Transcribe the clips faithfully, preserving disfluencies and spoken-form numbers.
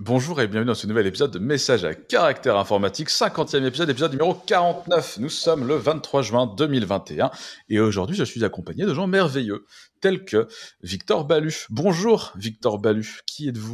bonjour et bienvenue dans ce nouvel épisode de Message à caractère informatique, cinquantième épisode, épisode numéro quarante-neuf. Nous sommes le vingt-trois juin deux mille vingt et un et aujourd'hui je suis accompagné de gens merveilleux tels que Victor Balu. Bonjour Victor Balu, qui êtes-vous ?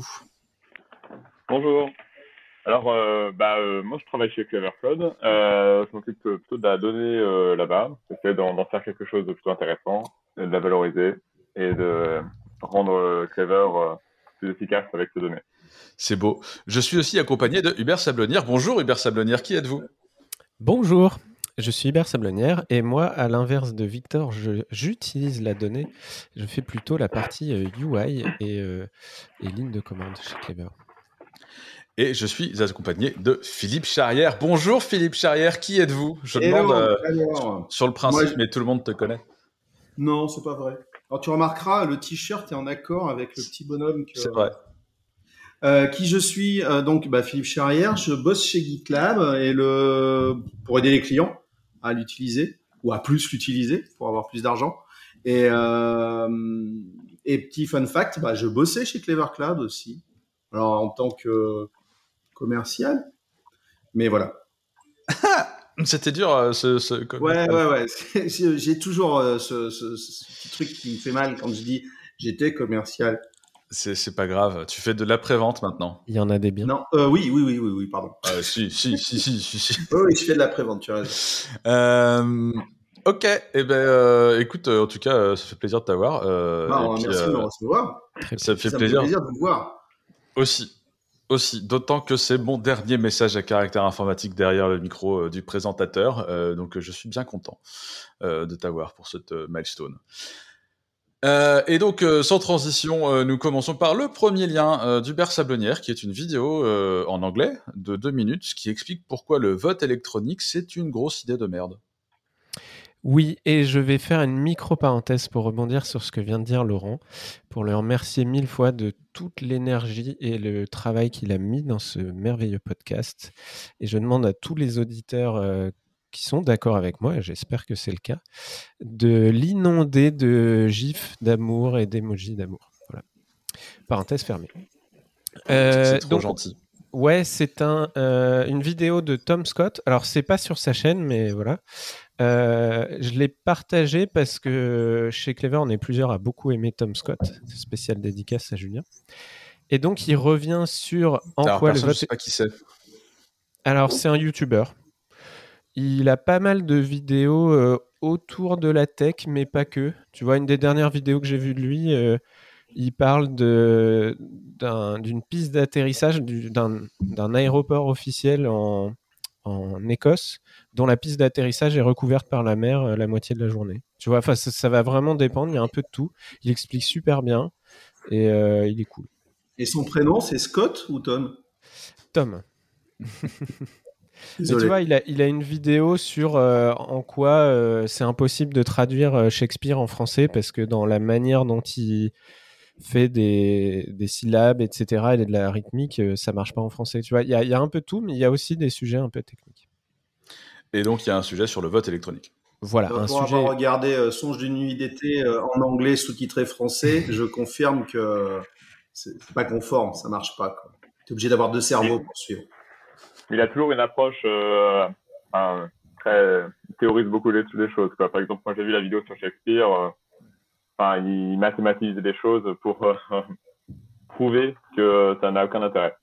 Bonjour. Alors, euh, bah, euh, moi je travaille chez Clever Code. Euh, je m'occupe plutôt de la donnée euh, là-bas. J'essaie d'en, d'en faire quelque chose de plutôt intéressant, de la valoriser et de rendre euh, Clever euh, plus efficace avec ces données. C'est beau. Je suis aussi accompagné de Hubert Sablonnière. Bonjour Hubert Sablonnière, qui êtes-vous ? Bonjour, je suis Hubert Sablonnière et moi, à l'inverse de Victor, je, j'utilise la donnée. Je fais plutôt la partie euh, U I et, euh, et ligne de commande chez Clever. Et je suis accompagné de Philippe Charrière. Bonjour Philippe Charrière, qui êtes-vous ? Je Hello, demande euh, alors. sur le principe, Moi, je- mais tout le monde te connaît. Non, c'est pas vrai. Alors tu remarqueras, le t-shirt est en accord avec le petit bonhomme que, C'est vrai. Euh, qui je suis. Euh, donc, bah, Philippe Charrière, je bosse chez GitLab et le pour aider les clients à l'utiliser ou à plus l'utiliser pour avoir plus d'argent. Et, euh, et petit fun fact, bah, je bossais chez Clever Cloud aussi. Alors en tant que commercial, mais voilà. C'était dur, euh, ce... ce... Ouais, ouais, ouais. C'est- J'ai j'ai toujours euh, ce, ce, ce petit truc qui me fait mal quand je dis j'étais commercial. C'est, c'est pas grave, tu fais de l'après-vente maintenant. Il y en a des biens. Non, euh, oui, oui, oui, oui, oui, pardon. Euh, si, si, si, si, si, si. Oui, oui, je fais de la prévente, tu as raison. Euh, ok, eh ben, euh, écoute, euh, en tout cas, euh, ça fait plaisir de t'avoir. Euh, Ah, et puis, merci de me euh, recevoir. Très ça bien. me fait Ça me fait plaisir plaisir de vous voir. aussi. Aussi, d'autant que c'est mon dernier message à caractère informatique derrière le micro euh, du présentateur, euh, donc euh, je suis bien content euh, de t'avoir pour cette euh, milestone. Euh, et donc, euh, sans transition, euh, nous commençons par le premier lien euh, d'Hubert Sablonnière, qui est une vidéo euh, en anglais de deux minutes, qui explique pourquoi le vote électronique, c'est une grosse idée de merde. Oui, et je vais faire une micro-parenthèse pour rebondir sur ce que vient de dire Laurent, pour le remercier mille fois de toute l'énergie et le travail qu'il a mis dans ce merveilleux podcast. Et je demande à tous les auditeurs euh, qui sont d'accord avec moi, et j'espère que c'est le cas, de l'inonder de gifs d'amour et d'émojis d'amour. Voilà. Parenthèse fermée. Euh, c'est trop donc, gentil. Ouais, c'est un, euh, une vidéo de Tom Scott. Alors, c'est pas sur sa chaîne, mais voilà. Euh, je l'ai partagé parce que chez Clever, on est plusieurs à beaucoup aimer Tom Scott. Spécial dédicace à Julien. Et donc, il revient sur en Alors, quoi le personne, vote... je sais pas qui c'est. Alors, c'est un YouTuber. Il a pas mal de vidéos euh, autour de la tech, mais pas que. Tu vois, une des dernières vidéos que j'ai vues de lui, euh, il parle de, d'un, d'une piste d'atterrissage du, d'un, d'un aéroport officiel en, en Écosse, dont la piste d'atterrissage est recouverte par la mer euh, la moitié de la journée. Tu vois, enfin, ça, ça va vraiment dépendre. Il y a un peu de tout. Il explique super bien et euh, il est cool. Et son prénom, c'est Scott ou Tom? Tom. Mais tu Désolé. vois, il a, il a une vidéo sur euh, en quoi euh, c'est impossible de traduire euh, Shakespeare en français parce que dans la manière dont il fait des, des syllabes, et cetera, et de la rythmique, euh, ça marche pas en français. Tu vois, il y a, il y a un peu de tout, mais il y a aussi des sujets un peu techniques. Et donc, il y a un sujet sur le vote électronique. Voilà, Euh, un pour sujet. avoir regardé euh, Songe d'une nuit d'été euh, en anglais sous-titré français, je confirme que c'est c'est pas conforme, ça marche pas. Tu es obligé d'avoir deux cerveaux pour suivre. Il a toujours une approche euh, enfin, très il théorise beaucoup les, les choses. Quoi. Par exemple, moi j'ai vu la vidéo sur Shakespeare, euh, enfin, il mathématise des choses pour euh, prouver que ça n'a aucun intérêt.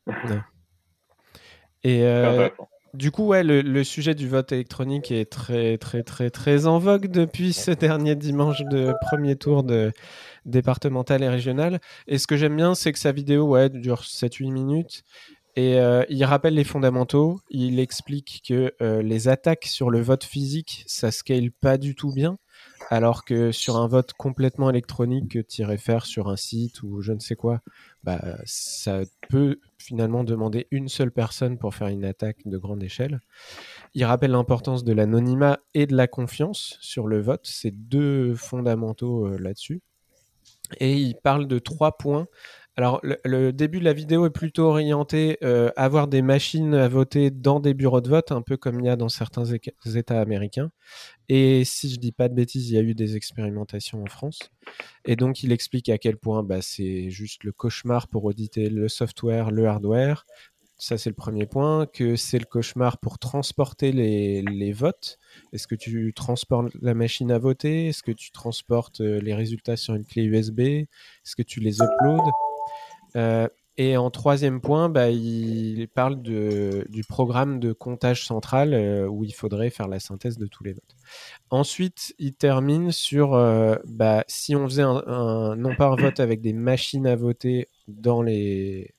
Et C'est euh, intéressant. du coup, ouais, le, le sujet du vote électronique est très, très, très, très en vogue depuis ce dernier dimanche de premier tour de départemental et régional. Et ce que j'aime bien, c'est que sa vidéo, ouais, dure sept huit minutes. Et euh, il rappelle les fondamentaux. Il explique que euh, les attaques sur le vote physique, ça scale pas du tout bien. Alors que sur un vote complètement électronique que tu irais faire sur un site ou je ne sais quoi, bah, ça peut finalement demander une seule personne pour faire une attaque de grande échelle. Il rappelle l'importance de l'anonymat et de la confiance sur le vote. C'est deux fondamentaux euh, là-dessus. Et il parle de trois points. Alors, le, le début de la vidéo est plutôt orienté euh, à avoir des machines à voter dans des bureaux de vote, un peu comme il y a dans certains éca- États américains. Et si je dis pas de bêtises, il y a eu des expérimentations en France. Et donc, il explique à quel point bah, c'est juste le cauchemar pour auditer le software, le hardware. Ça, c'est le premier point. Que c'est le cauchemar pour transporter les, les votes. Est-ce que tu transportes la machine à voter? Est-ce que tu transportes euh, les résultats sur une clé U S B? Est-ce que tu les uploads? Euh, et en troisième point, bah, il parle de, du programme de comptage central euh, où il faudrait faire la synthèse de tous les votes. Ensuite, il termine sur euh, bah, si on faisait un, un- non pas un vote avec des machines à voter dans les,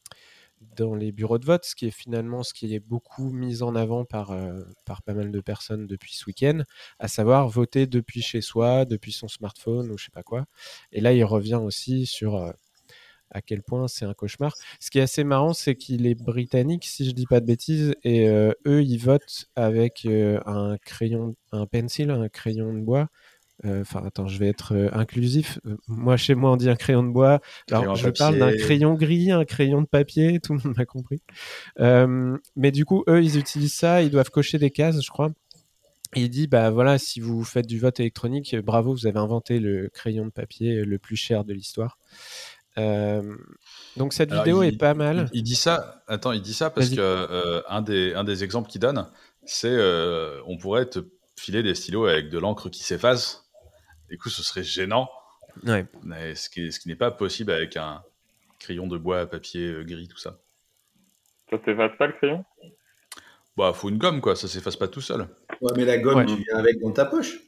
dans les bureaux de vote, ce qui est finalement ce qui est beaucoup mis en avant par, euh, par pas mal de personnes depuis ce week-end, à savoir voter depuis chez soi, depuis son smartphone ou je sais pas quoi. Et là, il revient aussi sur euh, à quel point c'est un cauchemar. Ce qui est assez marrant, c'est qu'il est britannique, si je dis pas de bêtises, et euh, eux, ils votent avec euh, un crayon, un pencil, un crayon de bois. Enfin, attends, je vais être euh, inclusif. Euh, Moi, chez moi, on dit un crayon de bois. Alors, Crayon à je parle d'un papier. crayon gris, un crayon de papier, tout le monde m'a compris. Euh, mais du coup, eux, ils utilisent ça, ils doivent cocher des cases, je crois. Et il dit, bah voilà, si vous faites du vote électronique, euh, bravo, vous avez inventé le crayon de papier le plus cher de l'histoire. Euh, donc cette Alors, vidéo est il, pas il, mal. il dit ça. Attends, il dit ça parce Vas-y. que euh, un des un des exemples qu'il donne, c'est euh, on pourrait te filer des stylos avec de l'encre qui s'efface. Du coup, ce serait gênant, Ouais. mais ce qui, ce qui n'est pas possible avec un crayon de bois, papier euh, gris, tout ça. Ça s'efface pas le crayon? Bah, faut une gomme, quoi, ça s'efface pas tout seul. Ouais, mais la gomme, Ouais. tu viens avec dans ta poche.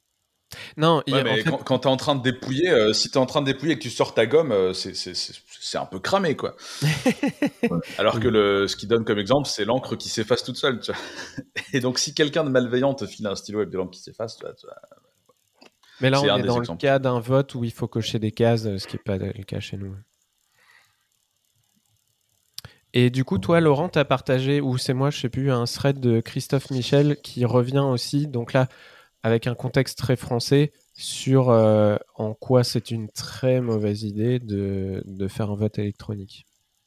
Non, il y Ouais, a- en mais fait, quand, quand t'es en train de dépouiller, euh, si t'es en train de dépouiller et que tu sors ta gomme, euh, c'est, c'est, c'est, c'est un peu cramé, quoi. Alors que le, ce qu'il donne comme exemple, c'est l'encre qui s'efface toute seule, tu vois. Et donc, si quelqu'un de malveillant te file un stylo avec de l'encre qui s'efface, tu vois, tu vois, mais là, c'est on un est des dans le exemples. cas d'un vote où il faut cocher des cases, ce qui n'est pas le cas chez nous. Et du coup, toi, Laurent, tu as partagé, ou c'est moi, je sais plus, un thread de Christophe Michel qui revient aussi, donc là, avec un contexte très français, sur euh, en quoi c'est une très mauvaise idée de, de faire un vote électronique.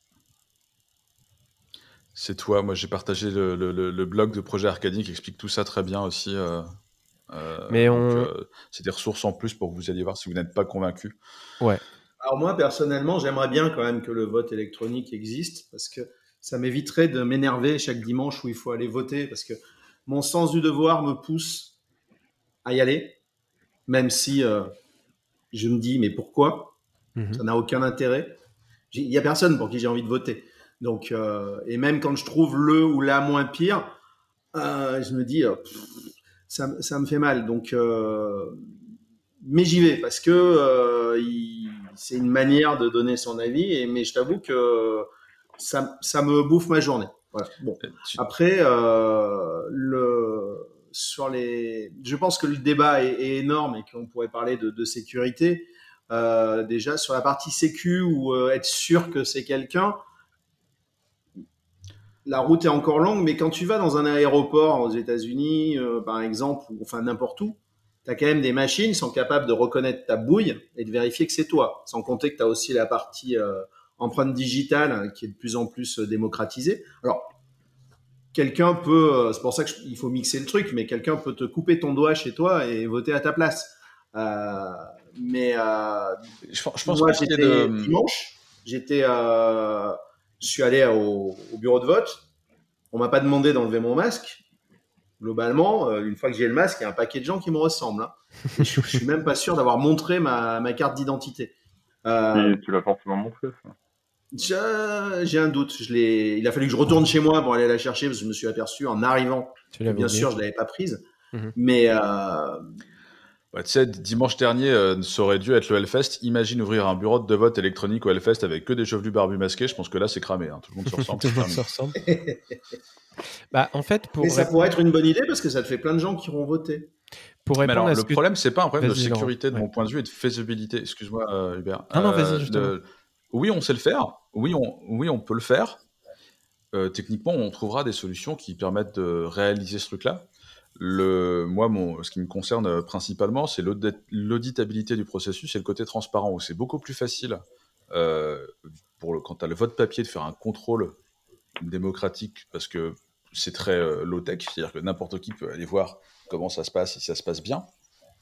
C'est toi, moi j'ai partagé le, le, le, le blog de Projet Arcadie qui explique tout ça très bien aussi. Euh, euh, Mais donc on... euh, c'est des ressources en plus pour que vous alliez voir si vous n'êtes pas convaincu. Ouais. Alors moi, personnellement, j'aimerais bien quand même que le vote électronique existe parce que ça m'éviterait de m'énerver chaque dimanche où il faut aller voter parce que mon sens du devoir me pousse à y aller, même si euh, je me dis mais pourquoi? Mhm. Ça n'a aucun intérêt. Il y a personne pour qui j'ai envie de voter. Donc euh, et même quand je trouve le ou la moins pire, euh, je me dis euh, pff, ça, ça me fait mal. Donc euh, mais j'y vais parce que euh, il, c'est une manière de donner son avis. Et, mais je t'avoue que ça, ça me bouffe ma journée. Voilà. Bon. Euh, tu- Après, euh, le, sur les, je pense que le débat est, est énorme et qu'on pourrait parler de, de sécurité. Euh, déjà sur la partie sécu ou euh, être sûr que c'est quelqu'un, la route est encore longue, mais quand tu vas dans un aéroport aux États-Unis, euh, par exemple, ou enfin n'importe où, tu as quand même des machines qui sont capables de reconnaître ta bouille et de vérifier que c'est toi. Sans compter que tu as aussi la partie euh, empreinte digitale hein, qui est de plus en plus euh, démocratisée. Alors, quelqu'un peut, euh, c'est pour ça qu'il faut mixer le truc, mais quelqu'un peut te couper ton doigt chez toi et voter à ta place. Euh, mais euh, je, pense- je pense moi, pas qu'il y ait de. j'étais dimanche, j'étais, euh, je suis allé au, au bureau de vote. On m'a pas demandé d'enlever mon masque. Globalement, euh, une fois que j'ai le masque, il y a un paquet de gens qui me ressemblent. Hein. Et je, je suis même pas sûr d'avoir montré ma, ma carte d'identité. Euh, Et tu l'as forcément montré, ça. j'ai j'ai un doute. Je l'ai- il a fallu que je retourne chez moi pour aller la chercher parce que je me suis aperçu en arrivant Tu que l'avais bien oublié. sûr je l'avais pas prise. Mhm. Mais euh, Ouais, tu sais, dimanche dernier, euh, ça aurait dû être le Hellfest. Imagine ouvrir un bureau de vote électronique au Hellfest avec que des chevelus barbus masqués. Je pense que là, c'est cramé. Hein. Tout le monde se ressemble. Tout le c'est monde se terminé. ressemble. Bah, en fait, mais pour, ça rép- pourrait être une bonne idée parce que ça te fait plein de gens qui iront voter. pour Mais répondre alors, à ce le que... problème, c'est pas un problème de Vas-y, Laurent. sécurité de Ouais. mon point de vue et de faisabilité. Excuse-moi, euh, Hubert. Non, non, vas-y, Euh, justement. le- Oui, on sait le faire. Oui, on, oui, on peut le faire. Euh, techniquement, on trouvera des solutions qui permettent de réaliser ce truc-là. Le, moi, mon, ce qui me concerne euh, principalement, c'est l'audit- l'auditabilité du processus et le côté transparent, où c'est beaucoup plus facile euh, pour le, quand tu as le vote papier, de faire un contrôle démocratique, parce que c'est très euh, low-tech, c'est-à-dire que n'importe qui peut aller voir comment ça se passe, si ça se passe bien.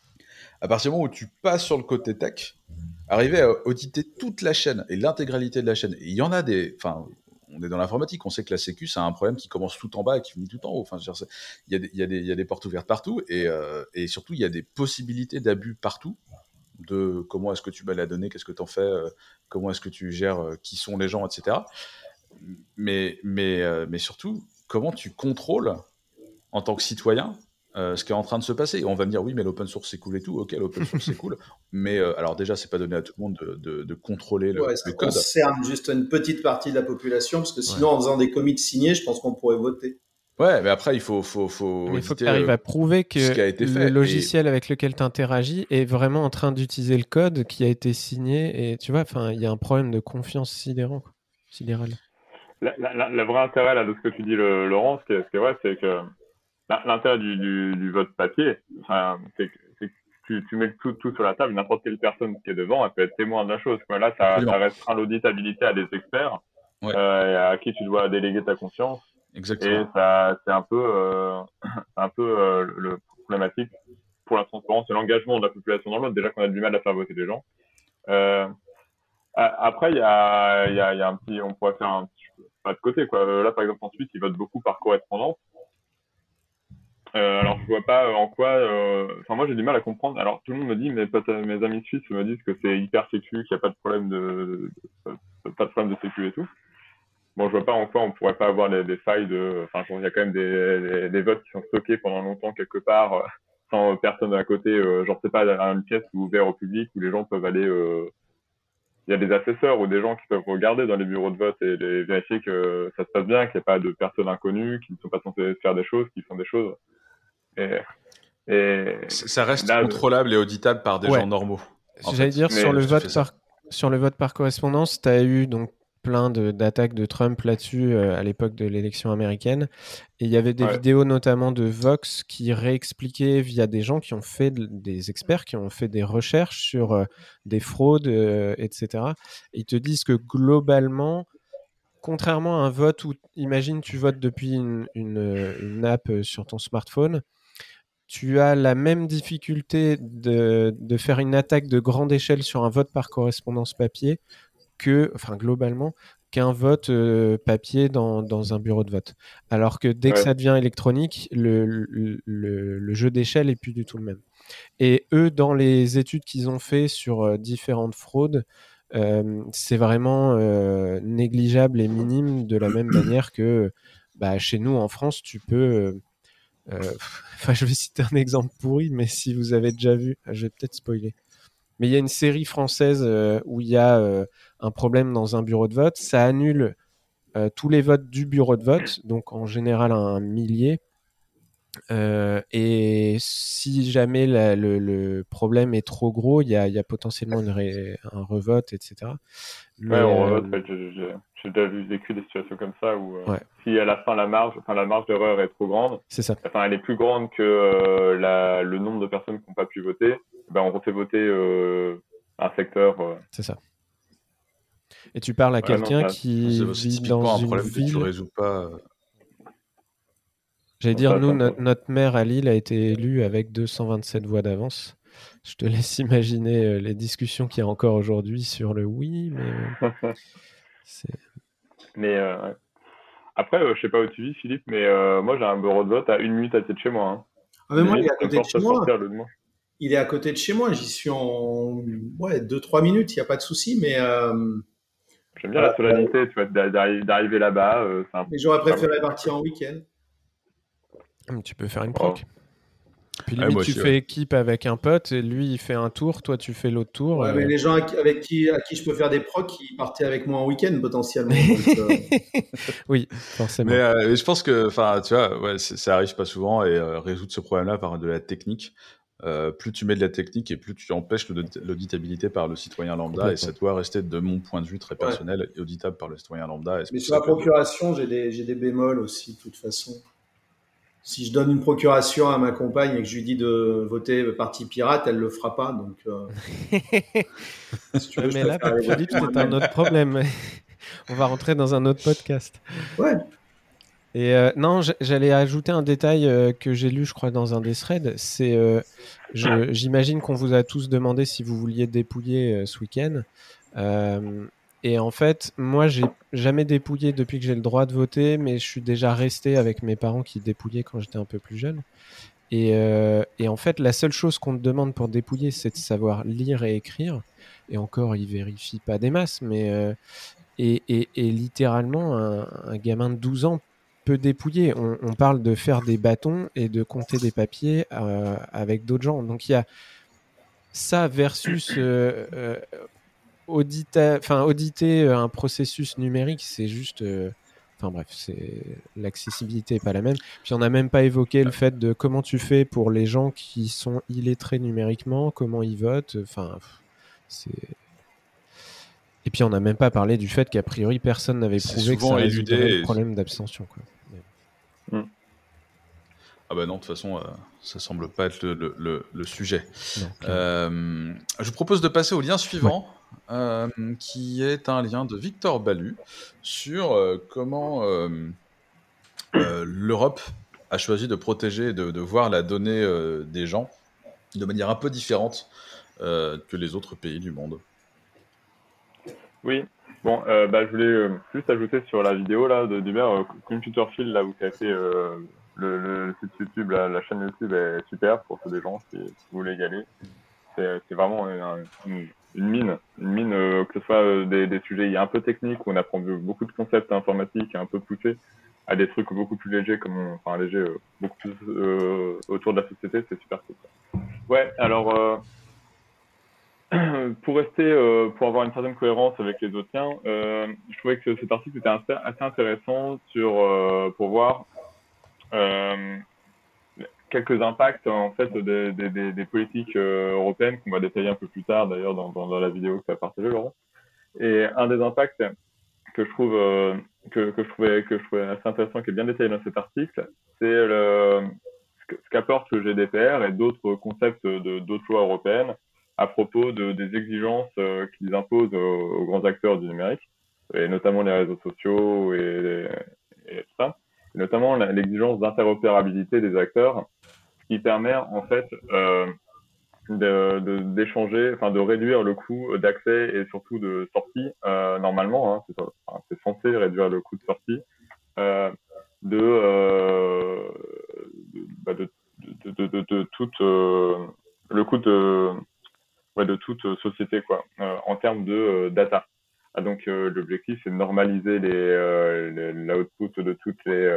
À partir du moment où tu passes sur le côté tech, arriver à auditer toute la chaîne et l'intégralité de la chaîne, et il y en a des... Enfin, on est dans l'informatique, on sait que la sécu, c'est un problème qui commence tout en bas et qui finit tout en haut. Enfin, il y, y, y, y a des portes ouvertes partout, et, euh, et surtout, il y a des possibilités d'abus partout, de comment est-ce que tu bats la donnée, qu'est-ce que tu en fais, euh, comment est-ce que tu gères, euh, qui sont les gens, et cetera. Mais, mais, euh, mais surtout, comment tu contrôles, en tant que citoyen, euh, ce qui est en train de se passer. Et on va me dire, oui, mais l'open source, c'est cool et tout. Ok, l'open source, c'est cool. Mais euh, alors déjà, c'est pas donné à tout le monde de, de, de contrôler le, ouais, ça le code. Ça concerne juste une petite partie de la population, parce que sinon, ouais. en faisant des commits signés, je pense qu'on pourrait voter. Ouais, mais après, il faut, faut, faut mais il faut que tu arrives à prouver que ce qui a été le fait logiciel et... avec lequel tu interagis est vraiment en train d'utiliser le code qui a été signé. Et tu vois, il y a un problème de confiance sidérant, quoi. sidéral. La, la, la vraie intérêt là, de ce que tu dis, le, Laurent, ce qui est, ce qui est vrai, c'est que l'intérêt du, du, du vote papier, enfin, c'est que, c'est que tu, tu mets tout, tout sur la table, n'importe quelle personne qui est devant, elle peut être témoin de la chose. Quoi. Là, ça, ça restreint l'auditabilité à des experts, ouais. euh, à qui tu dois déléguer ta confiance. Exactement. Et ça, c'est un peu, euh, un peu euh, le problématique pour la transparence et l'engagement de la population dans le vote. Déjà qu'on a du mal à faire voter les gens. Euh, après, il y a, il y a, il y a un petit, on pourrait faire un petit pas de côté, quoi. Là, par exemple, en Suisse, ils votent beaucoup par correspondance. Euh, alors, je vois pas en quoi. Euh... Enfin, moi, j'ai du mal à comprendre. Alors, tout le monde me dit, mes, mes amis suisses me disent que c'est hyper sécu, qu'il n'y a pas de problème de, de, pas de problème de sécu et tout. Bon, je vois pas en quoi on pourrait pas avoir des, des failles de. Enfin, il y a quand même des, des, des votes qui sont stockés pendant longtemps quelque part, euh, sans personne à côté. Euh, genre, c'est pas une pièce ouverte au public où les gens peuvent aller. Euh... Il y a des assesseurs ou des gens qui peuvent regarder dans les bureaux de vote et les, vérifier que ça se passe bien, qu'il n'y a pas de personnes inconnues, qui ne sont pas censées faire des choses, qui font des choses. Et, et ça reste là, contrôlable et auditable par des ouais. gens normaux. J'allais dire, sur le, vote par, sur le vote par correspondance, tu as eu donc plein de, d'attaques de Trump là-dessus euh, à l'époque de l'élection américaine. Et il y avait des ouais. vidéos notamment de Vox qui réexpliquaient via des gens qui ont fait, de, des experts qui ont fait des recherches sur euh, des fraudes, euh, et cetera. Et ils te disent que globalement, contrairement à un vote où, imagine, tu votes depuis une, une, une app sur ton smartphone, tu as la même difficulté de, de faire une attaque de grande échelle sur un vote par correspondance papier que, enfin globalement, qu'un vote euh, papier dans, dans un bureau de vote. Alors que dès ouais. que ça devient électronique, le, le, le, le jeu d'échelle est plus du tout le même. Et eux, dans les études qu'ils ont fait sur euh, différentes fraudes, euh, c'est vraiment euh, négligeable et minime de la même manière que bah, chez nous en France, tu peux... Euh, Enfin, euh, je vais citer un exemple pourri, mais si vous avez déjà vu, je vais peut-être spoiler. Mais il y a une série française euh, où il y a euh, un problème dans un bureau de vote. Ça annule euh, tous les votes du bureau de vote, donc en général un millier. Euh, et si jamais la, le, le problème est trop gros, il y a, y a potentiellement une ré, un revote, et cetera. Mais, ouais, on revote. Euh... J'ai, j'ai, j'ai déjà vu, vécu des situations comme ça où euh, ouais. si à la fin la marge, enfin la marge d'erreur est trop grande, c'est ça. Enfin, elle est plus grande que euh, la, le nombre de personnes qui n'ont pas pu voter. Ben, on refait voter euh, un secteur. Euh... C'est ça. Et tu parles à ouais, quelqu'un non, ça, qui c'est, vit c'est dans un une problème ville. Que tu résous pas. J'allais dire, nous, no- notre maire à Lille a été élu avec deux cent vingt-sept voix d'avance. Je te laisse imaginer euh, les discussions qu'il y a encore aujourd'hui sur le oui, mais. Euh, c'est... Mais euh, ouais. Après, euh, je sais pas où tu vis, Philippe, mais euh, moi j'ai un bureau de vote à une minute à côté de chez moi. Hein. Ah, mais moi, il est à côté de chez moi. Il est à côté de chez moi. J'y suis en ouais, deux trois minutes, il n'y a pas de souci, mais. Euh... J'aime bien euh, la solennité, euh... tu vois, d'arriver, d'arriver là-bas. Euh, c'est un... Mais j'aurais préféré partir en week-end. Tu peux faire une proc. Oh. Puis limite, ouais, tu fais ouais. équipe avec un pote, et lui, il fait un tour, toi, tu fais l'autre tour. Ouais, euh... mais les gens avec qui, à qui je peux faire des procs, ils partaient avec moi en week-end, potentiellement. Donc, euh... oui, forcément. Mais, euh, mais je pense que, enfin, tu vois, ouais, ça arrive pas souvent, et euh, résoudre ce problème-là par de la technique, euh, plus tu mets de la technique, et plus tu empêches l'auditabilité par le citoyen lambda, et ça doit rester, de mon point de vue très personnel, ouais. auditable par le citoyen lambda. Mais sur la procuration, j'ai des, j'ai des bémols aussi, de toute façon. si je donne une procuration à ma compagne et que je lui dis de voter parti pirate, elle le fera pas. Donc, euh, si tu veux, Ouais, je mais là, préfère aller voter Philippe, c'est un moi-même. autre problème. On va rentrer dans un autre podcast. Ouais. Et euh, non, j- j'allais ajouter un détail euh, que j'ai lu, je crois, dans un des threads. C'est, euh, je- j'imagine qu'on vous a tous demandé si vous vouliez dépouiller euh, ce week-end. Euh, et en fait, moi, j'ai jamais dépouillé depuis que j'ai le droit de voter, mais je suis déjà resté avec mes parents qui dépouillaient quand j'étais un peu plus jeune. Et, euh, et en fait, la seule chose qu'on te demande pour dépouiller, c'est de savoir lire et écrire. Et encore, ils vérifient pas des masses, mais euh, et, et- et littéralement, un, un gamin de douze ans peut dépouiller. On, on parle de faire des bâtons et de compter des papiers euh, avec d'autres gens. Donc il y a ça versus euh, euh, audita- enfin, auditer un processus numérique, c'est juste. euh, Enfin bref, c'est l'accessibilité n'est pas la même. Puis on n'a même pas évoqué le fait de comment tu fais pour les gens qui sont illettrés numériquement, comment ils votent. Enfin, pff, c'est et puis on n'a même pas parlé du fait qu'a priori personne n'avait C'est prouvé que ça souvent résoudrait le éludé. Et... problème d'abstention, quoi. Mais Mm. Ah bah non, de toute façon, euh, ça semble pas être le, le, le, le sujet. non, clairement. Euh, je vous propose de passer au lien Ouais. suivant, euh, qui est un lien de Victor Balu sur euh, comment euh, euh, l'Europe a choisi de protéger et de, de voir la donnée euh, des gens de manière un peu différente euh, que les autres pays du monde. Oui. Bon, euh, bah, je voulais euh, juste ajouter sur la vidéo là de d'Hubert, euh, Computer Field là où tu as fait euh, le, le, le site YouTube, la, la chaîne YouTube est super pour tous les gens qui, qui voulaient y aller. C'est c'est vraiment un- une, une mine, une mine euh, que ce soit euh, des, des sujets un peu techniques où on apprend beaucoup de concepts informatiques un peu poussés à des trucs beaucoup plus légers comme on- enfin légers euh, beaucoup plus euh, autour de la société, c'est super cool. Ouais, alors euh, pour rester, euh, pour avoir une certaine cohérence avec les autres liens, euh, je trouvais que cet article était assez, assez intéressant sur euh, pour voir euh, quelques impacts en fait des, des, des, des politiques euh, européennes qu'on va détailler un peu plus tard d'ailleurs dans, dans, dans la vidéo que tu as partagée Laurent. Et un des impacts que je trouve euh, que, que je trouvais que je trouvais assez intéressant qui est bien détaillé dans cet article, c'est le ce qu'apporte le G D P R et d'autres concepts de d'autres lois européennes à propos de, des exigences euh, qu'ils imposent aux, aux grands acteurs du numérique, et notamment les réseaux sociaux et, et tout ça, et notamment l'exigence d'interopérabilité des acteurs, qui permet en fait euh, de, de, d'échanger, enfin de réduire le coût d'accès et surtout de sortie euh, normalement, hein, c'est, enfin, c'est censé réduire le coût de sortie euh, de, euh, de, bah de, de, de, de, de toute euh, le coût de ouais, de toute société quoi euh, en termes de euh, data. Ah, donc euh, l'objectif c'est de normaliser les, euh, les l'output de toutes les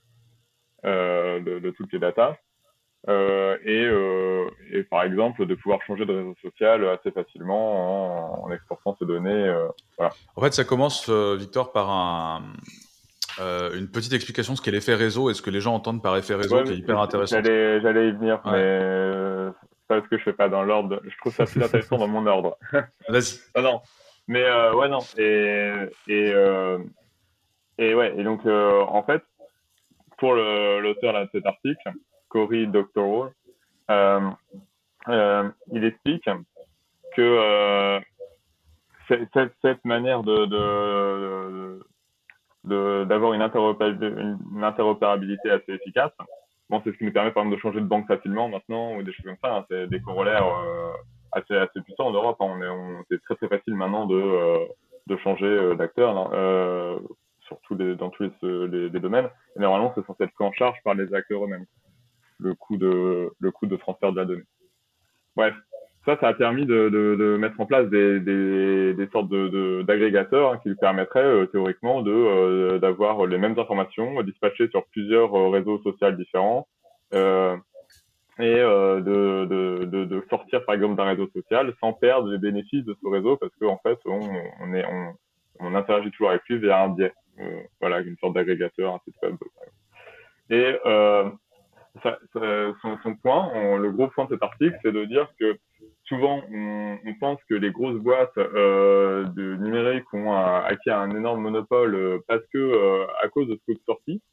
euh, de, de toutes les datas. Euh, et, euh, et par exemple de pouvoir changer de réseau social assez facilement en, en exportant ces données. Euh, voilà. En fait, ça commence, euh, Victor, par un, euh, une petite explication de ce qu'est l'effet réseau et ce que les gens entendent par effet réseau, qui est Ouais, hyper intéressante. j'allais, j'allais y venir, Ouais. mais euh, c'est pas parce que je fais pas dans l'ordre. Je trouve ça plus intéressant dans mon ordre. Vas-y. Ah non, mais euh, ouais non. Et et euh, et ouais. Et donc euh, en fait, pour le, l'auteur là, de cet article, Cory Doctorow, euh, euh, il explique que euh, cette, cette, cette manière de, de, de d'avoir une interopérabilité, une interopérabilité assez efficace. Bon, c'est ce qui nous permet par exemple de changer de banque facilement maintenant ou des choses comme ça. Hein. C'est des corollaires euh, assez assez puissants en Europe. Hein. On est, on, c'est très très facile maintenant de euh, de changer euh, d'acteur, euh, surtout les, dans tous les, les, les domaines. Et normalement, c'est censé être pris en charge par les acteurs eux-mêmes. Le coût de le coût de transfert de la donnée. Bref, ça, ça a permis de, de, de mettre en place des, des, des sortes de, de, d'agrégateurs hein, qui lui permettraient euh, théoriquement de euh, d'avoir les mêmes informations dispatchées sur plusieurs euh, réseaux sociaux différents euh, et euh, de, de, de, de sortir par exemple d'un réseau social sans perdre les bénéfices de ce réseau parce qu'en fait on, on, est, on, on interagit toujours avec lui via un biais. Euh, voilà, une sorte d'agrégateur, un site web. Et euh, ça, ça, son, son point, on, le gros point de cet article, c'est de dire que souvent, on, on pense que les grosses boîtes euh, de numérique ont un, acquis un énorme monopole euh, parce que euh, à cause de ce coût de sortie.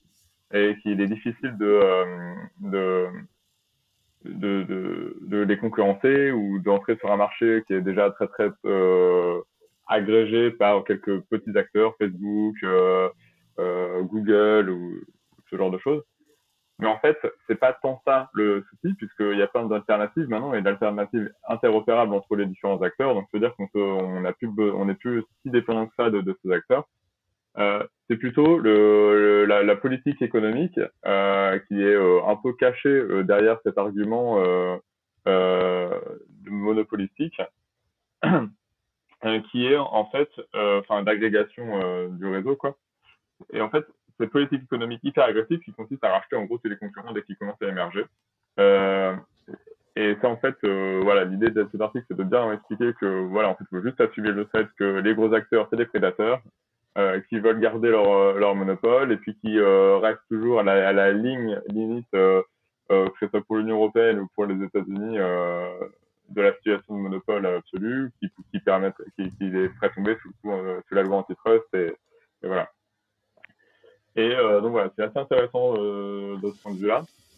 et qu'il est difficile de, euh, de, de, de, de les concurrencer ou d'entrer sur un marché qui est déjà très très euh, agrégé par quelques petits acteurs, Facebook, euh, euh, Google ou ce genre de choses. Mais en fait, c'est pas tant ça le souci, puisqu'il y a plein d'alternatives maintenant et d'alternatives interopérables entre les différents acteurs. Donc, c'est-à-dire qu'on peut, on a plus, on n'est plus si dépendant que ça de, de ces acteurs. Euh, c'est plutôt le, le la, la politique économique euh, qui est euh, un peu cachée euh, derrière cet argument euh, euh, monopolistique, euh, qui est en fait, enfin, euh, d'agrégation euh, du réseau, quoi. Et en fait, cette politique économique hyper agressive qui consiste à racheter en gros tous les concurrents dès qu'ils commencent à émerger. Euh, et ça, en fait, euh, voilà, l'idée de cet article, c'est de bien expliquer que, voilà, en fait, il faut juste assumer le fait que les gros acteurs, c'est des prédateurs, euh, qui veulent garder leur, leur monopole et puis qui euh, restent toujours à la, à la ligne limite, euh, euh, que ce soit pour l'Union européenne ou pour les États-Unis, euh, de la situation de monopole absolue, qui, qui permettent, qui, qui les ferait tomber sous, euh, sous la loi antitrust et, et voilà. Et euh, donc voilà, c'est assez intéressant euh, de ce point de vue-là.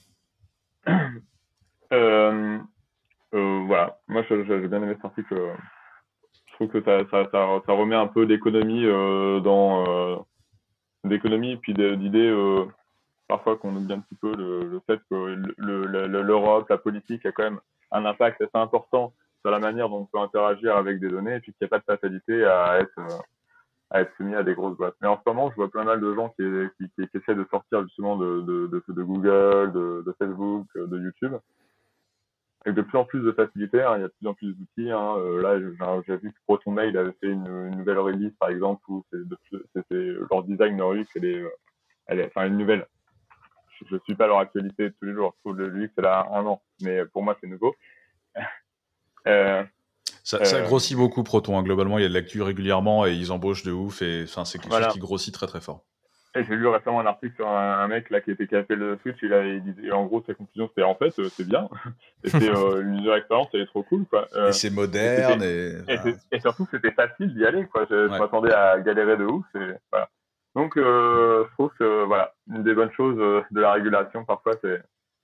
euh, euh, voilà, moi j'ai bien aimé cet article. Je trouve que ça, ça, ça, ça remet un peu d'économie euh, dans euh, d'économie et puis d'idées euh, parfois qu'on oublie un petit peu le, le fait que l'Europe, la politique a quand même un impact assez important sur la manière dont on peut interagir avec des données et puis qu'il n'y a pas de fatalité à être euh, à être soumis à des grosses boîtes. Mais en ce moment, je vois plein mal de gens qui, qui, qui, qui essaient de sortir justement de, de, de, de Google, de, de Facebook, de YouTube. Avec de plus en plus de facilité, hein, il y a de plus en plus d'outils. Hein. Euh, là, j'ai vu que ProtonMail avait fait une, une nouvelle release, par exemple, où c'était leur design leur U X, elle est, elle est, enfin une nouvelle. Je ne suis pas leur actualité de tous les jours. Je trouve le U X, elle a un an, mais pour moi, c'est nouveau. euh, Ça, euh, ça grossit beaucoup Proton, hein. Globalement, il y a de l'actu régulièrement et ils embauchent de ouf et enfin c'est quelque voilà. chose qui grossit très très fort. Et j'ai lu récemment un article sur un, un mec là qui était qui a fait le Switch, il, a, il disait en gros sa conclusion c'était en fait euh, c'est bien, et c'est euh, l'user expérience elle est trop cool quoi. Euh, et c'est moderne et, et, et, et surtout c'était facile d'y aller quoi. Je, ouais. je m'attendais à galérer de ouf. Et, voilà. Donc euh, je trouve que voilà une des bonnes choses de la régulation parfois c'est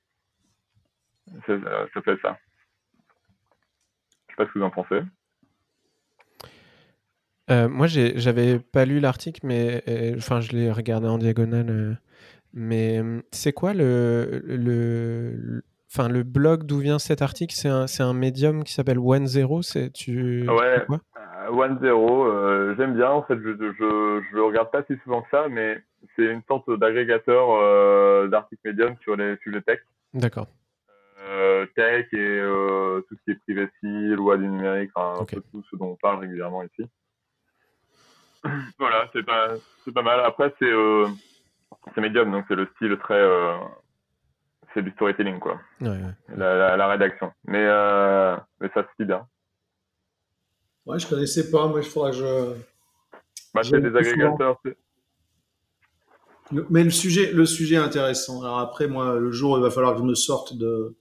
ça fait ça. Je sais pas ce que vous en pensez. Euh, moi, j'ai, j'avais pas lu l'article, mais enfin, je l'ai regardé en diagonale. Euh, mais c'est quoi le, le, enfin, le, le blog d'où vient cet article? C'est un, c'est un médium qui s'appelle One Zero. C'est tu. Ouais. Quoi euh, One Zero, euh, j'aime bien. En fait, je, je, je, je le regarde pas si souvent que ça, mais c'est une sorte d'agrégateur euh, d'articles médium sur les sujets tech. D'accord. Euh, tech et euh, tout ce qui est privacy, loi du numérique, enfin, okay. un peu tout ce dont on parle régulièrement ici. Voilà, c'est pas, c'est pas mal. Après, c'est, euh, c'est médium, donc c'est le style très, euh, c'est du storytelling, quoi. Ouais, ouais. La, la, la rédaction. Mais, euh, mais ça se lit bien. Ouais, je connaissais pas. Moi, il faudra que je. Bah, c'est des agrégateurs. C'est... Mais le sujet, le sujet est intéressant. Alors après, moi, le jour où il va falloir que je me sorte de,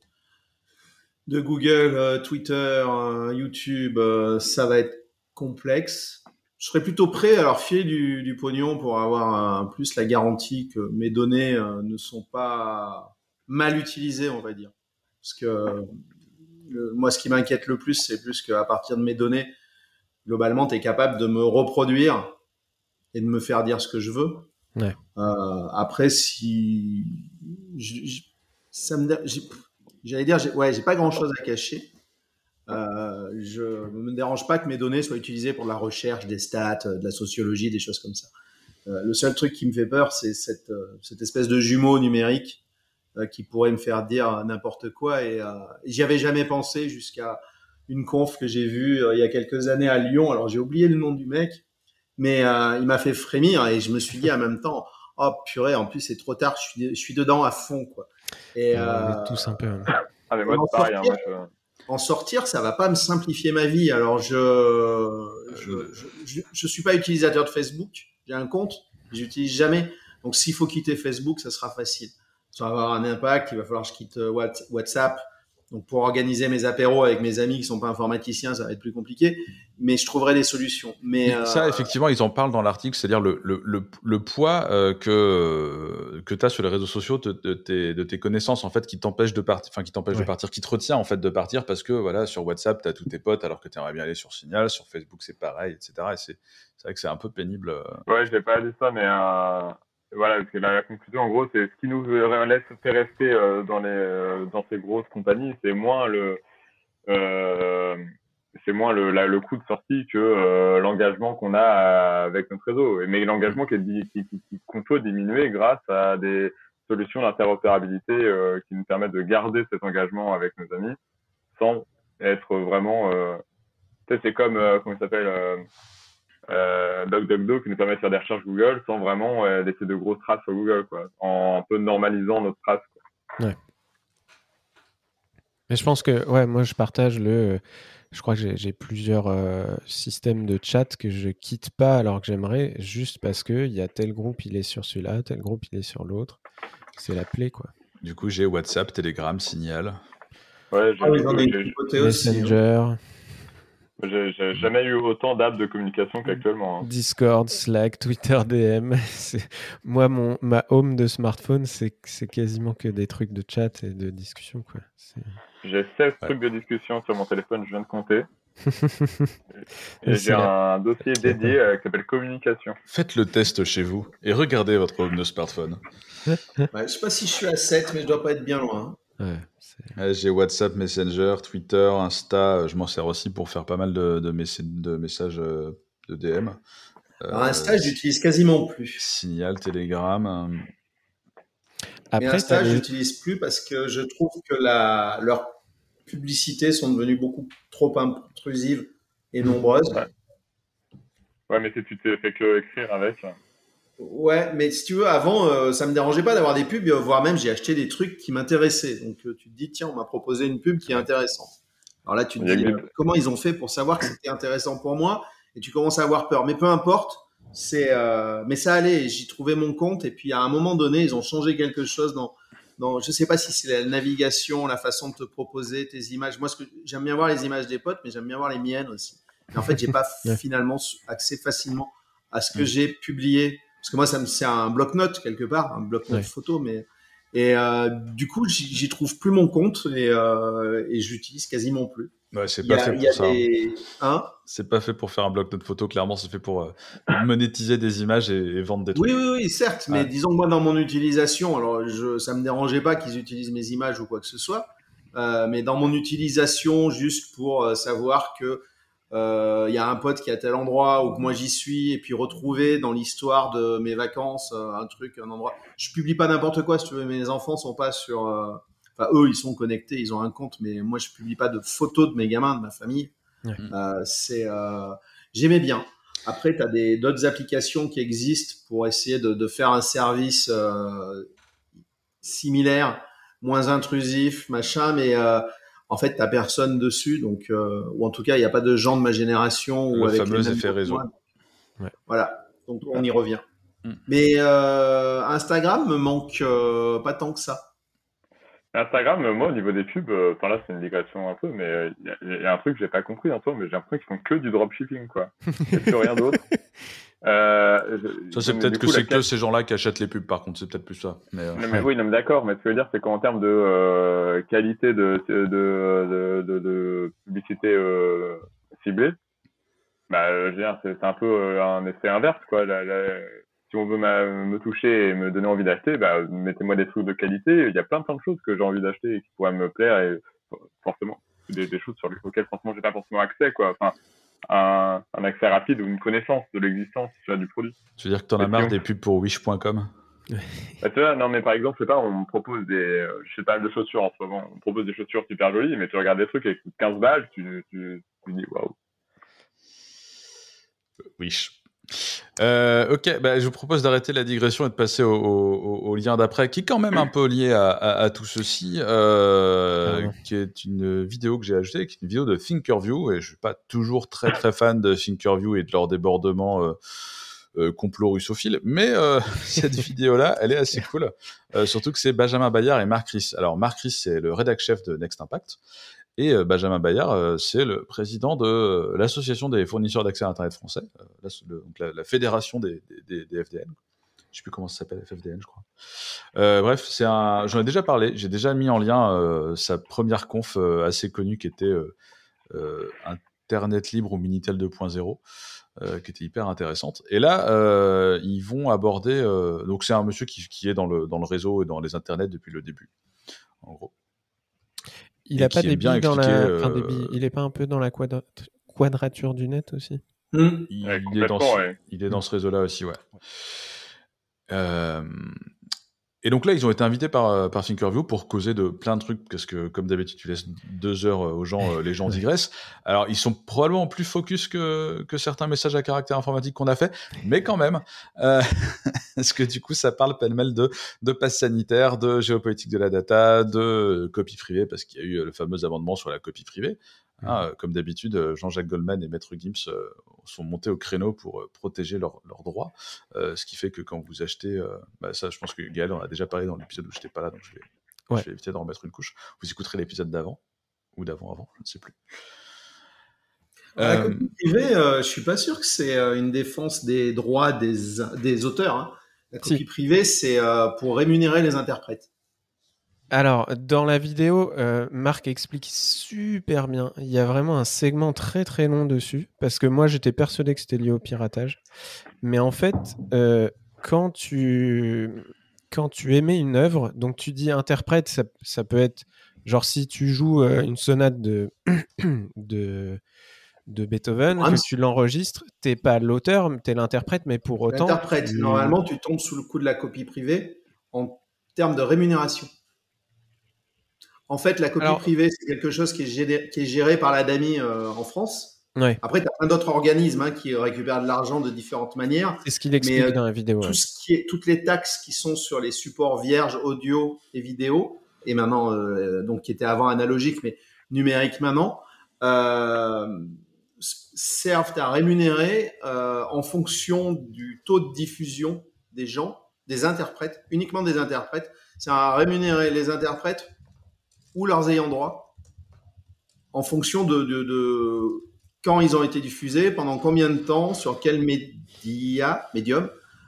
de Google, euh, Twitter, euh, YouTube, euh, ça va être complexe. Je serais plutôt prêt à leur filer du, du pognon pour avoir euh, plus la garantie que mes données euh, ne sont pas mal utilisées, on va dire. Parce que euh, moi, ce qui m'inquiète le plus, c'est plus qu'à partir de mes données, globalement, tu es capable de me reproduire et de me faire dire ce que je veux. Ouais. Euh, après, si je, je, ça me, j'ai, j'allais dire, j'ai, ouais, j'ai pas grand-chose à cacher. Euh, je ne me dérange pas que mes données soient utilisées pour de la recherche, des stats, de la sociologie, des choses comme ça. Euh, le seul truc qui me fait peur, c'est cette, euh, cette espèce de jumeau numérique euh, qui pourrait me faire dire n'importe quoi. Et euh, j'y avais jamais pensé jusqu'à une conf que j'ai vue euh, il y a quelques années à Lyon. Alors j'ai oublié le nom du mec, mais euh, il m'a fait frémir et je me suis dit en même temps, oh purée, en plus c'est trop tard, je suis, je suis dedans à fond, quoi. Et, euh, on est tous un peu. Hein. Ah mais moi c'est pareil. Sortir, hein, moi, je... En sortir, ça va pas me simplifier ma vie. Alors je je, je, je, je suis pas utilisateur de Facebook. J'ai un compte, j'utilise jamais. Donc s'il faut quitter Facebook, ça sera facile. Ça va avoir un impact. Il va falloir que je quitte WhatsApp Donc, pour organiser mes apéros avec mes amis qui sont pas informaticiens, ça va être plus compliqué, mais je trouverai des solutions. Mais euh... ça, effectivement, ils en parlent dans l'article, c'est-à-dire le, le, le, le poids euh, que, que tu as sur les réseaux sociaux de, de, tes, de tes connaissances, en fait, qui t'empêchent de partir, enfin, qui t'empêche ouais. de partir, qui te retient, en fait, de partir parce que, voilà, sur WhatsApp, tu as tous tes potes alors que tu aimerais bien aller sur Signal, sur Facebook, c'est pareil, et cetera. Et c'est, c'est vrai que c'est un peu pénible. Ouais, je n'ai pas dit ça, mais euh, voilà, parce que la, la conclusion, en gros, c'est ce qui nous laisse fait rester euh, dans, les, euh, dans ces grosses compagnies, c'est moins le. Euh, c'est moins le, la, le coût de sortie que euh, l'engagement qu'on a à, avec notre réseau. Mais l'engagement qui est, qui, qui, qui, qu'on peut diminuer grâce à des solutions d'interopérabilité euh, qui nous permettent de garder cet engagement avec nos amis sans être vraiment... Euh, tu sais, c'est comme, euh, comment il s'appelle euh, euh, DuckDuckGo qui nous permet de faire des recherches Google sans vraiment euh, laisser de grosses traces sur Google, quoi, en un peu normalisant notre trace. Quoi. Ouais. Mais je pense que, ouais, moi je partage le... Je crois que j'ai, j'ai plusieurs euh, systèmes de chat que je quitte pas alors que j'aimerais, juste parce qu'il y a tel groupe, il est sur celui-là, tel groupe, il est sur l'autre. C'est la plaie, quoi. Du coup, j'ai WhatsApp, Telegram, Signal. Ouais, j'ai, ah, oui, j'ai, j'ai, j'ai Messenger. J'ai, j'ai jamais eu autant d'apps de communication qu'actuellement. Hein. Discord, Slack, Twitter, D M. C'est... Moi, mon, ma home de smartphone, c'est, c'est quasiment que des trucs de chat et de discussion, quoi. C'est... J'ai seize ouais. trucs de discussion sur mon téléphone, je viens de compter. Et j'ai la... un dossier dédié euh, qui s'appelle communication. Faites le test chez vous et regardez votre home de smartphone. Ouais, je sais pas si je suis à sept, mais je dois pas être bien loin. Ouais, c'est... ouais, j'ai WhatsApp, Messenger, Twitter, Insta. Je m'en sers aussi pour faire pas mal de, de, mess- de messages de D M. Alors, Insta, euh, je l'utilise quasiment plus. Signal, Telegram. Après, mais Insta, je l'utilise plus parce que je trouve que la, leurs publicités sont devenues beaucoup trop intrusives et nombreuses. Ouais, ouais mais tu t'es fait que écrire avec. Ouais, mais si tu veux, avant, euh, ça me dérangeait pas d'avoir des pubs, voire même j'ai acheté des trucs qui m'intéressaient. Donc euh, tu te dis, tiens, on m'a proposé une pub qui est intéressante. Alors là, tu te dis, euh, comment ils ont fait pour savoir que c'était intéressant pour moi? Et tu commences à avoir peur. Mais peu importe, c'est, euh, mais ça allait. J'y trouvais mon compte. Et puis à un moment donné, ils ont changé quelque chose dans, dans, je sais pas si c'est la navigation, la façon de te proposer tes images. Moi, ce que j'aime bien voir les images des potes, mais j'aime bien voir les miennes aussi. Et en fait, j'ai pas finalement accès facilement à ce que j'ai publié. Parce que moi, ça me, c'est un bloc-notes quelque part, un bloc-notes ouais. photo, mais et euh, du coup, j'y, j'y trouve plus mon compte et, euh, et je l'utilise quasiment plus. Ouais, c'est pas a, fait pour ça. Des... Hein c'est pas fait pour faire un bloc-notes photo. Clairement, c'est fait pour euh, monétiser des images et, et vendre des trucs. Oui, oui, oui, certes. Ouais. Mais disons que moi, dans mon utilisation, alors je, ça me dérangeait pas qu'ils utilisent mes images ou quoi que ce soit, euh, mais dans mon utilisation, juste pour euh, savoir que il euh, y a un pote qui est à tel endroit ou que moi j'y suis et puis retrouver dans l'histoire de mes vacances euh, un truc, un endroit. Je publie pas n'importe quoi, si tu veux. Mes enfants sont pas sur, euh... enfin eux ils sont connectés, ils ont un compte, mais moi je publie pas de photos de mes gamins, de ma famille. Ouais. Euh, c'est, euh... j'aimais bien. Après t'as des d'autres applications qui existent pour essayer de, de faire un service euh, similaire, moins intrusif, machin, mais euh, en fait, t'as personne dessus, donc euh, ou en tout cas, il n'y a pas de gens de ma génération. Le ou avec fameux effet réseau. Ouais. Voilà, donc on y revient. Mm. Mais euh, Instagram me manque euh, pas tant que ça. Instagram, moi, au niveau des pubs, enfin euh, là, c'est une digression un peu, mais il y, y a un truc que j'ai pas compris en toi, mais j'ai l'impression qu'ils font que du dropshipping, quoi. Il n'y a plus rien d'autre. Euh, je, ça, c'est peut-être que coup, c'est que classe... ces gens-là qui achètent les pubs, par contre, c'est peut-être plus ça. Mais, euh... non, mais oui, non, mais d'accord, mais ce que je veux dire, c'est qu'en termes de euh, qualité de, de, de, de, de publicité euh, ciblée, bah, je veux dire, c'est, c'est un peu euh, un effet inverse, quoi. La, la, si on veut ma, me toucher et me donner envie d'acheter, bah, mettez-moi des trucs de qualité. Il y a plein, plein de choses que j'ai envie d'acheter et qui pourraient me plaire, et forcément, des, des choses sur lesquelles, franchement, j'ai pas forcément accès, quoi. Enfin, Un, un accès rapide ou une connaissance de l'existence tu vois, du produit. Tu veux dire que t'en as marre on... des pubs pour wish point com? Bah, tu vois, non, mais par exemple, je sais pas, on me propose des, euh, je sais pas, de chaussures en ce moment. On me propose des chaussures super jolies, mais tu regardes des trucs avec quinze balles, tu, tu, tu dis waouh. Wish. Euh, ok, bah, je vous propose d'arrêter la digression et de passer au, au, au lien d'après, qui est quand même un peu lié à, à, à tout ceci, euh, ah qui est une vidéo que j'ai ajoutée, qui est une vidéo de Thinkerview, et je suis pas toujours très très fan de Thinkerview et de leur débordement euh, euh, complot russophile, mais euh, cette vidéo-là, elle est assez cool, euh, surtout que c'est Benjamin Bayard et Marc Ries. Alors Marc Ries, c'est le rédac-chef de Next Impact, et euh, Benjamin Bayard, euh, c'est le président de euh, l'association des fournisseurs d'accès à Internet français, euh, la, le, donc la, la fédération des, des, des F D N. Je sais plus comment ça s'appelle, F F D N, je crois. Euh, bref, c'est un. J'en ai déjà parlé. J'ai déjà mis en lien euh, sa première conf euh, assez connue qui était euh, euh, Internet libre ou Minitel deux point zéro, euh, qui était hyper intéressante. Et là, euh, ils vont aborder. Euh, donc, c'est un monsieur qui, qui est dans le dans le réseau et dans les internets depuis le début, en gros. Il a pas des billes dans la. Euh... Enfin, des billes. Il est pas un peu dans la quadra... quadrature du net aussi. Mmh. Il, ouais, il est dans ce, ouais. il est dans ce réseau-là aussi, ouais. Euh, et donc là, ils ont été invités par, par Thinkerview pour causer de plein de trucs, parce que comme d'habitude, tu laisses deux heures aux gens, les gens digressent. Alors, ils sont probablement plus focus que, que certains messages à caractère informatique qu'on a fait, mais quand même, euh, parce que du coup, ça parle pêle-mêle de, de passe sanitaire, de géopolitique de la data, de copie privée, parce qu'il y a eu le fameux amendement sur la copie privée. Hein, comme d'habitude, Jean-Jacques Goldman et Maître Gims euh, sont montés au créneau pour euh, protéger leurs leur droits, euh, ce qui fait que quand vous achetez, euh, bah ça je pense que Gaël en a déjà parlé dans l'épisode où je n'étais pas là, donc je vais, ouais. je vais éviter d'en remettre une couche. Vous écouterez l'épisode d'avant, ou d'avant-avant, je ne sais plus. La euh... copie privée, euh, je ne suis pas sûr que c'est euh, une défense des droits des, des auteurs. Hein. La copie si. privée, c'est euh, pour rémunérer les interprètes. Alors, dans la vidéo, euh, Marc explique super bien. Il y a vraiment un segment très très long dessus, parce que moi, j'étais persuadé que c'était lié au piratage. Mais en fait, euh, quand tu quand tu émets une œuvre, donc tu dis interprète, ça, ça peut être genre si tu joues euh, une sonate de de de Beethoven, Brahms. Que tu l'enregistres, t'es pas l'auteur, t'es l'interprète, mais pour autant... L'interprète, tu... normalement, tu tombes sous le coup de la copie privée en termes de rémunération. En fait, la copie Alors, privée, c'est quelque chose qui est géré, qui est géré par la D A M I euh, en France. Ouais. Après, tu as plein d'autres organismes hein, qui récupèrent de l'argent de différentes manières. C'est ce qu'il explique mais, euh, dans la vidéo. Tout ouais. ce qui est, toutes les taxes qui sont sur les supports vierges, audio et vidéo, et maintenant, euh, donc qui étaient avant analogiques, mais numériques maintenant, euh, servent à rémunérer euh, en fonction du taux de diffusion des gens, des interprètes, uniquement des interprètes. C'est à rémunérer les interprètes ou leurs ayants droit en fonction de, de, de quand ils ont été diffusés, pendant combien de temps, sur quel média, médium,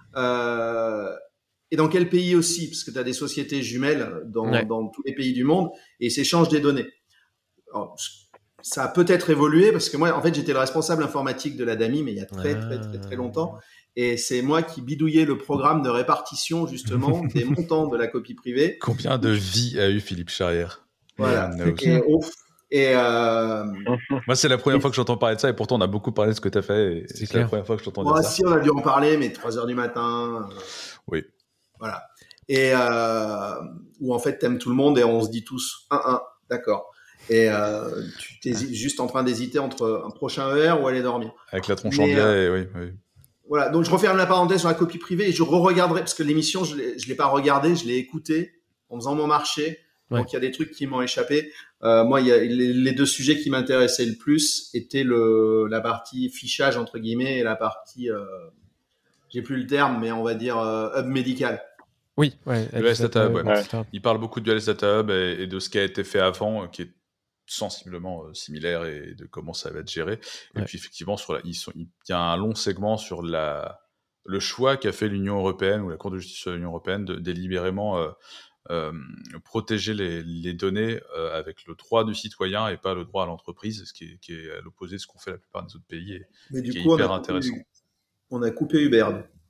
euh, et dans quel pays aussi, parce que tu as des sociétés jumelles dans, ouais. dans tous les pays du monde, et ils s'échangent des données. Alors, ça a peut-être évolué, parce que moi, en fait, j'étais le responsable informatique de la D A M I, mais il y a très, très, très, très longtemps, et c'est moi qui bidouillais le programme de répartition, justement, des montants de la copie privée. Combien de vies a eu Philippe Charrière? Voilà. Et, et euh... Moi, c'est la première et... fois que j'entends parler de ça, et pourtant, on a beaucoup parlé de ce que tu as fait. Et c'est, c'est la première fois que j'entends bon, dire ça. Si, on a dû en parler, mais trois heures du matin. Euh... Oui. Voilà. Et euh... où en fait, t'aimes tout le monde et on se dit tous un un, d'accord. Et euh, tu t'es ah. juste en train d'hésiter entre un prochain E R ou aller dormir. Avec la tronche en biais, euh... oui, oui. Voilà. Donc, je referme la parenthèse sur la copie privée et je re-regarderai, parce que l'émission, je ne l'ai pas regardée, je l'ai écoutée en faisant mon marché. Ouais. Donc, il y a des trucs qui m'ont échappé. Euh, moi, il y a les, les deux sujets qui m'intéressaient le plus étaient le, la partie fichage, entre guillemets, et la partie, euh, j'ai plus le terme, mais on va dire euh, hub médical. Oui, ouais. Le S Data Hub, ouais. Ouais. Il parle beaucoup du S Data Hub et, et de ce qui a été fait avant, qui est sensiblement euh, similaire, et de comment ça va être géré. Et ouais. puis, effectivement, sur la, ils sont, il y a un long segment sur la, le choix qu'a fait l'Union européenne, ou la Cour de justice de l'Union européenne, de délibérément euh, Euh, protéger les, les données euh, avec le droit du citoyen et pas le droit à l'entreprise, ce qui est, qui est à l'opposé de ce qu'on fait la plupart des autres pays, et mais du qui coup, est hyper on a intéressant. Coupé, on a coupé Uber.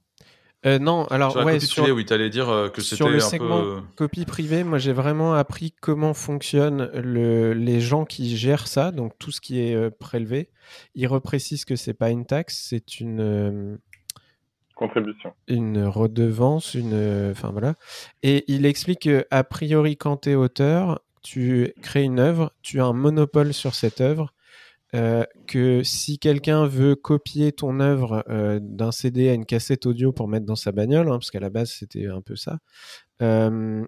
Euh, non, alors sur la ouais, copie sur, privée, oui, t'allais dire que sur c'était le un segment peu copie privée. Moi, j'ai vraiment appris comment fonctionnent le, les gens qui gèrent ça, donc tout ce qui est euh, prélevé. Ils reprécisent que c'est pas une taxe, c'est une euh, contribution, une redevance, une, enfin voilà. Et il explique que a priori, quand t'es auteur, tu crées une œuvre, tu as un monopole sur cette œuvre. Euh, que si quelqu'un veut copier ton œuvre euh, d'un C D à une cassette audio pour mettre dans sa bagnole, hein, parce qu'à la base c'était un peu ça, euh,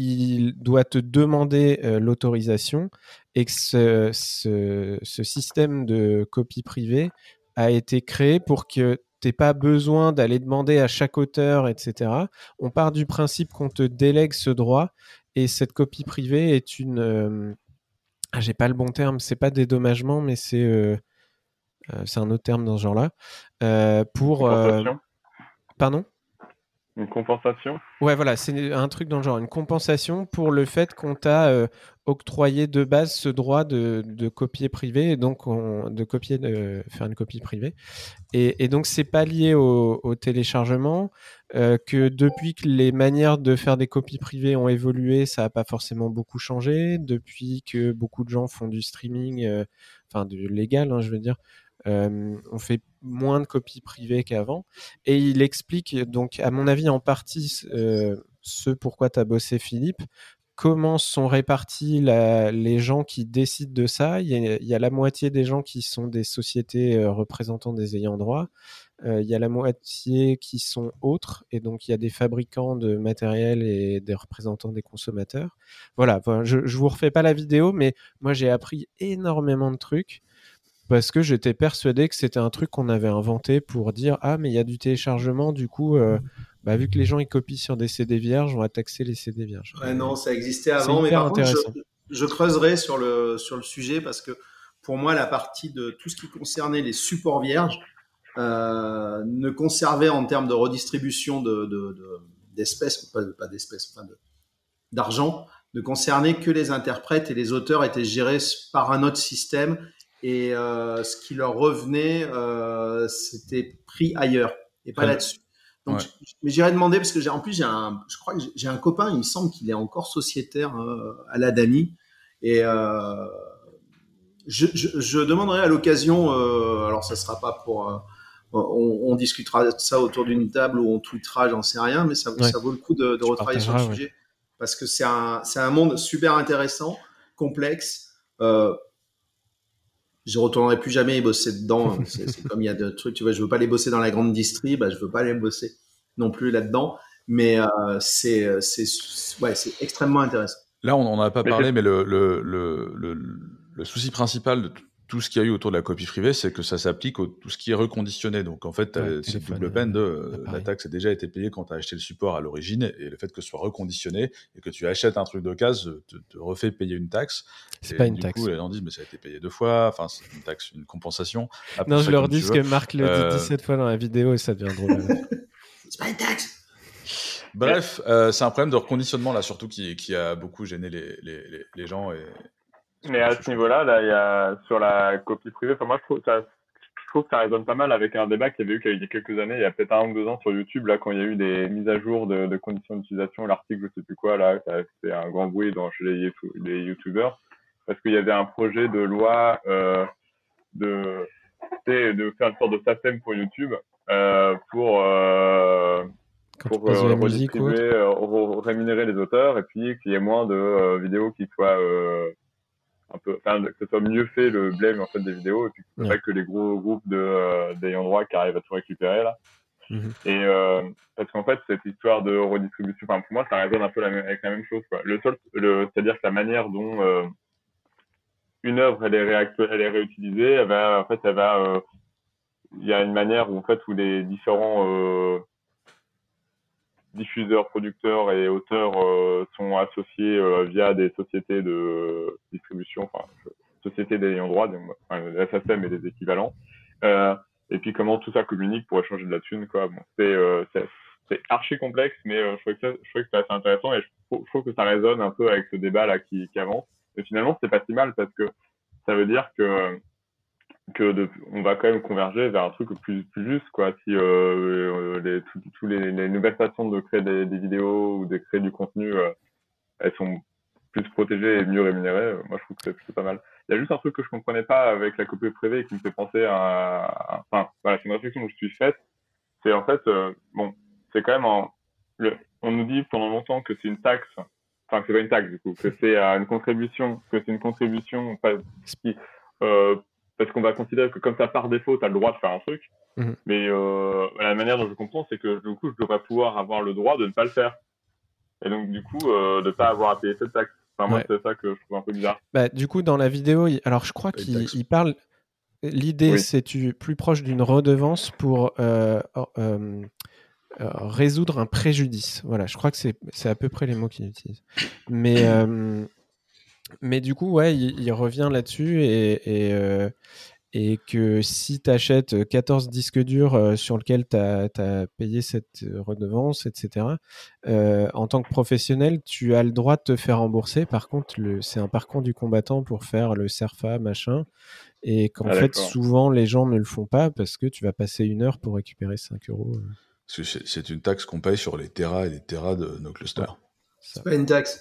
il doit te demander euh, l'autorisation, et que ce, ce, ce système de copie privée a été créé pour que t'es pas besoin d'aller demander à chaque auteur, et cetera. On part du principe qu'on te délègue ce droit et cette copie privée est une... Euh, ah, j'ai pas le bon terme, c'est pas dédommagement, mais c'est, euh, euh, c'est un autre terme dans ce genre-là. Euh, pour... Euh, pardon ? Une compensation ? Ouais, voilà, c'est un truc dans le genre, une compensation pour le fait qu'on t'a euh, octroyé de base ce droit de, de copier privé, et donc on, de copier, de faire une copie privée. Et, et donc, c'est pas lié au, au téléchargement, euh, que depuis que les manières de faire des copies privées ont évolué, ça n'a pas forcément beaucoup changé. Depuis que beaucoup de gens font du streaming, euh, enfin, du légal, hein, je veux dire, euh, on fait moins de copies privées qu'avant. Et il explique, donc, à mon avis, en partie, euh, ce pourquoi tu as bossé, Philippe, comment sont répartis la, les gens qui décident de ça. Il y, a, il y a la moitié des gens qui sont des sociétés euh, représentant des ayants droit. Euh, il y a la moitié qui sont autres. Et donc, il y a des fabricants de matériel et des représentants des consommateurs. Voilà, voilà je ne vous refais pas la vidéo, mais moi, j'ai appris énormément de trucs parce que j'étais persuadé que c'était un truc qu'on avait inventé pour dire « Ah, mais il y a du téléchargement, du coup... Euh, » Bah, vu que les gens ils copient sur des C D vierges, on va taxer les C D vierges. Ouais, non, ça existait avant, mais par contre, je, je creuserai sur le, sur le sujet parce que pour moi, la partie de tout ce qui concernait les supports vierges euh, ne conservait en termes de redistribution de, de, de, d'espèces, pas, pas d'espèces, enfin de, d'argent, ne concernait que les interprètes et les auteurs étaient gérés par un autre système et euh, ce qui leur revenait, euh, c'était pris ailleurs et pas ouais. là-dessus. Donc, ouais. je, mais j'irai demander parce que j'ai en plus j'ai un, je crois que j'ai un copain, il me semble qu'il est encore sociétaire euh, à la D A N I et euh, je, je, je demanderai à l'occasion. Euh, alors ça sera pas pour, euh, on, on discutera de ça autour d'une table ou on tweetera, j'en sais rien, mais ça, ouais. ça vaut le coup de, de retravailler sur le ouais. sujet parce que c'est un, c'est un monde super intéressant, complexe. Euh, je retournerai plus jamais y bosser dedans. C'est, c'est comme il y a de trucs, tu vois, je veux pas les bosser dans la grande distri, bah, je veux pas les bosser non plus là-dedans. Mais euh, c'est, c'est, ouais, c'est extrêmement intéressant. Là, on n'en a pas mais parlé, c'est... mais le, le, le, le, le souci principal de tout ce qu'il y a eu autour de la copie privée, c'est que ça s'applique à tout ce qui est reconditionné. Donc, en fait, ouais, c'est une double peine de euh, la taxe a déjà été payée quand tu as acheté le support à l'origine, et le fait que ce soit reconditionné et que tu achètes un truc d'occasion te, te refait payer une taxe. C'est et pas une du taxe. Du coup, les gens disent, mais ça a été payé deux fois. Enfin, c'est une taxe, une compensation. Non, je leur dis ce que Marc le euh... dit dix-sept fois dans la vidéo et ça devient drôle. C'est pas une taxe. Bref, euh, c'est un problème de reconditionnement là, surtout qui, qui a beaucoup gêné les, les, les, les gens. Et... Mais à ce niveau-là, là, il y a sur la copie privée. Enfin, moi, je trouve ça, je trouve que ça résonne pas mal avec un débat qu'il y avait eu il y a quelques années, il y a peut-être un ou deux ans sur YouTube, là, quand il y a eu des mises à jour de, de conditions d'utilisation, l'article, je sais plus quoi, là, ça a fait un grand bruit dans chez les, les YouTubers, parce qu'il y avait un projet de loi euh, de, de faire une sorte de S A C E M pour YouTube euh, pour euh, pour euh, redistribuer, euh, rémunérer les auteurs et puis qu'il y ait moins de euh, vidéos qui soient euh, un peu, enfin, que ce soit mieux fait le blame en fait des vidéos et puis que ce soit ouais. pas que les gros groupes de euh, d'ayants droit qui arrivent à tout récupérer là. Mm-hmm. Et euh, parce qu'en fait cette histoire de redistribution, enfin pour moi ça résonne un peu la même, avec la même chose quoi. Le seul, le, c'est-à-dire que la manière dont euh, une œuvre elle est, réactu- elle est réutilisée, elle va en fait elle va, euh, il y a une manière où en fait où les différents euh, diffuseurs, producteurs et auteurs euh, sont associés euh, via des sociétés de distribution, enfin sociétés d'ayants droit, donc, enfin, la S A C E M et des équivalents. Euh, et puis comment tout ça communique pour échanger de la thune, quoi. Bon, c'est, euh, c'est, c'est archi complexe, mais euh, je trouvais que ça, je trouvais que c'est assez intéressant et je, je trouve que ça résonne un peu avec ce débat là qui, qui avance. Et finalement, c'est pas si mal parce que ça veut dire que que de, on va quand même converger vers un truc plus plus juste quoi. Si euh, les tous tout les, les nouvelles façons de créer des, des vidéos ou de créer du contenu, euh, elles sont plus protégées et mieux rémunérées. Euh, moi, je trouve que c'est plutôt pas mal. Il y a juste un truc que je comprenais pas avec la copie privée et qui me fait penser à, à enfin voilà, c'est une réflexion que je suis faite. C'est en fait euh, bon, c'est quand même en le, on nous dit pendant longtemps que c'est une taxe, enfin que c'est pas une taxe du coup, que c'est euh, une contribution, que c'est une contribution pas qui euh, parce qu'on va considérer que comme ça par défaut, tu as le droit de faire un truc. Mmh. Mais euh, la manière dont je comprends, c'est que du coup, je devrais pouvoir avoir le droit de ne pas le faire. Et donc, du coup, euh, de ne pas avoir à payer cette taxe. Enfin, moi, ouais. c'est ça que je trouve un peu bizarre. Bah, du coup, dans la vidéo, il... alors je crois qu'il il parle... l'idée, Oui. c'est tu plus proche d'une redevance pour euh, euh, euh, résoudre un préjudice. Voilà, je crois que c'est, c'est à peu près les mots qu'il utilise. Mais, euh, mais du coup, ouais, il, il revient là-dessus et, et, euh, et que si tu achètes quatorze disques durs euh, sur lesquels tu as payé cette redevance, et cetera, euh, en tant que professionnel, tu as le droit de te faire rembourser. Par contre, le, c'est un parcours du combattant pour faire le CERFA, machin. Et qu'en Ah, fait, d'accord. souvent, les gens ne le font pas parce que tu vas passer une heure pour récupérer cinq euros. Parce que c'est, c'est une taxe qu'on paye sur les terras et les terras de nos clusters. Ouais. Ça. C'est pas une taxe.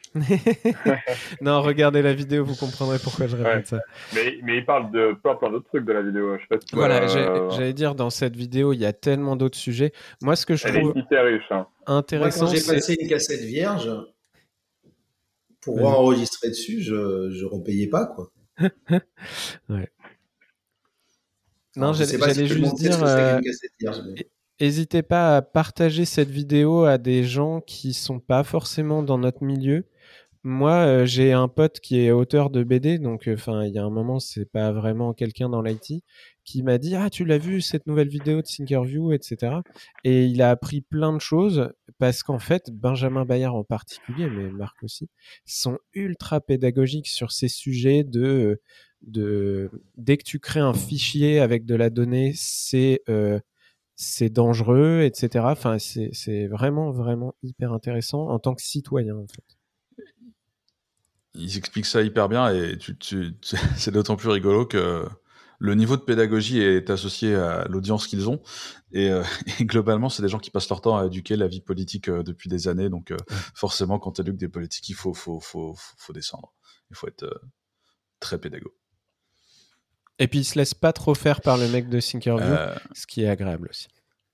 Non, regardez la vidéo, vous comprendrez pourquoi je répète Ouais. ça. Mais, mais il parle de plein, plein d'autres trucs de la vidéo. Je sais pas si Voilà, euh, j'ai- j'allais dire, dans cette vidéo, il y a tellement d'autres sujets. Moi, ce que je elle est trouve hyper riche. Hein. Moi, quand intéressant, j'ai c'est... passé une cassette vierge, pour Vas-y. enregistrer dessus, je, je repayais pas, quoi. Ouais. Alors, Non, je j'allais sais pas si j'allais tout le juste monde sait ce dire, que c'est euh, qu'une cassette vierge. Mais... n'hésitez pas à partager cette vidéo à des gens qui sont pas forcément dans notre milieu. Moi, euh, j'ai un pote qui est auteur de B D, donc enfin, il y a un moment, c'est pas vraiment quelqu'un dans l'I T, qui m'a dit ah tu l'as vu cette nouvelle vidéo de Thinkerview, et cetera. Et il a appris plein de choses parce qu'en fait, Benjamin Bayard en particulier, mais Marc aussi, sont ultra pédagogiques sur ces sujets de de dès que tu crées un fichier avec de la donnée, c'est euh, c'est dangereux, et cetera. Enfin, c'est c'est vraiment vraiment hyper intéressant en tant que citoyen en fait. Ils expliquent ça hyper bien et tu, tu, tu, c'est d'autant plus rigolo que le niveau de pédagogie est associé à l'audience qu'ils ont et, euh, et globalement c'est des gens qui passent leur temps à éduquer la vie politique euh, depuis des années, donc euh, Ouais. forcément quand tu éduques des politiques il faut, faut, faut, faut, faut descendre, il faut être euh, très pédago. Et puis, il se laisse pas trop faire par le mec de Thinkerview, Euh, ce qui est agréable aussi.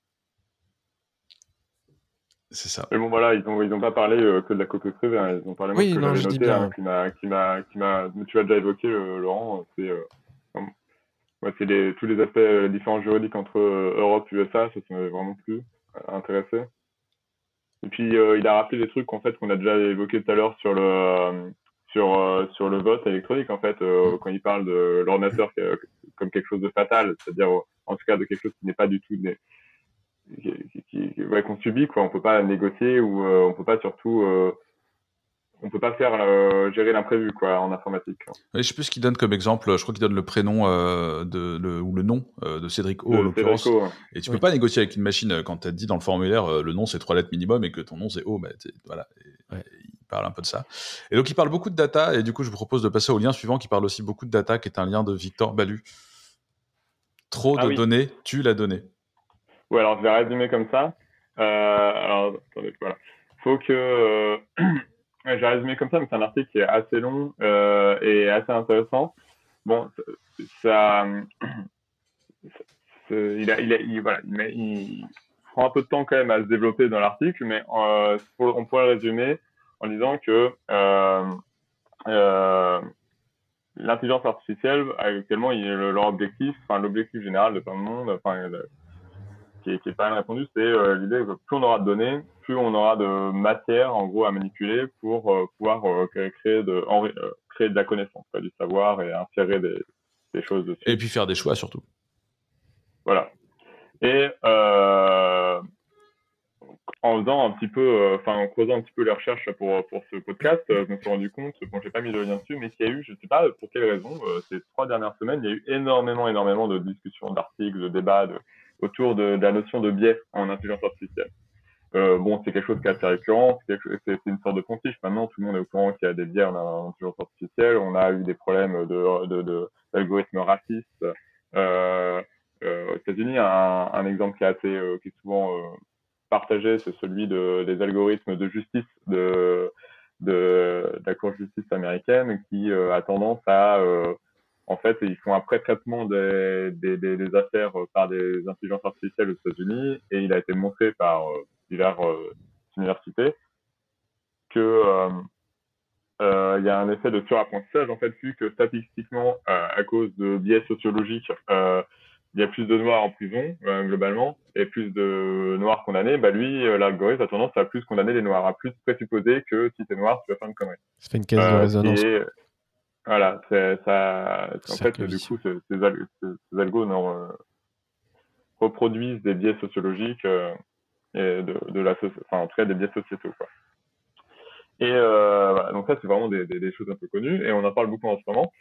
c'est ça. Mais bon, voilà, ils ont, ils ont pas parlé euh, que de la copie privée. Hein. Ils ont parlé, moi, Oui, ce que non, j'avais je dis noté, bien. hein, qui m'a, qui m'a, qui m'a, tu l'as déjà évoqué, euh, Laurent, c'est, euh, ouais, c'est les, tous les aspects, euh, les différences juridiques entre euh, Europe et U S A, ça, ça m'avait vraiment plu, euh, intéressé. Et puis, euh, il a rappelé des trucs, en fait, qu'on a déjà évoqué tout à l'heure sur le, euh, sur, euh, sur le vote électronique, en fait, euh, quand il parle de l'ordinateur euh, comme quelque chose de fatal, c'est-à-dire, euh, en tout cas, de quelque chose qui n'est pas du tout des, qui, qui, qui, ouais, qu'on subit, quoi. On peut pas négocier ou euh, on peut pas surtout, euh, on peut pas faire euh, gérer l'imprévu, quoi, en informatique. Quoi. Oui, je sais plus ce qu'il donne comme exemple. Je crois qu'il donne le prénom euh, de, le, ou le nom euh, de Cédric O, en De l'occurrence. Federico, hein. Et tu Oui. peux pas négocier avec une machine euh, quand t'as dit dans le formulaire euh, le nom c'est trois lettres minimum et que ton nom c'est O. Bah, voilà. Et, Ouais. et il parle un peu de ça. Et donc il parle beaucoup de data. Et du coup, je vous propose de passer au lien suivant qui parle aussi beaucoup de data, qui est un lien de Victor Balu. Trop Ah de oui. données, tue la donnée. Ouais, alors je vais résumer comme ça. Euh, alors, attendez, voilà. Faut que euh, ouais, je vais résumer comme ça, mais c'est un article qui est assez long euh, et assez intéressant. Bon, ça, c'est, il a, il a, il, voilà, il, met, il prend un peu de temps quand même à se développer dans l'article, mais euh, on pourrait le résumer en disant que euh, euh, l'intelligence artificielle, actuellement, il, leur objectif, enfin l'objectif général de plein de monde, enfin le, qui, est, qui est pas mal répondu, c'est euh, l'idée que plus on aura de données, plus on aura de matière, en gros, à manipuler pour euh, pouvoir euh, créer de en, euh, créer de la connaissance, quoi, du savoir et insérer des, des choses dessus. Et puis faire des choix surtout. Voilà. Et euh, en faisant un petit peu, enfin euh, en creusant un petit peu les recherches pour pour ce podcast, euh, je me suis rendu compte, bon j'ai pas mis le lien dessus, mais qu'il y a eu, je sais pas pour quelle raison, euh, ces trois dernières semaines, il y a eu énormément, énormément de discussions, d'articles, de débats de, autour de, de la notion de biais en intelligence artificielle. Euh, bon, c'est quelque chose qui est assez récurrent, c'est, quelque, c'est, c'est une sorte de pontife. Maintenant, tout le monde est au courant qu'il y a des biais en intelligence artificielle. On a eu des problèmes de, de, de d'algorithmes racistes. Euh, euh, aux États-Unis, un, un exemple qui est assez, euh, qui est souvent euh, partagé, c'est celui de, des algorithmes de justice de, de, de la Cour de justice américaine qui euh, a tendance à, euh, en fait, ils font un pré-traitement des, des, des, des affaires par des intelligences artificielles aux États-Unis et il a été montré par euh, diverses euh, universités que euh, euh, il y a un effet de surapprentissage en fait, vu que statistiquement, euh, à cause de biais sociologiques, euh, il y a plus de noirs en prison euh, globalement et plus de noirs condamnés, bah lui, euh, l'algorithme a tendance à plus condamner les noirs, à plus présupposer que si t'es noir, tu vas faire une connerie. Ça fait une caisse de Euh, résonance. qui est... Voilà, c'est, ça, en fait, Cercle du vicieux. coup, ces, ces, al- ces, ces algos non, euh, reproduisent des biais sociologiques euh, et de, de la soci- enfin, en tout cas des biais sociétaux, quoi. Et euh, voilà, donc ça, c'est vraiment des, des, des choses un peu connues et on en parle beaucoup en ce moment.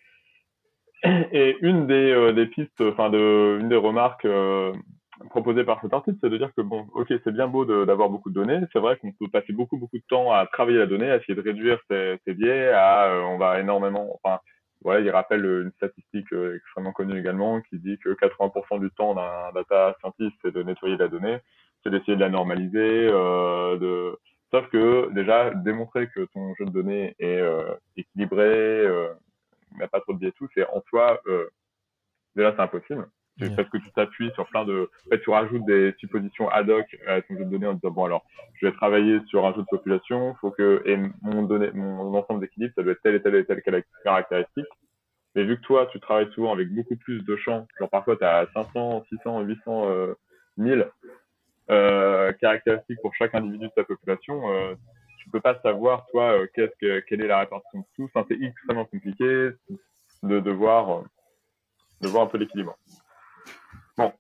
Et une des, euh, des pistes, enfin, de, une des remarques euh, proposées par cet article, c'est de dire que bon, ok, c'est bien beau de, d'avoir beaucoup de données. C'est vrai qu'on peut passer beaucoup, beaucoup de temps à travailler la donnée, à essayer de réduire ces, ces biais. À, euh, on va énormément, enfin, voilà, il rappelle une statistique euh, extrêmement connue également qui dit que quatre-vingts pour cent du temps d'un data scientist, c'est de nettoyer la donnée, c'est d'essayer de la normaliser, euh, de sauf que déjà démontrer que ton jeu de données est euh, équilibré, euh, n'a pas trop de biais et tout, c'est en soi, euh, déjà, c'est impossible. C'est Ouais. parce que tu t'appuies sur plein de, en fait, tu rajoutes des suppositions ad hoc à ton jeu de données en disant, bon, alors, je vais travailler sur un jeu de population, faut que, et mon donné, mon ensemble d'équilibre, ça doit être telle et telle et telle caractéristique. Mais vu que toi, tu travailles souvent avec beaucoup plus de champs, genre parfois tu as cinq cents, six cents, huit cents, euh, mille, euh, caractéristiques pour chaque individu de ta population, euh, tu peux pas savoir, toi, euh, qu'est-ce que, quelle est la répartition de tout. Enfin, c'est extrêmement compliqué de devoir, de voir un peu l'équilibre. Bon.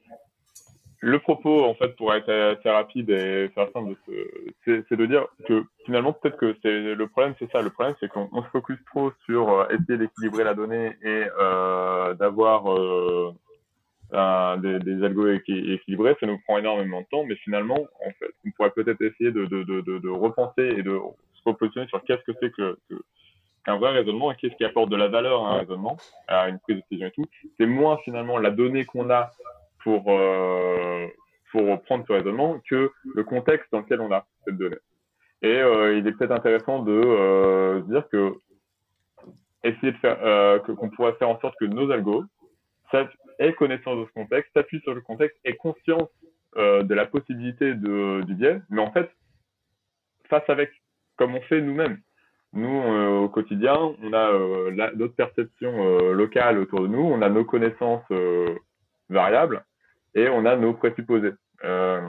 Le propos, en fait, pour être assez rapide et faire simple, c'est, c'est de dire que finalement, peut-être que c'est le problème, c'est ça. Le problème, c'est qu'on on se focus trop sur euh, essayer d'équilibrer la donnée et euh, d'avoir euh, un, des, des algos équi- équilibrés. Ça nous prend énormément de temps, mais finalement, en fait, on pourrait peut-être essayer de, de, de, de, de repenser et de se repositionner sur qu'est-ce que c'est que, que qu'un vrai raisonnement et qu'est-ce qui apporte de la valeur à un raisonnement, à une prise de décision et tout. C'est moins finalement la donnée qu'on a pour euh, pour prendre ce raisonnement que le contexte dans lequel on a cette donnée. Et euh, il est peut-être intéressant de euh, dire que essayer de faire euh, que, qu'on pourrait faire en sorte que nos algos aient connaissance de ce contexte, s'appuient sur le contexte, aient conscience euh, de la possibilité de, du biais, mais en fait face avec, comme on fait nous-mêmes. Nous, euh, au quotidien, on a euh, la, d'autres perceptions euh, locales autour de nous, on a nos connaissances euh, variables et on a nos présupposés. Euh,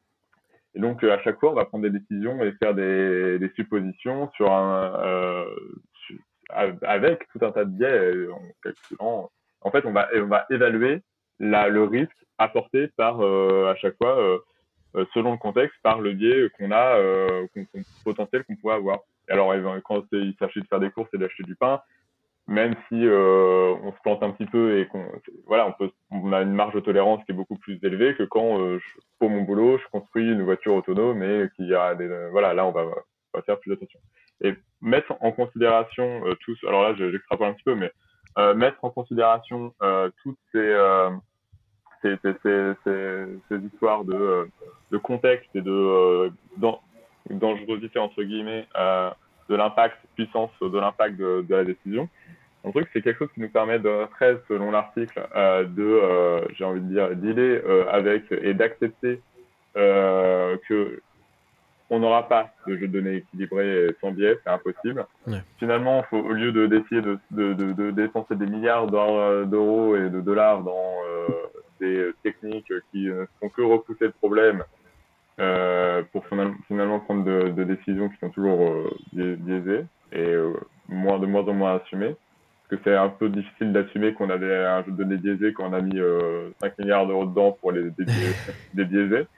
et donc, euh, à chaque fois, on va prendre des décisions et faire des, des suppositions sur un, euh, sur, avec tout un tas de biais. En calculant, en fait, on va, on va évaluer la, le risque apporté par euh, à chaque fois. Euh, selon le contexte, par le biais qu'on a, euh, qu'on, qu'on, potentiel qu'on pourrait avoir. Et alors, quand il s'agit de faire des courses et d'acheter du pain, même si euh, on se plante un petit peu et qu'on, voilà, on peut, on a une marge de tolérance qui est beaucoup plus élevée que quand, euh, je, pour mon boulot, je construis une voiture autonome et qu'il y a des, euh, voilà, là, on va, on va faire plus attention. Et mettre en considération euh, tous, alors là, j'extrapole un petit peu, mais euh, mettre en considération euh, toutes ces euh, ces, ces, ces, ces, ces histoires de, euh, de contexte et de euh, dan- dangerosité, entre guillemets, euh, de l'impact, puissance de l'impact de, de la décision. Un truc, c'est quelque chose qui nous permet de, très selon l'article, euh, de, euh, j'ai envie de dire, dealer euh, avec et d'accepter euh, que on n'aura pas de jeu de données équilibré sans biais, c'est impossible. Ouais. Finalement, faut, au lieu de, d'essayer de, de, de, de dépenser des milliards d'euros et de dollars dans euh, des techniques qui ne font que repousser le problème euh, pour finalement prendre de, de décisions qui sont toujours euh, biaisées et euh, moins, de moins en moins assumées. Parce que c'est un peu difficile d'assumer qu'on avait un jeu de données biaisé quand on a mis euh, cinq milliards d'euros dedans pour les débiaiser.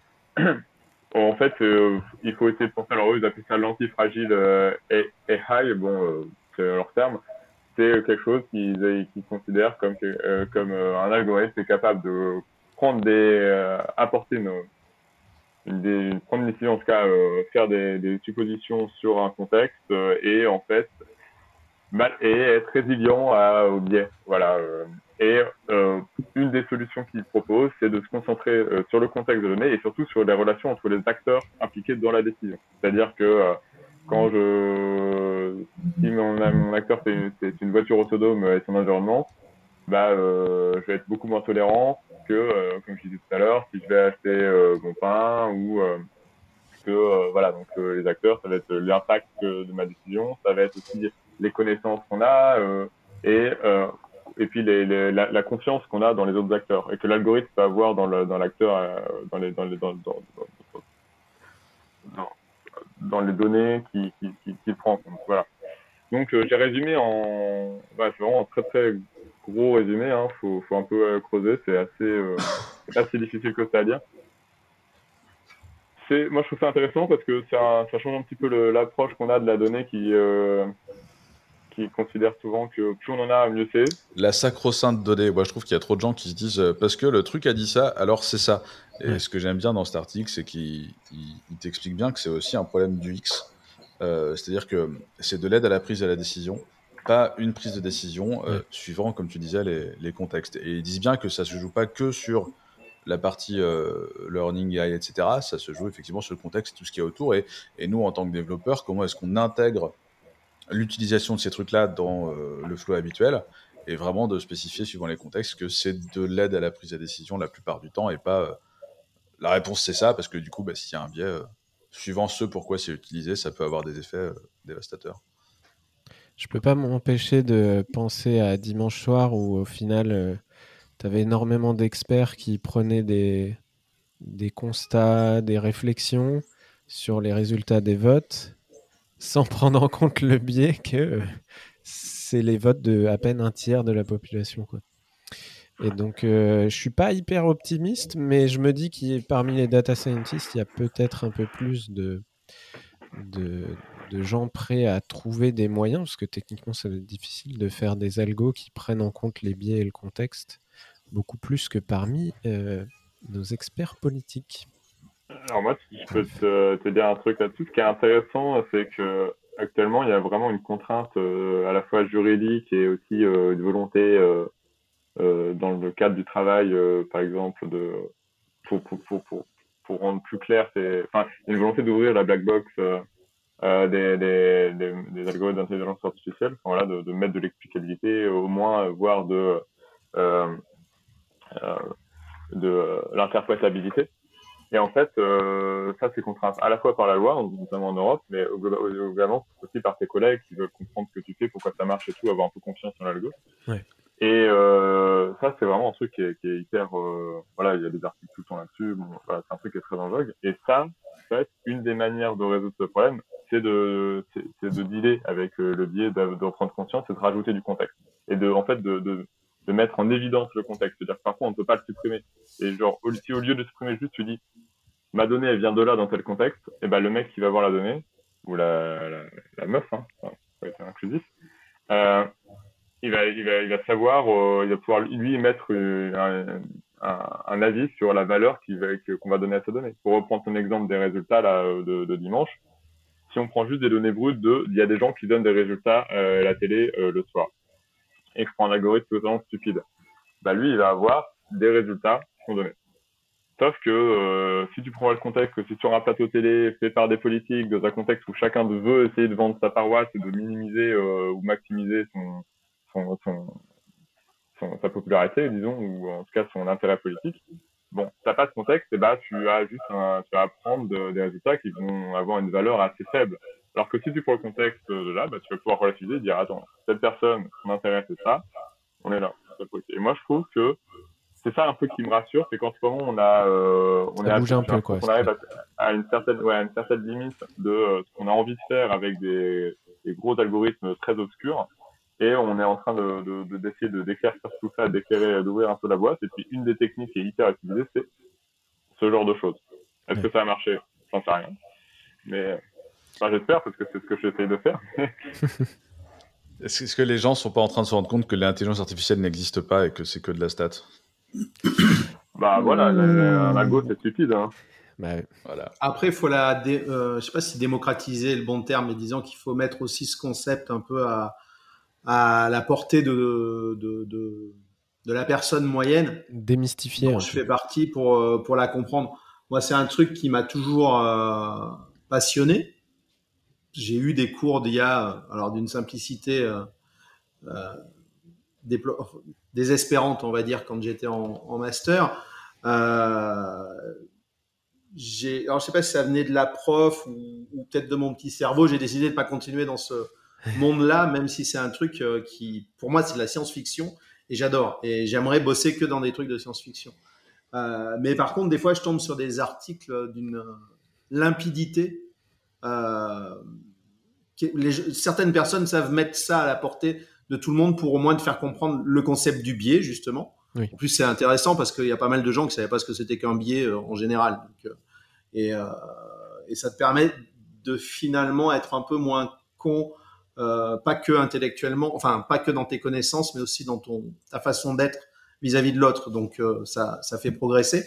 En fait, euh, il faut essayer de penser, alors eux, ils appellent ça l'antifragile euh, et, et high, bon, euh, c'est leur terme. C'est quelque chose qu'ils qu'ils considèrent comme, euh, comme euh, un algorithme qui est capable de prendre des, euh, apporter une, une, des, prendre une décision, en tout cas, euh, faire des, des suppositions sur un contexte euh, et en fait, mal, et être résilient à, au biais. Voilà. Euh, et euh, une des solutions qu'ils proposent, c'est de se concentrer euh, sur le contexte de données et surtout sur les relations entre les acteurs impliqués dans la décision. C'est-à-dire que euh, quand je, si mon, mon acteur c'est une, c'est une voiture autonome et son environnement, bah, euh, je vais être beaucoup moins tolérant que, euh, comme je disais tout à l'heure, si je vais acheter euh, mon pain ou euh, que euh, voilà, donc euh, les acteurs, ça va être l'impact euh, de ma décision, ça va être aussi les connaissances qu'on a euh, et euh, et puis les, les, la, la confiance qu'on a dans les autres acteurs et que l'algorithme peut avoir dans le dans l'acteur euh, dans les dans les dans, dans, dans, dans, dans les données qu'il qui, qui, qui prend. Donc, voilà. Donc, euh, j'ai résumé en, bah, c'est vraiment un très très gros résumé. Hein. Faut, faut un peu euh, creuser. C'est assez, euh, c'est pas si difficile que ça à lire. C'est, moi, je trouve ça intéressant parce que ça, ça change un petit peu le, l'approche qu'on a de la donnée qui, euh, qui considère souvent que plus on en a, mieux c'est. La sacro-sainte donnée. Moi, je trouve qu'il y a trop de gens qui se disent euh, parce que le truc a dit ça, alors c'est ça. Et Ouais. ce que j'aime bien dans cet article, c'est qu'il il, il t'explique bien que c'est aussi un problème du X. Euh, c'est-à-dire que c'est de l'aide à la prise de la décision, pas une prise de décision euh, Ouais. suivant, comme tu disais, les, les contextes. Et ils disent bien que ça se joue pas que sur la partie euh, learning, A I, et cetera. Ça se joue effectivement sur le contexte, tout ce qu'il y a autour. Et, et nous, en tant que développeurs, comment est-ce qu'on intègre l'utilisation de ces trucs-là dans euh, le flow habituel et vraiment de spécifier suivant les contextes que c'est de l'aide à la prise de décision la plupart du temps et pas euh, la réponse c'est ça parce que du coup bah, s'il y a un biais euh, suivant ce pourquoi c'est utilisé ça peut avoir des effets euh, dévastateurs. Je peux pas m'empêcher de penser à dimanche soir où au final euh, tu avais énormément d'experts qui prenaient des, des constats, des réflexions sur les résultats des votes sans prendre en compte le biais que euh, c'est les votes de à peine un tiers de la population, quoi. Et donc, euh, je suis pas hyper optimiste, mais je me dis qu'il parmi les data scientists, il y a peut-être un peu plus de, de, de gens prêts à trouver des moyens, parce que techniquement, ça va être difficile de faire des algos qui prennent en compte les biais et le contexte, beaucoup plus que parmi euh, nos experts politiques. Alors moi, si je peux te, te dire un truc là-dessus, ce qui est intéressant, c'est que actuellement, il y a vraiment une contrainte euh, à la fois juridique et aussi euh, une volonté euh, euh, dans le cadre du travail, euh, par exemple, de pour pour pour pour, pour rendre plus clair, c'est enfin il y a une volonté d'ouvrir la black box euh, euh, des, des, des des algorithmes d'intelligence artificielle, enfin, voilà, de, de mettre de l'explicabilité, au moins euh, voire de euh, euh, de euh, l'interprétabilité. Et en fait, euh, ça, c'est contraint à la fois par la loi, notamment en Europe, mais également aussi par tes collègues qui veulent comprendre ce que tu fais, pourquoi ça marche et tout, avoir un peu confiance en l'algo. Ouais. Et euh, ça, c'est vraiment un truc qui est, qui est hyper... Euh, voilà, il y a des articles tout le temps là-dessus. Bon, voilà, c'est un truc qui est très en vogue. Et ça, en fait, une des manières de résoudre ce problème, c'est de, c'est, c'est de dealer avec euh, le biais de, de prendre conscience et de rajouter du contexte. Et de, en fait, de, de, de mettre en évidence le contexte. C'est-à-dire que parfois, on ne peut pas le supprimer. Et genre, au, si au lieu de supprimer juste, tu dis ma donnée elle vient de là dans tel contexte, et ben le mec qui va voir la donnée, ou la, la, la meuf, hein, ça va être inclusif, euh, il va, il va, il va savoir, euh, il va pouvoir lui mettre un, un, un avis sur la valeur qu'il va, qu'on va donner à sa donnée. Pour reprendre ton exemple des résultats là, de, de dimanche, si on prend juste des données brutes de, il y a des gens qui donnent des résultats euh, à la télé euh, le soir, et que je prends un algorithme totalement stupide, bah lui il va avoir des résultats qui sont donnés. Sauf que euh, si tu prends le contexte que c'est sur un plateau télé fait par des politiques, dans un contexte où chacun veut essayer de vendre sa paroisse et de minimiser euh, ou maximiser son, son, son, son, sa popularité, disons, ou en tout cas son intérêt politique, bon, t'as pas de contexte, et bah tu as juste un, tu vas prendre de, des résultats qui vont avoir une valeur assez faible. Alors que si tu prends le contexte de là, bah tu vas pouvoir relativiser et dire attends, cette personne, son intérêt c'est ça, on est là. Et moi je trouve que c'est ça un peu qui me rassure, c'est qu'en ce moment on a, euh, on Ça est bouge un peu, quoi. on arrive à, à une certaine, ouais, à une certaine limite de euh, ce qu'on a envie de faire avec des, des gros algorithmes très obscurs, et on est en train de, de, de d'essayer de d'éclaircir tout ça, d'éclairer, d'ouvrir un peu la boîte. Et puis une des techniques qui est hyper utilisée, c'est ce genre de choses. Est-ce Ouais. que ça a marché? J'en sais rien, mais enfin, j'espère parce que c'est ce que j'essaie de faire. Est-ce que les gens sont pas en train de se rendre compte que l'intelligence artificielle n'existe pas et que c'est que de la stat? Bah voilà, un algo c'est stupide. Hein. Bah, Voilà. Après, il faut la, dé- euh, je sais pas si démocratiser est le bon terme, mais disons qu'il faut mettre aussi ce concept un peu à, à la portée de, de, de, de la personne moyenne, démystifier dont un je peu. fais partie pour, euh, pour la comprendre. Moi, c'est un truc qui m'a toujours euh, passionné. J'ai eu des cours d'I A, alors d'une simplicité euh, euh, déplo- désespérante, on va dire, quand j'étais en, en master. Euh, j'ai, alors je sais pas si ça venait de la prof ou, ou peut-être de mon petit cerveau. J'ai décidé de pas continuer dans ce monde-là, même si c'est un truc euh, qui, pour moi, c'est de la science-fiction et j'adore. Et j'aimerais bosser que dans des trucs de science-fiction. Euh, mais par contre, des fois, je tombe sur des articles d'une limpidité euh, les, certaines personnes savent mettre ça à la portée de tout le monde pour au moins te faire comprendre le concept du biais, justement. Oui. En plus, c'est intéressant parce qu'il y a pas mal de gens qui savaient pas ce que c'était qu'un biais euh, en général. Donc, euh, et, euh, et ça te permet de finalement être un peu moins con, euh, pas que intellectuellement, enfin pas que dans tes connaissances, mais aussi dans ton ta façon d'être vis-à-vis de l'autre. Donc euh, ça ça fait progresser.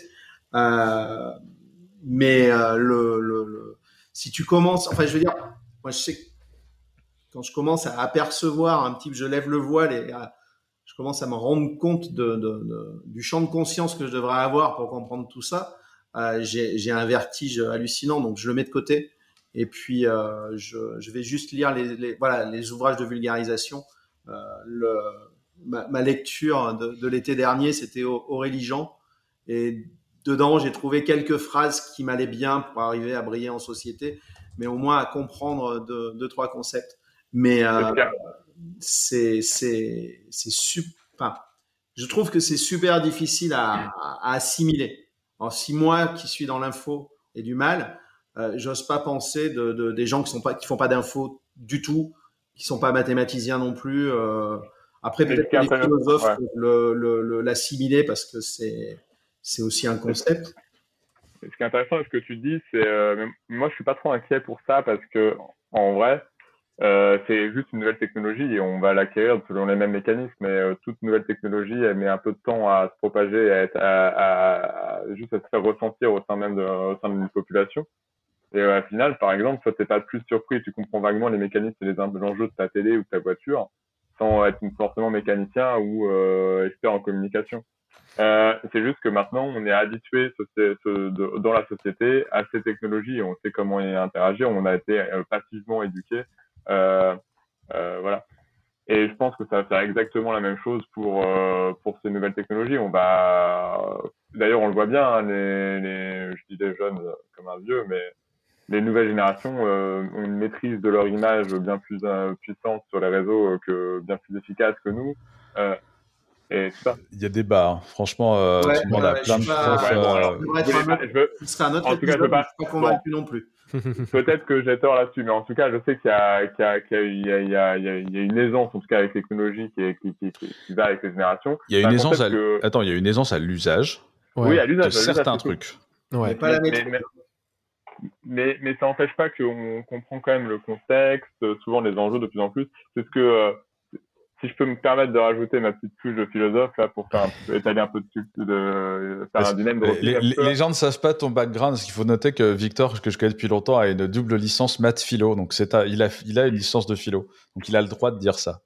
Euh, mais euh, le, le, le si tu commences, enfin je veux dire, moi je sais que quand je commence à apercevoir un petit peu, je lève le voile et à, je commence à me rendre compte de, de, de, du champ de conscience que je devrais avoir pour comprendre tout ça. Euh, j'ai, j'ai un vertige hallucinant, donc je le mets de côté. Et puis, euh, je, je vais juste lire les, les, voilà, les ouvrages de vulgarisation. Euh, le, ma, ma lecture de, de l'été dernier, c'était Aurélie Jean. Et dedans, j'ai trouvé quelques phrases qui m'allaient bien pour arriver à briller en société, mais au moins à comprendre deux, deux trois concepts. Mais euh, c'est c'est c'est super. Enfin, je trouve que c'est super difficile à, à, à assimiler. Alors, si moi qui suis dans l'info et du mal, euh, j'ose pas penser de, de des gens qui sont pas qui font pas d'info du tout, qui sont pas mathématiciens non plus. Euh, après peut-être que les philosophes ouais. peuvent le, le, le, l'assimiler parce que c'est c'est aussi un concept. Ce qui est intéressant avec ce que tu dis, c'est euh, moi je suis pas trop inquiet pour ça parce que en vrai euh, c'est juste une nouvelle technologie et on va l'acquérir selon les mêmes mécanismes. Mais euh, toute nouvelle technologie, elle met un peu de temps à se propager, à, être, à, à, à juste à se faire ressentir au sein même de, au sein d'une population. Et euh, au final, par exemple, toi t'es pas plus surpris, tu comprends vaguement les mécanismes et les enjeux de ta télé ou de ta voiture, sans être forcément mécanicien ou euh, expert en communication. Euh, c'est juste que maintenant, on est habitué ce, ce, de, dans la société à ces technologies et on sait comment y interagir. On a été euh, passivement éduqué. Euh, euh, voilà. Et je pense que ça va faire exactement la même chose pour euh, pour ces nouvelles technologies. On va, d'ailleurs, on le voit bien. Hein, les, les, je dis les jeunes comme un vieux, mais les nouvelles générations euh, ont une maîtrise de leur image bien plus euh, puissante sur les réseaux que bien plus efficace que nous. Euh, Et tout ça. Il y a débat, hein. Franchement, euh, ouais, tu demandes ouais, à plein de pas... profs. Ouais, bon, alors, Euh... je voulais pas, je veux... Ce sera un autre en tout cas, épisode, je veux pas... je suis pas convaincu bon. non plus. Peut-être que j'ai tort là-dessus, mais en tout cas, je sais qu'il y a, qu'il y a, qu'il y a, il y a, il y a, il y a une aisance, en tout cas, avec les technologies qui, qui, qui, qui, qui va avec les générations. Il y a une aisance à... que... Attends, il y a une aisance à l'usage. Ouais. Oui, à l'usage. De certains trucs. Ouais. Mais pas mais, la mais, mais, mais, mais ça n'empêche pas qu'on comprend quand même le contexte, souvent les enjeux de plus en plus. C'est ce que... Euh, si je peux me permettre de rajouter ma petite touche de philosophe là pour faire un peu, étaler un peu de, de faire un dilemme de les, les, les gens ne savent pas ton background, parce qu'il faut noter que Victor, que je connais depuis longtemps, a une double licence maths philo, donc c'est à, il a il a une licence de philo, donc il a le droit de dire ça.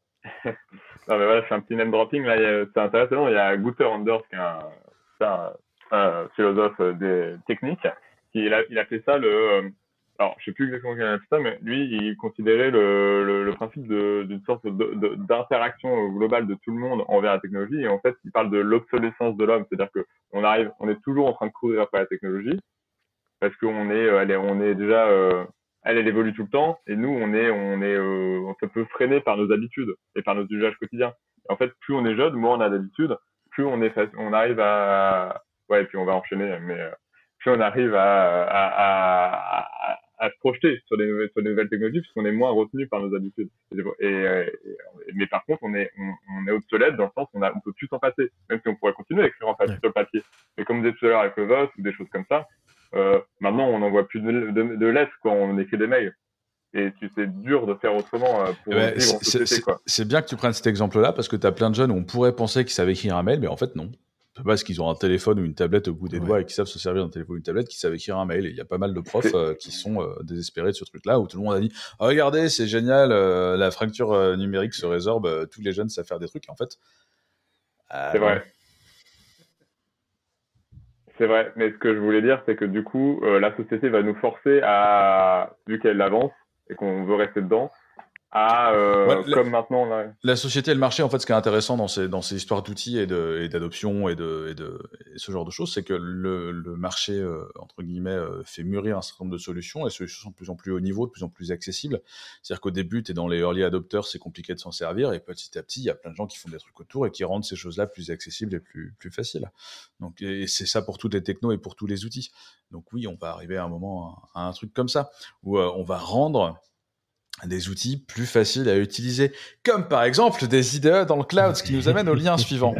Non mais voilà, c'est un petit name dropping là, c'est intéressant. Il y a Gunther Anders qui est un, un, un philosophe des techniques, qui il a, il a fait ça le alors, je sais plus exactement comment il a fait ça, mais lui, il considérait le, le, le principe de, d'une sorte de, de, d'interaction globale de tout le monde envers la technologie. Et en fait, il parle de l'obsolescence de l'homme. C'est-à-dire que on arrive, on est toujours en train de courir après la technologie parce qu'on est, elle est, on est déjà, euh, elle, elle évolue tout le temps. Et nous, on est, on est, euh, on se peut freiner par nos habitudes et par nos usages quotidiens. Et en fait, plus on est jeune, moins on a d'habitudes, plus on est, on arrive à, ouais, et puis on va enchaîner, mais euh, plus on arrive à, à, à, à à se projeter sur les nouvelles, sur les nouvelles technologies puisqu'on est moins retenu par nos habitudes. Et, et, et, mais par contre, on est, on, on est obsolète dans le sens où on a, on peut plus s'en passer, même si on pourrait continuer à écrire en papier, ouais. sur le papier. Mais comme vous êtes tout à l'heure avec le V O S ou des choses comme ça, euh, maintenant, on n'envoie plus de, de, de lettres quand on écrit des mails. Et c'est dur de faire autrement pour ouais, vivre en société, quoi. C'est bien que tu prennes cet exemple-là parce que tu as plein de jeunes où on pourrait penser qu'ils savaient écrire un mail, mais en fait, non. Parce qu'ils ont un téléphone ou une tablette au bout des ouais. doigts et qu'ils savent se servir d'un téléphone ou une tablette, qui savent écrire un mail. Et il y a pas mal de profs euh, qui sont euh, désespérés de ce truc-là, où tout le monde a dit oh, « Regardez, c'est génial, euh, la fracture euh, numérique se résorbe, euh, tous les jeunes savent faire des trucs. » Et en fait... Euh, c'est vrai. C'est vrai, mais ce que je voulais dire, c'est que du coup, euh, la société va nous forcer à, vu qu'elle avance et qu'on veut rester dedans, à, euh, ouais, comme la, maintenant... Là... La société et le marché, en fait, ce qui est intéressant dans ces, dans ces histoires d'outils et, de, et d'adoption et, de, et, de, et ce genre de choses, c'est que le, le marché, euh, entre guillemets, euh, fait mûrir un certain nombre de solutions, et ces solutions sont de plus en plus haut niveau, de plus en plus accessibles. C'est-à-dire qu'au début, tu es dans les early adopters, c'est compliqué de s'en servir, et petit à petit, il y a plein de gens qui font des trucs autour et qui rendent ces choses-là plus accessibles et plus, plus faciles. Donc, et c'est ça pour toutes les technos et pour tous les outils. Donc oui, on va arriver à un moment à un truc comme ça, où euh, on va rendre... des outils plus faciles à utiliser, comme par exemple des I D E dans le cloud, ce qui nous amène au lien suivant.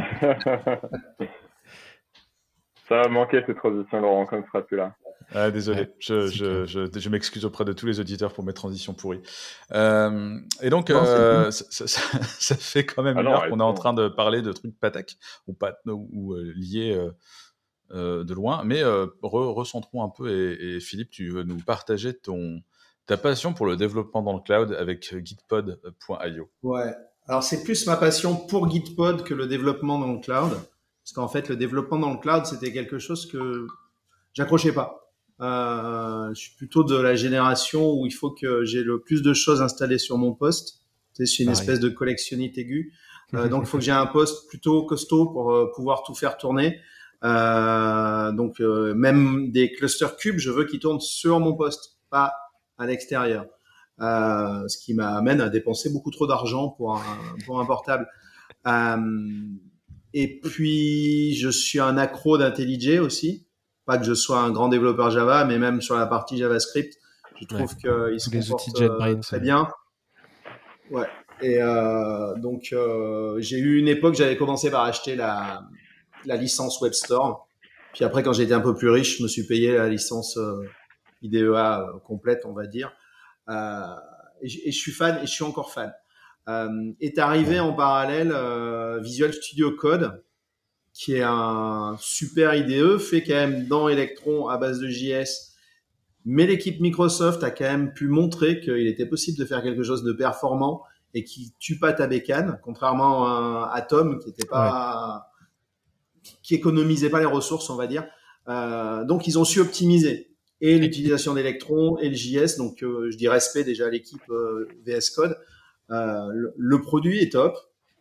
Ça va manquer cette transition, Laurent, comme ce sera plus là. Ah, désolé, Ouais, je, c'est je, je, je m'excuse auprès de tous les auditeurs pour mes transitions pourries. Euh, et donc, Non, c'est euh, ça, ça, ça, ça fait quand même Ah une non, heure ouais, qu'on est c'est en bon. train de parler de trucs pataques ou, pas, ou, ou euh, liés euh, euh, de loin. Mais euh, re, recentrons un peu et, et Philippe, tu veux nous partager ton, ta passion pour le développement dans le cloud avec gitpod point i o. Ouais. Alors, c'est plus ma passion pour Gitpod que le développement dans le cloud. Parce qu'en fait, le développement dans le cloud, c'était quelque chose que j'accrochais pas. Euh, je suis plutôt de la génération où il faut que j'ai le plus de choses installées sur mon poste. Tu sais, je suis une Pareil. espèce de collectionnite aiguë. Euh, donc, il faut que j'ai un poste plutôt costaud pour euh, pouvoir tout faire tourner. Euh, donc, euh, même des clusters cubes, je veux qu'ils tournent sur mon poste, pas à l'extérieur. Euh, ce qui m'amène à dépenser beaucoup trop d'argent pour un, pour un portable. Euh, et puis, je suis un accro d'IntelliJ aussi. Pas que je sois un grand développeur Java, mais même sur la partie JavaScript, je trouve Ouais. qu'il se Tous les outils comporte euh, JetBrains, très ouais. bien. Ouais. Et euh, donc, euh, j'ai eu une époque, j'avais commencé par acheter la, la licence WebStorm. Puis après, quand j'étais un peu plus riche, je me suis payé la licence euh, I D E A euh, complète, on va dire. Euh, et, je- et je suis fan, et je suis encore fan. Euh, est arrivé en parallèle euh, Visual Studio Code, qui est un super I D E, fait quand même dans Electron à base de J S. Mais l'équipe Microsoft a quand même pu montrer qu'il était possible de faire quelque chose de performant et qui tue pas ta bécane, contrairement à Atom qui était pas, qui économisait pas les ressources, on va dire. Euh, donc ils ont su optimiser et l'utilisation d'Electron et le J S. Donc euh, je dis respect déjà à l'équipe euh, V S Code. Euh, le, le produit est top.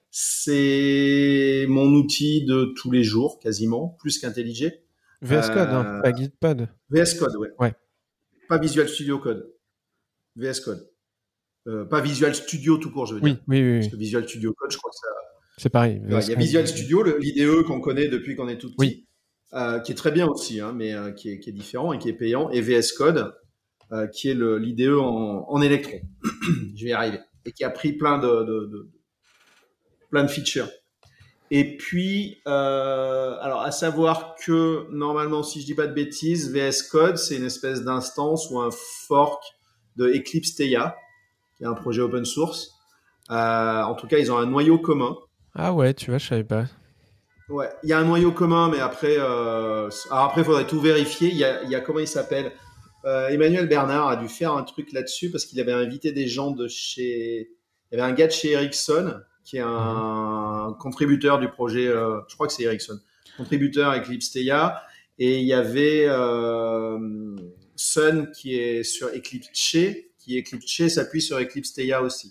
C'est mon outil de tous les jours, quasiment, plus qu'IntelliJ. V S Code, hein, Euh, pas Gitpod. V S Code, ouais. Ouais. Pas Visual Studio Code. V S Code. Euh, pas Visual Studio tout court, je veux Oui, dire. oui, oui, Parce oui. que Visual Studio Code, je crois que ça. C'est pareil. Ouais, il y a Visual Studio, le- l'I D E qu'on connaît depuis qu'on est tout Oui. petit, euh, qui est très bien aussi, hein, mais euh, qui, est, qui est différent et qui est payant. Et V S Code, euh, qui est le- l'I D E en, en électron. Je vais y arriver. Et qui a pris plein de, de, de plein de features. Et puis, euh, alors à savoir que normalement, si je dis pas de bêtises, V S Code, c'est une espèce d'instance ou un fork de Eclipse Theia, qui est un projet open source. Euh, en tout cas, ils ont un noyau commun. Ah ouais, tu vois, je savais pas. Ouais, il y a un noyau commun, mais après, euh, alors après, il faudrait tout vérifier. Il y a, il y a comment il s'appelle euh, Emmanuel Bernard a dû faire un truc là-dessus parce qu'il avait invité des gens de chez. Il y avait un gars de chez Ericsson qui est un mmh. contributeur du projet. Euh, je crois que c'est Ericsson, contributeur Eclipse Theia, et il y avait euh, Sun qui est sur Eclipse Che, qui Eclipse Che s'appuie sur Eclipse Theia aussi.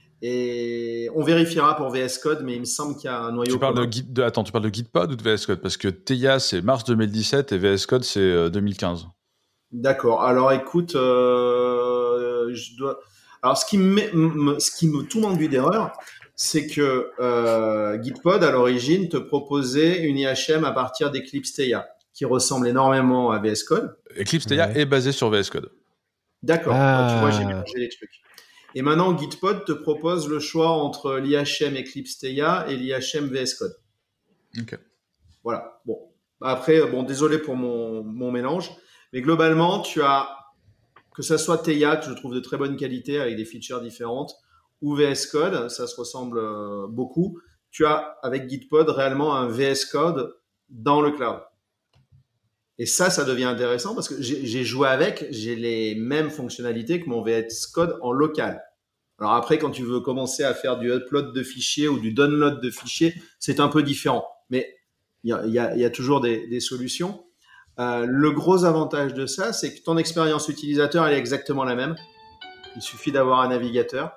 Et on vérifiera pour V S Code, mais il me semble qu'il y a un noyau Tu parles commun. de, Git, de Attends, tu parles de Gitpod ou de V S Code? Parce que Theia, c'est mars deux mille dix-sept et V S Code, c'est euh, deux mille quinze. D'accord. Alors écoute, euh, je dois. Alors ce qui me, me ce qui me tout m'enduit d'erreur, c'est que euh, Gitpod à l'origine te proposait une I H M à partir d'Eclipse Theia, qui ressemble énormément à V S Code. Eclipse Theia Ouais. est basé sur V S Code. D'accord. Ah. Tu vois, j'ai mélangé les trucs. Et maintenant, Gitpod te propose le choix entre l'I H M Eclipse Theia et l'I H M V S Code. Ok. Voilà. Bon. Après, bon, désolé pour mon, mon mélange, mais globalement, tu as que ça soit Theia, que je trouve de très bonne qualité avec des features différentes, ou V S Code, ça se ressemble euh, beaucoup. Tu as avec Gitpod réellement un V S Code dans le cloud. Et ça, ça devient intéressant parce que j'ai, j'ai joué avec, j'ai les mêmes fonctionnalités que mon V S Code en local. Alors après, quand tu veux commencer à faire du upload de fichiers ou du download de fichiers, c'est un peu différent. Mais il y a, y a, y a toujours des, des solutions. Euh, le gros avantage de ça, c'est que ton expérience utilisateur, elle est exactement la même. Il suffit d'avoir un navigateur.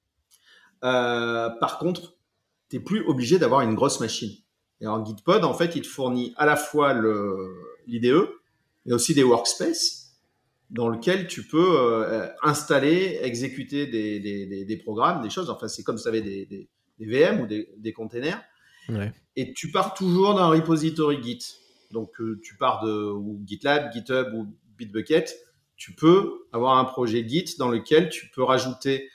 Euh, par contre, tu n'es plus obligé d'avoir une grosse machine. Et alors, Gitpod, en fait, il te fournit à la fois le, l'I D E, mais aussi des workspaces dans lesquels tu peux euh, installer, exécuter des, des, des, des programmes, des choses. Enfin, c'est comme si tu avais des, des, des V M ou des, des containers. Ouais. Et tu pars toujours d'un repository Git. Donc, euh, tu pars de ou GitLab, GitHub ou Bitbucket. tu peux avoir un projet Git dans lequel tu peux rajouter,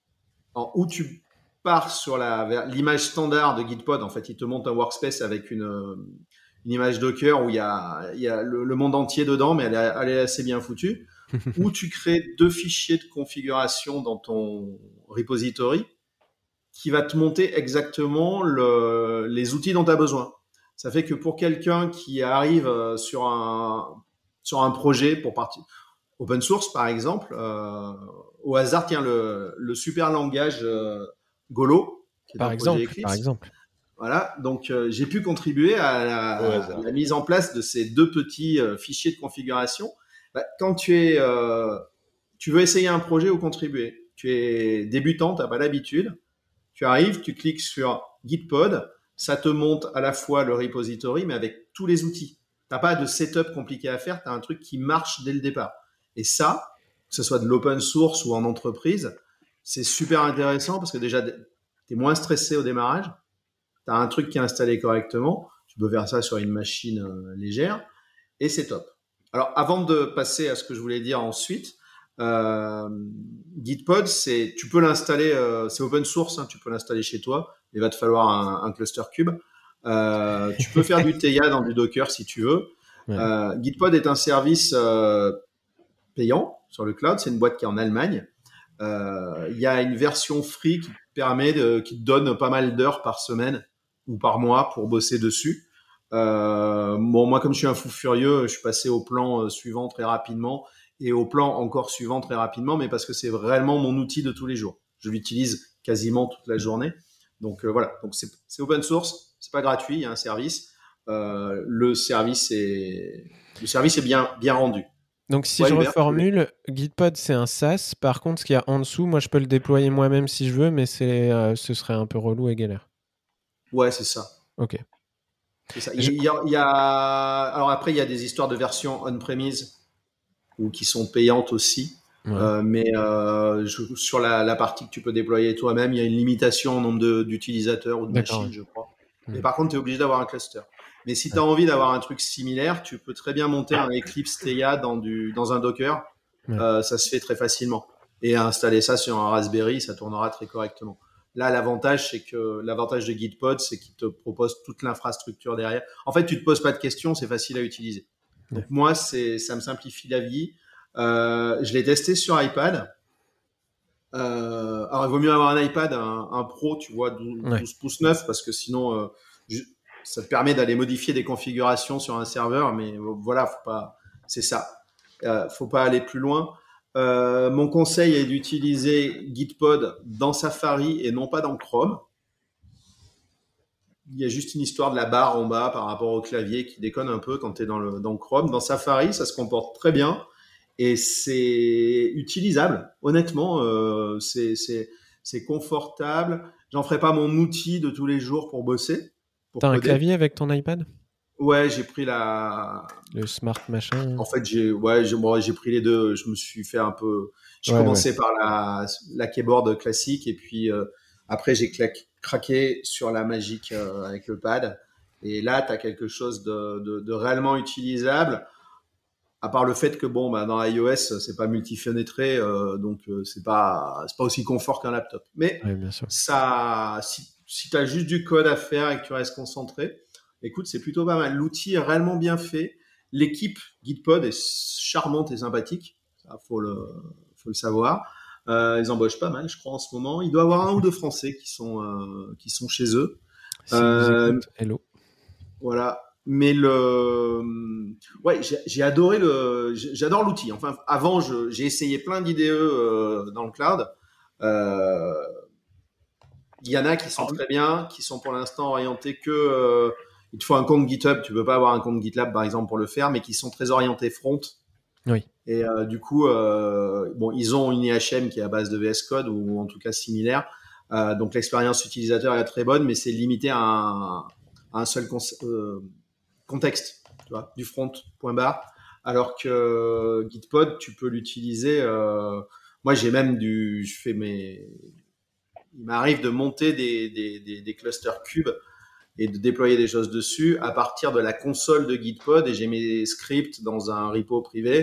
en, où tu pars sur la, vers l'image standard de Gitpod. En fait, il te monte un workspace avec une, une image Docker où il y a, il y a le, le monde entier dedans, mais elle est, elle est assez bien foutue. Où tu crées deux fichiers de configuration dans ton repository qui va te monter exactement le, les outils dont tu as besoin. Ça fait que pour quelqu'un qui arrive sur un, sur un projet pour partir open source, par exemple, euh, au hasard, tiens, le, le super langage euh, Golo, qui est Par un exemple, projet Eclipse. par exemple. Voilà, donc euh, j'ai pu contribuer à la, à la mise en place de ces deux petits euh, fichiers de configuration. Bah, quand tu es, euh, tu veux essayer un projet ou contribuer, tu es débutant, tu n'as pas l'habitude, tu arrives, tu cliques sur Gitpod, ça te monte à la fois le repository, mais avec tous les outils. Tu n'as pas de setup compliqué à faire, tu as un truc qui marche dès le départ. Et ça, que ce soit de l'open source ou en entreprise, c'est super intéressant parce que déjà, tu es moins stressé au démarrage, tu as un truc qui est installé correctement, tu peux faire ça sur une machine euh, légère, et c'est top. Alors, avant de passer à ce que je voulais dire ensuite, euh, Gitpod, c'est, tu peux l'installer, euh, c'est open source, hein, tu peux l'installer chez toi, il va te falloir un, un cluster cube. Euh, tu peux faire du T I A dans du Docker si tu veux. Ouais. Euh, Gitpod est un service euh, payant sur le cloud, c'est une boîte qui est en Allemagne. Euh, il y a une version free qui te permet de, qui te donne pas mal d'heures par semaine ou par mois pour bosser dessus. Euh, bon, moi, comme je suis un fou furieux, je suis passé au plan euh, suivant très rapidement et au plan encore suivant très rapidement, mais parce que c'est vraiment mon outil de tous les jours. Je l'utilise quasiment toute la journée. Donc euh, voilà, donc c'est, c'est open source, c'est pas gratuit, il y a un service. Euh, le service est, le service est bien, bien rendu. Donc si ouais, je Hubert, reformule, Gitpod c'est un SaaS. Par contre, ce qu'il y a en dessous, moi je peux le déployer moi-même si je veux, mais c'est, euh, ce serait un peu relou et galère. Ouais, c'est ça. Ok. C'est ça. Il, y a, il y a... Alors après, il y a des histoires de versions on-premise ou qui sont payantes aussi. Ouais. Euh, mais euh, je, sur la, la partie que tu peux déployer toi-même, il y a une limitation au nombre de, d'utilisateurs ou de D'accord, machines, ouais. je crois. Mmh. Mais par contre, tu es obligé d'avoir un cluster. Mais si tu as ouais. envie d'avoir un truc similaire, tu peux très bien monter un Eclipse T I A dans, du, dans un Docker. Ouais. Euh, ça se fait très facilement. Et installer ça sur un Raspberry, ça tournera très correctement. Là, l'avantage, c'est que l'avantage de Gitpod, c'est qu'il te propose toute l'infrastructure derrière. En fait, tu te poses pas de questions, c'est facile à utiliser. Donc ouais. moi, c'est, ça me simplifie la vie. Euh, je l'ai testé sur iPad. Euh, alors, il vaut mieux avoir un iPad, un, un Pro, tu vois, douze, ouais. douze pouces neuf, parce que sinon, euh, je, ça te permet d'aller modifier des configurations sur un serveur. Mais voilà, faut pas, c'est ça. Euh, faut pas aller plus loin. Euh, mon conseil est d'utiliser Gitpod dans Safari et non pas dans Chrome. Il y a juste une histoire de la barre en bas par rapport au clavier qui déconne un peu quand tu es dans, le, dans Chrome. Dans Safari, ça se comporte très bien et c'est utilisable. Honnêtement, euh, c'est, c'est, c'est confortable. J'en ferai pas mon outil de tous les jours pour bosser. Pour T'as coder. Un clavier avec ton iPad ? Ouais, j'ai pris la... Le smart machin. En fait, j'ai, ouais, j'ai, bon, j'ai pris les deux. Je me suis fait un peu... J'ai ouais, commencé ouais. par la, la keyboard classique et puis euh, après, j'ai claqué, craqué sur la magique euh, avec le pad. Et là, tu as quelque chose de, de, de réellement utilisable. À part le fait que, bon, bah, dans iOS, c'est pas multifenêtré, euh, donc euh, c'est pas, c'est pas aussi confort qu'un laptop. Mais ouais, bien sûr. ça, si, si tu as juste du code à faire et que tu restes concentré, écoute, c'est plutôt pas mal. L'outil est réellement bien fait. L'équipe Gitpod est charmante et sympathique. Ça, faut le, faut le savoir. Euh, ils embauchent pas mal, je crois, en ce moment. Il doit y avoir un ou deux Français qui sont, euh, qui sont chez eux. Si euh, vous écoutez, hello. Voilà. Mais le, ouais, j'ai, j'ai adoré le, j'adore l'outil. Enfin, avant, je, j'ai essayé plein d'I D E euh, dans le cloud. Euh, il y en a qui sont très bien, qui sont pour l'instant orientés que, euh, il te faut un compte GitHub, tu peux pas avoir un compte GitLab par exemple pour le faire, mais qui sont très orientés front. Oui. Et euh, du coup, euh, bon, ils ont une I H M qui est à base de V S Code ou en tout cas similaire. Euh, donc l'expérience utilisateur est très bonne, mais c'est limité à un, à un seul con- euh, contexte, tu vois, du front point barre. Alors que euh, Gitpod, tu peux l'utiliser. Euh, moi, j'ai même du, je fais mes, il m'arrive de monter des, des, des, des clusters cubes et de déployer des choses dessus à partir de la console de Gitpod et j'ai mes scripts dans un repo privé.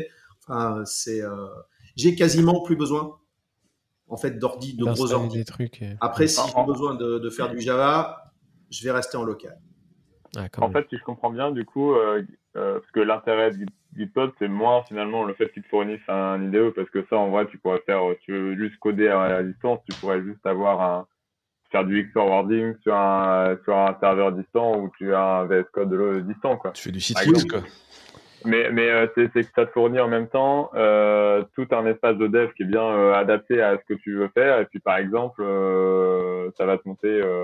Enfin, c'est, euh, j'ai quasiment plus besoin, en fait, d'ordi, de gros ordi. Des trucs et... Après, si j'ai besoin de, de faire du Java, je vais rester en local. Ah, en fait, si je comprends bien, du coup, euh, euh, parce que l'intérêt de GitPod, c'est moins finalement le fait qu'ils te fournissent un I D E, parce que ça, en vrai, tu pourrais faire, tu veux juste coder à la distance, tu pourrais juste avoir un, faire du X-forwarding sur un, sur un serveur distant où tu as un V S Code distant, quoi. Tu fais du Citrix, quoi. Mais, mais euh, c'est, c'est que ça te fournit en même temps euh, tout un espace de dev qui est bien euh, adapté à ce que tu veux faire. Et puis, par exemple, euh, ça va te monter, euh,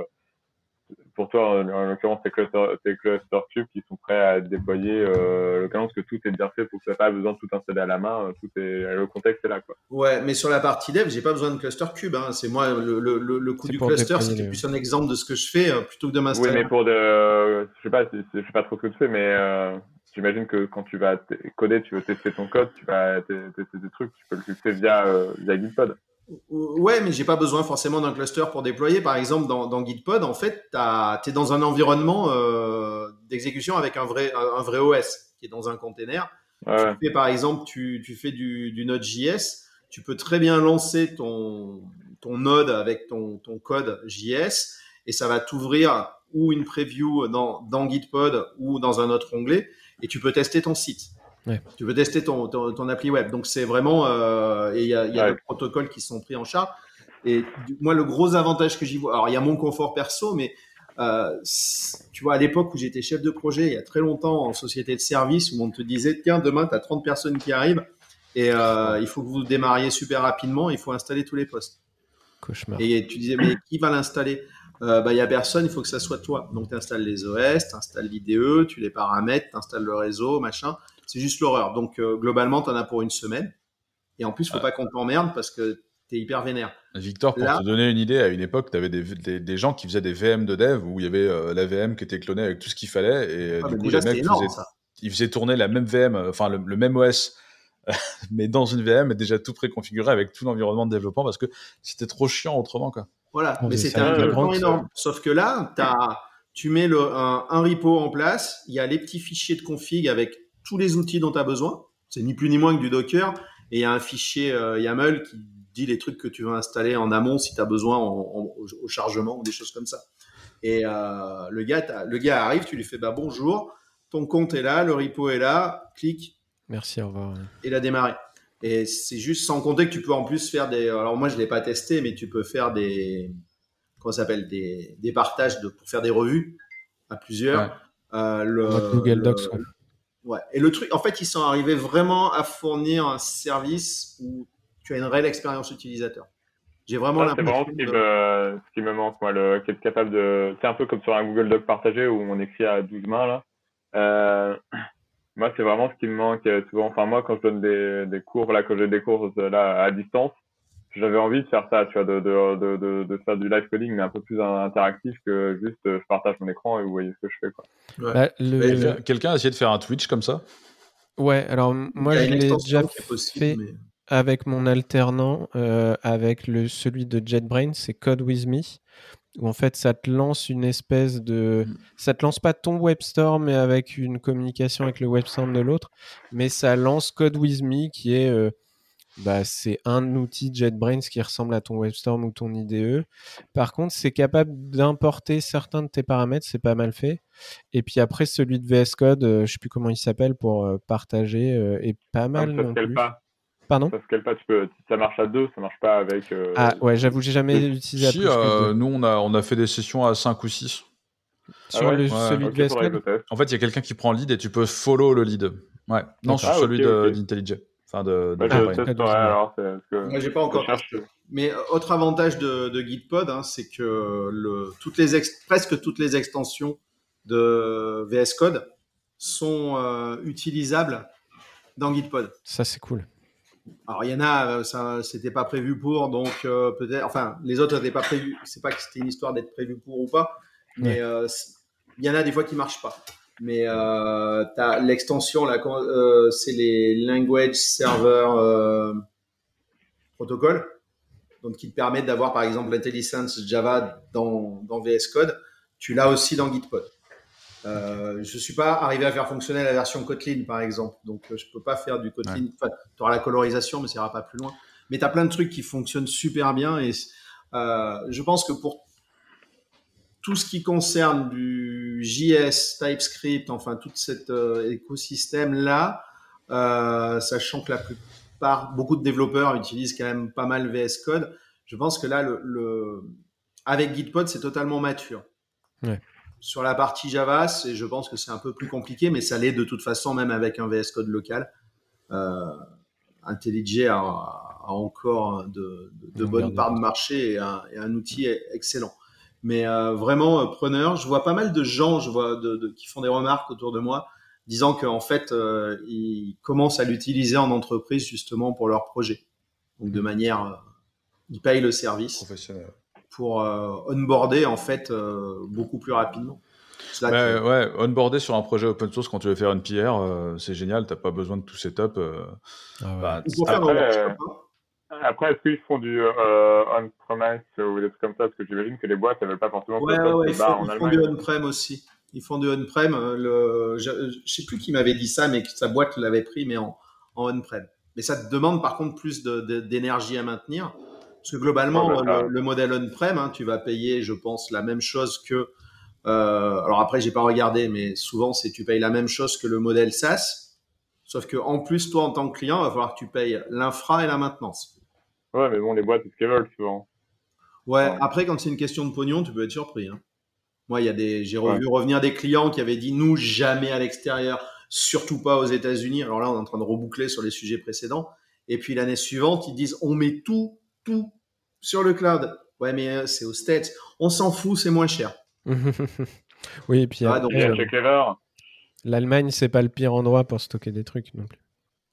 pour toi, en, en l'occurrence, tes clusters, tes cluster cubes qui sont prêts à être déployés, euh, l'occurrence que tout est bien fait pour que tu n'aies pas besoin de tout installer à la main. Tout est, le contexte est là, quoi. Ouais, mais sur la partie dev, j'ai pas besoin de cluster cube. Hein. C'est moi, le, le, le coup c'est du cluster, c'était les... plus un exemple de ce que je fais euh, plutôt que de m'installer. Oui, mais pour de, euh, je sais pas, je sais pas trop ce que tu fais, mais euh, j'imagine que quand tu vas t- coder, tu veux tester ton code, tu vas t- tester des trucs, tu peux le tester via, euh, via GitPod. Ouais, mais j'ai pas besoin forcément d'un cluster pour déployer. Par exemple, dans, dans GitPod, en fait, tu es dans un environnement euh, d'exécution avec un vrai, un vrai O S qui est dans un container. Ouais. Tu fais, par exemple, tu, tu fais du, du Node.js. Tu peux très bien lancer ton, ton Node avec ton, ton code J S et ça va t'ouvrir ou une preview dans, dans GitPod ou dans un autre onglet et tu peux tester ton site. Ouais. Tu veux tester ton, ton, ton appli web. Donc, c'est vraiment... Euh, et il y a, y a ouais. des protocoles qui sont pris en charge. Et du, moi, le gros avantage que j'y vois... Alors, il y a mon confort perso, mais euh, tu vois, à l'époque où j'étais chef de projet, il y a très longtemps, en société de service, où on te disait, tiens, demain, tu as trente personnes qui arrivent et euh, il faut que vous démarriez super rapidement, il faut installer tous les postes. Cauchemar. Et tu disais, mais qui va l'installer ? Euh, bah, il y a personne, il faut que ça soit toi. Donc, tu installes les O S, tu installes l'I D E, tu les paramètres, tu installes le réseau, machin. C'est juste l'horreur. Donc, euh, globalement, tu en as pour une semaine. Et en plus, il ne faut ah. pas qu'on t'emmerde parce que tu es hyper vénère. Victor, pour Là, te donner une idée, à une époque, tu avais des, des, des gens qui faisaient des V M de dev où il y avait euh, la V M qui était clonée avec tout ce qu'il fallait. Et ah, du coup, déjà, les mecs énorme, faisaient, ils faisaient tourner la même V M, enfin le, le même O S, mais dans une V M déjà tout préconfiguré avec tout l'environnement de développement parce que c'était trop chiant autrement, quoi. Voilà, oh, mais c'était un développement énorme. Sauf que là, t'as, tu mets le, un, un repo en place, il y a les petits fichiers de config avec tous les outils dont tu as besoin. C'est ni plus ni moins que du Docker. Et il y a un fichier euh, YAML qui dit les trucs que tu veux installer en amont si tu as besoin en, en, au chargement ou des choses comme ça. Et euh, le, gars, le gars arrive, tu lui fais bah, bonjour, ton compte est là, le repo est là, clique. Merci, au revoir. Et il a démarré. Et c'est juste sans compter que tu peux en plus faire des... Alors moi, je ne l'ai pas testé, mais tu peux faire des... Comment ça s'appelle des, des partages de, pour faire des revues à plusieurs. Ouais. Euh, le, Google Docs. Le, le, ouais. Et le truc, en fait, ils sont arrivés vraiment à fournir un service où tu as une réelle expérience utilisateur. J'ai vraiment ça, l'impression... C'est vraiment ce qui, de... me, ce qui me manque, moi, le, qui est capable de... C'est un peu comme sur un Google Doc partagé où on écrit à douze mains, là. Euh... Moi, c'est vraiment ce qui me manque souvent. Enfin, moi, quand je donne des, des cours, là, quand j'ai des cours là, à distance, j'avais envie de faire ça, tu vois, de, de, de, de, de faire du live coding, mais un peu plus interactif que juste je partage mon écran et vous voyez ce que je fais, quoi. Ouais. Bah, le... Quelqu'un, quelqu'un a essayé de faire un Twitch comme ça ? Ouais, alors moi, je l'ai déjà possible, fait mais... avec mon alternant, euh, avec le, celui de JetBrains, c'est Code With Me. Où en fait ça te lance une espèce de... Ça te lance pas ton web store, mais avec une communication avec le web store de l'autre, mais ça lance Code With Me, qui est... Euh, bah, c'est un outil JetBrains qui ressemble à ton WebStorm ou ton I D E. Par contre, c'est capable d'importer certains de tes paramètres, c'est pas mal fait. Et puis après, celui de V S Code, euh, je sais plus comment il s'appelle, pour euh, partager, euh, est pas mal ah, non plus. Pas. Pardon ? Ça scale pas, tu peux, ça marche à deux, ça marche pas avec... Euh, ah ouais, j'avoue, j'ai jamais et... utilisé si, à plus euh, que deux. Nous, on a, on a fait des sessions à cinq ou six. Sur ah ouais le, ouais, celui okay, de V S Code ? En fait, il y a quelqu'un qui prend le lead et tu peux follow le lead. Ouais, non, sur ah, celui okay, de, okay. d'IntelliJ. Enfin, de, de bah, je testerai, alors, c'est, que moi, j'ai pas encore testé. Mais autre avantage de, de Gitpod, hein, c'est que le, toutes les ex, presque toutes les extensions de V S Code sont euh, utilisables dans Gitpod. Ça, c'est cool. Alors, il y en a, ça, c'était pas prévu pour, donc euh, peut-être, enfin, les autres n'étaient pas prévus. C'est pas que c'était une histoire d'être prévu pour ou pas, mais il ouais. euh, y en a des fois qui marchent pas. Mais euh, t'as l'extension là, euh, c'est les language server euh, protocol, donc qui te permettent d'avoir par exemple l'intelligence Java dans, dans V S Code. Tu l'as aussi dans Gitpod. Euh, je suis pas arrivé à faire fonctionner la version Kotlin, par exemple. Donc, euh, je peux pas faire du Kotlin. Enfin, tu auras la colorisation, mais ça ira pas plus loin. Mais tu as plein de trucs qui fonctionnent super bien. Et euh, je pense que pour tout ce qui concerne du J S, TypeScript, enfin, tout cet euh, écosystème-là, euh, sachant que la plupart, beaucoup de développeurs utilisent quand même pas mal V S Code, je pense que là, le, le... avec Gitpod, c'est totalement mature. Ouais. Sur la partie Java, c'est, je pense que c'est un peu plus compliqué, mais ça l'est de toute façon, même avec un V S Code local. Euh, IntelliJ a, a encore de, de, de bonnes parts de marché et un, et un outil excellent. Mais euh, vraiment, euh, preneur, je vois pas mal de gens je vois de, de, qui font des remarques autour de moi, disant qu'en fait, euh, ils commencent à l'utiliser en entreprise justement pour leur projet. Donc de manière, euh, ils payent le service professionnel pour euh, onboarder en fait euh, beaucoup plus rapidement. Bah, que... Ouais, onboarder sur un projet open source quand tu veux faire une P R, euh, c'est génial, t'as pas besoin de tout setup. Euh, ah ouais. bah, Il faut faire après, un euh, après, est-ce qu'ils font du euh, on-premise ou des trucs comme ça? Parce que j'imagine que les boîtes, elles veulent pas forcément ouais, que ouais, ouais, se ils barre font, en ils font Allemagne. du on-prem aussi. Ils font du on-prem. Le... Je, je sais plus qui m'avait dit ça, mais que sa boîte l'avait pris, mais en, en on-prem. Mais ça te demande par contre plus de, de, d'énergie à maintenir. Parce que globalement, ouais, bah, le, le modèle on-prem, hein, tu vas payer, je pense, la même chose que... Euh, alors après, j'ai pas regardé, mais souvent, c'est tu payes la même chose que le modèle SaaS. Sauf que en plus, toi, en tant que client, il va falloir que tu payes l'infra et la maintenance. Ouais, mais bon, les boîtes, c'est ce qu'elles veulent souvent. Ouais, ouais. Après, quand c'est une question de pognon, tu peux être surpris. Hein. Moi, il y a des, j'ai revu ouais. revenir des clients qui avaient dit nous jamais à l'extérieur, surtout pas aux États-Unis. Alors là, on est en train de reboucler sur les sujets précédents. Et puis l'année suivante, ils disent on met tout, tout sur le cloud. Ouais, mais c'est aux States. On s'en fout, c'est moins cher. Oui, et puis ah, donc, euh, euh, l'Allemagne, c'est pas le pire endroit pour stocker des trucs non plus.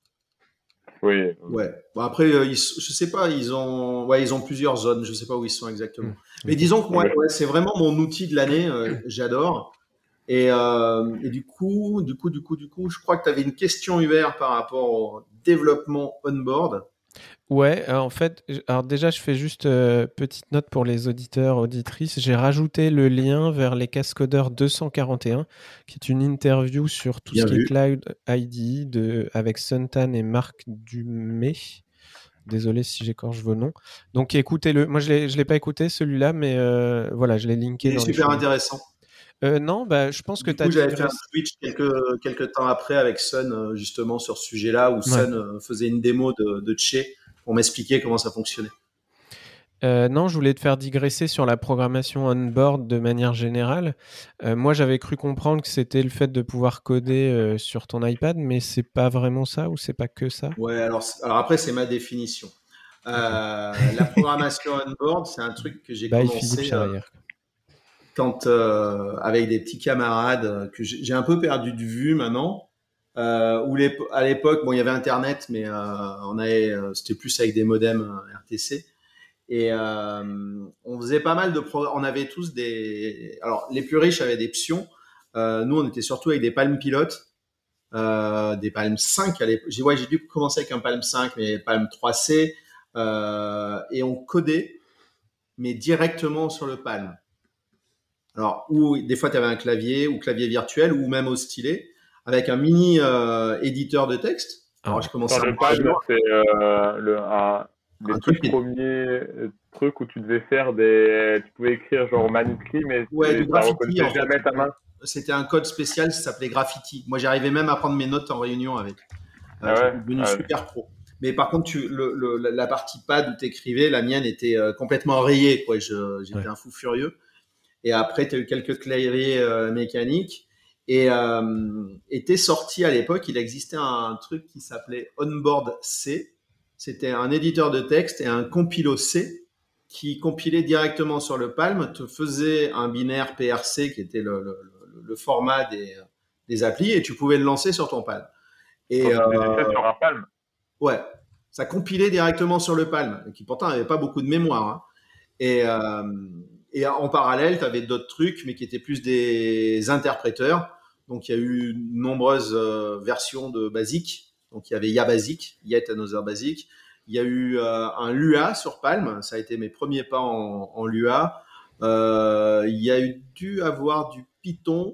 Oui. Ouais. Bon, après, euh, ils, je sais pas, ils ont, ouais, ils ont plusieurs zones. Je sais pas où ils sont exactement. Mmh. Mais disons que moi, ouais, c'est vraiment mon outil de l'année. Euh, j'adore. Et, euh, et du coup, du coup, du coup, du coup, je crois que tu avais une question, Hubert, par rapport au développement on-board. Ouais, en fait, alors déjà, je fais juste euh, petite note pour les auditeurs, auditrices. J'ai rajouté le lien vers les Cascodeurs deux cent quarante et un, qui est une interview sur tout Bien ce vu. qui est Cloud I D E de, avec Suntan et Marc Dumay. Désolé si j'écorche vos noms. Donc écoutez-le. Moi, je ne l'ai pas écouté, celui-là, mais euh, voilà, je l'ai linké. Il est dans super les intéressant. Euh, non, bah, je pense que tu as dit. J'avais fait un switch quelques, quelques temps après avec Sun, justement, sur ce sujet-là, où ouais. Sun euh, faisait une démo de, de Tché pour m'expliquer comment ça fonctionnait. Euh, non, je voulais te faire digresser sur la programmation on-board de manière générale. Euh, moi, j'avais cru comprendre que c'était le fait de pouvoir coder euh, sur ton iPad, mais c'est pas vraiment ça ou c'est pas que ça? Ouais, alors, alors après, c'est ma définition. Euh, okay. La programmation on-board, c'est un truc que j'ai Bye, commencé euh, quand euh, avec des petits camarades que j'ai un peu perdu de vue maintenant. Euh, où les, à l'époque, bon, il y avait Internet, mais euh, on avait, c'était plus avec des modems R T C. Et euh, on faisait pas mal de programmes. On avait tous des. Alors, les plus riches avaient des Psion. Euh, nous, on était surtout avec des Palm Pilot, euh, des Palm cinq à l'époque. J'ai, ouais, j'ai dû commencer avec un Palm cinq, mais Palm trois C. Euh, et on codait, mais directement sur le Palm. Alors, ou des fois, tu avais un clavier ou clavier virtuel ou même au stylet avec un mini euh, éditeur de texte. Alors, ah. je commençais Sur à le Palm, c'est euh, le, un, les un tout premiers trucs où tu devais faire des. Tu pouvais écrire genre Manuscrit, mais ouais, du ça reconnaissait en jamais fait. ta main. C'était un code spécial, ça s'appelait Graffiti. Moi, j'arrivais même à prendre mes notes en réunion avec. Euh, ah ouais, j'étais devenu ah super ouais. pro. Mais par contre, tu, le, le, la partie pad où tu écrivais, la mienne était euh, complètement rayée. Quoi. Je, j'étais ouais. un fou furieux. Et après, tu as eu quelques claviers euh, mécaniques. Et euh, était sorti à l'époque, il existait un truc qui s'appelait Onboard C. C'était un éditeur de texte et un compilo C qui compilait directement sur le Palm, te faisait un binaire P R C qui était le, le, le format des, des applis et tu pouvais le lancer sur ton Palm. Et euh, ça sur un Palm. Ouais, ça compilait directement sur le Palm, qui pourtant n'avait pas beaucoup de mémoire. Hein. Et, euh, et en parallèle, tu avais d'autres trucs, mais qui étaient plus des interpréteurs. Donc, il y a eu de nombreuses euh, versions de Basic. Donc, il y avait YaBasic, Yet Another Basic. Il y a eu euh, un Lua sur Palm. Ça a été mes premiers pas en, en Lua. Euh, il y a eu dû avoir du Python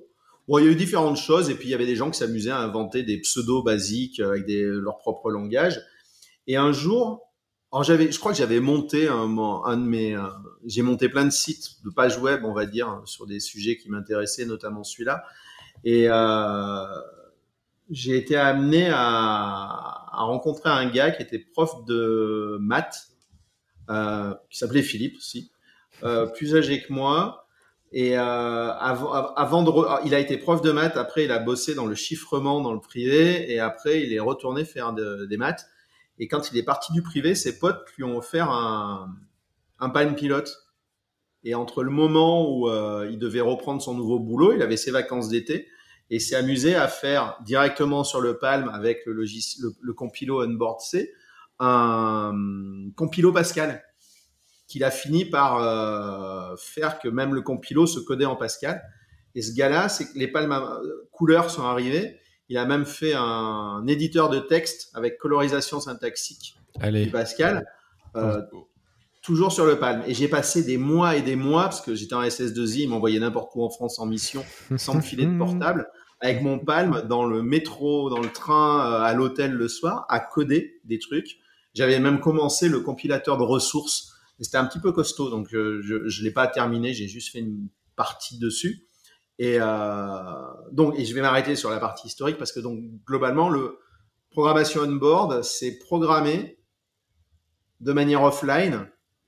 Bon, il y a eu différentes choses, et puis il y avait des gens qui s'amusaient à inventer des pseudos basiques avec des, leur propre langage. Et un jour, alors j'avais, je crois que j'avais monté un, un de mes, euh, j'ai monté plein de sites de pages web, on va dire, sur des sujets qui m'intéressaient, notamment celui-là. Et euh, j'ai été amené à, à rencontrer un gars qui était prof de maths, euh, qui s'appelait Philippe aussi, euh, plus âgé que moi. Et euh, avant, avant de, re... il a été prof de maths. Après, il a bossé dans le chiffrement dans le privé, et après, il est retourné faire de, des maths. Et quand il est parti du privé, ses potes lui ont offert un, un Palm Pilot. Et entre le moment où euh, il devait reprendre son nouveau boulot, il avait ses vacances d'été, et s'est amusé à faire directement sur le Palm avec le, logis... le, le compilo Onboard C, un compilo Pascal, qu'il a fini par euh, faire que même le compilo se codait en Pascal. Et ce gars-là, c'est que les palmes couleurs sont arrivées. Il a même fait un, un éditeur de texte avec colorisation syntaxique Allez. du Pascal, euh, oh. toujours sur le Palm. Et j'ai passé des mois et des mois, parce que j'étais en S S deux I, ils m'envoyaient n'importe où en France en mission, sans me filer de portable, avec mon Palm dans le métro, dans le train, euh, à l'hôtel le soir, à coder des trucs. J'avais même commencé le compilateur de ressources. C'était un petit peu costaud, donc euh, je ne l'ai pas terminé, j'ai juste fait une partie dessus. Et, euh, donc, et je vais m'arrêter sur la partie historique, parce que donc, globalement, le programmation on-board, c'est programmer de manière offline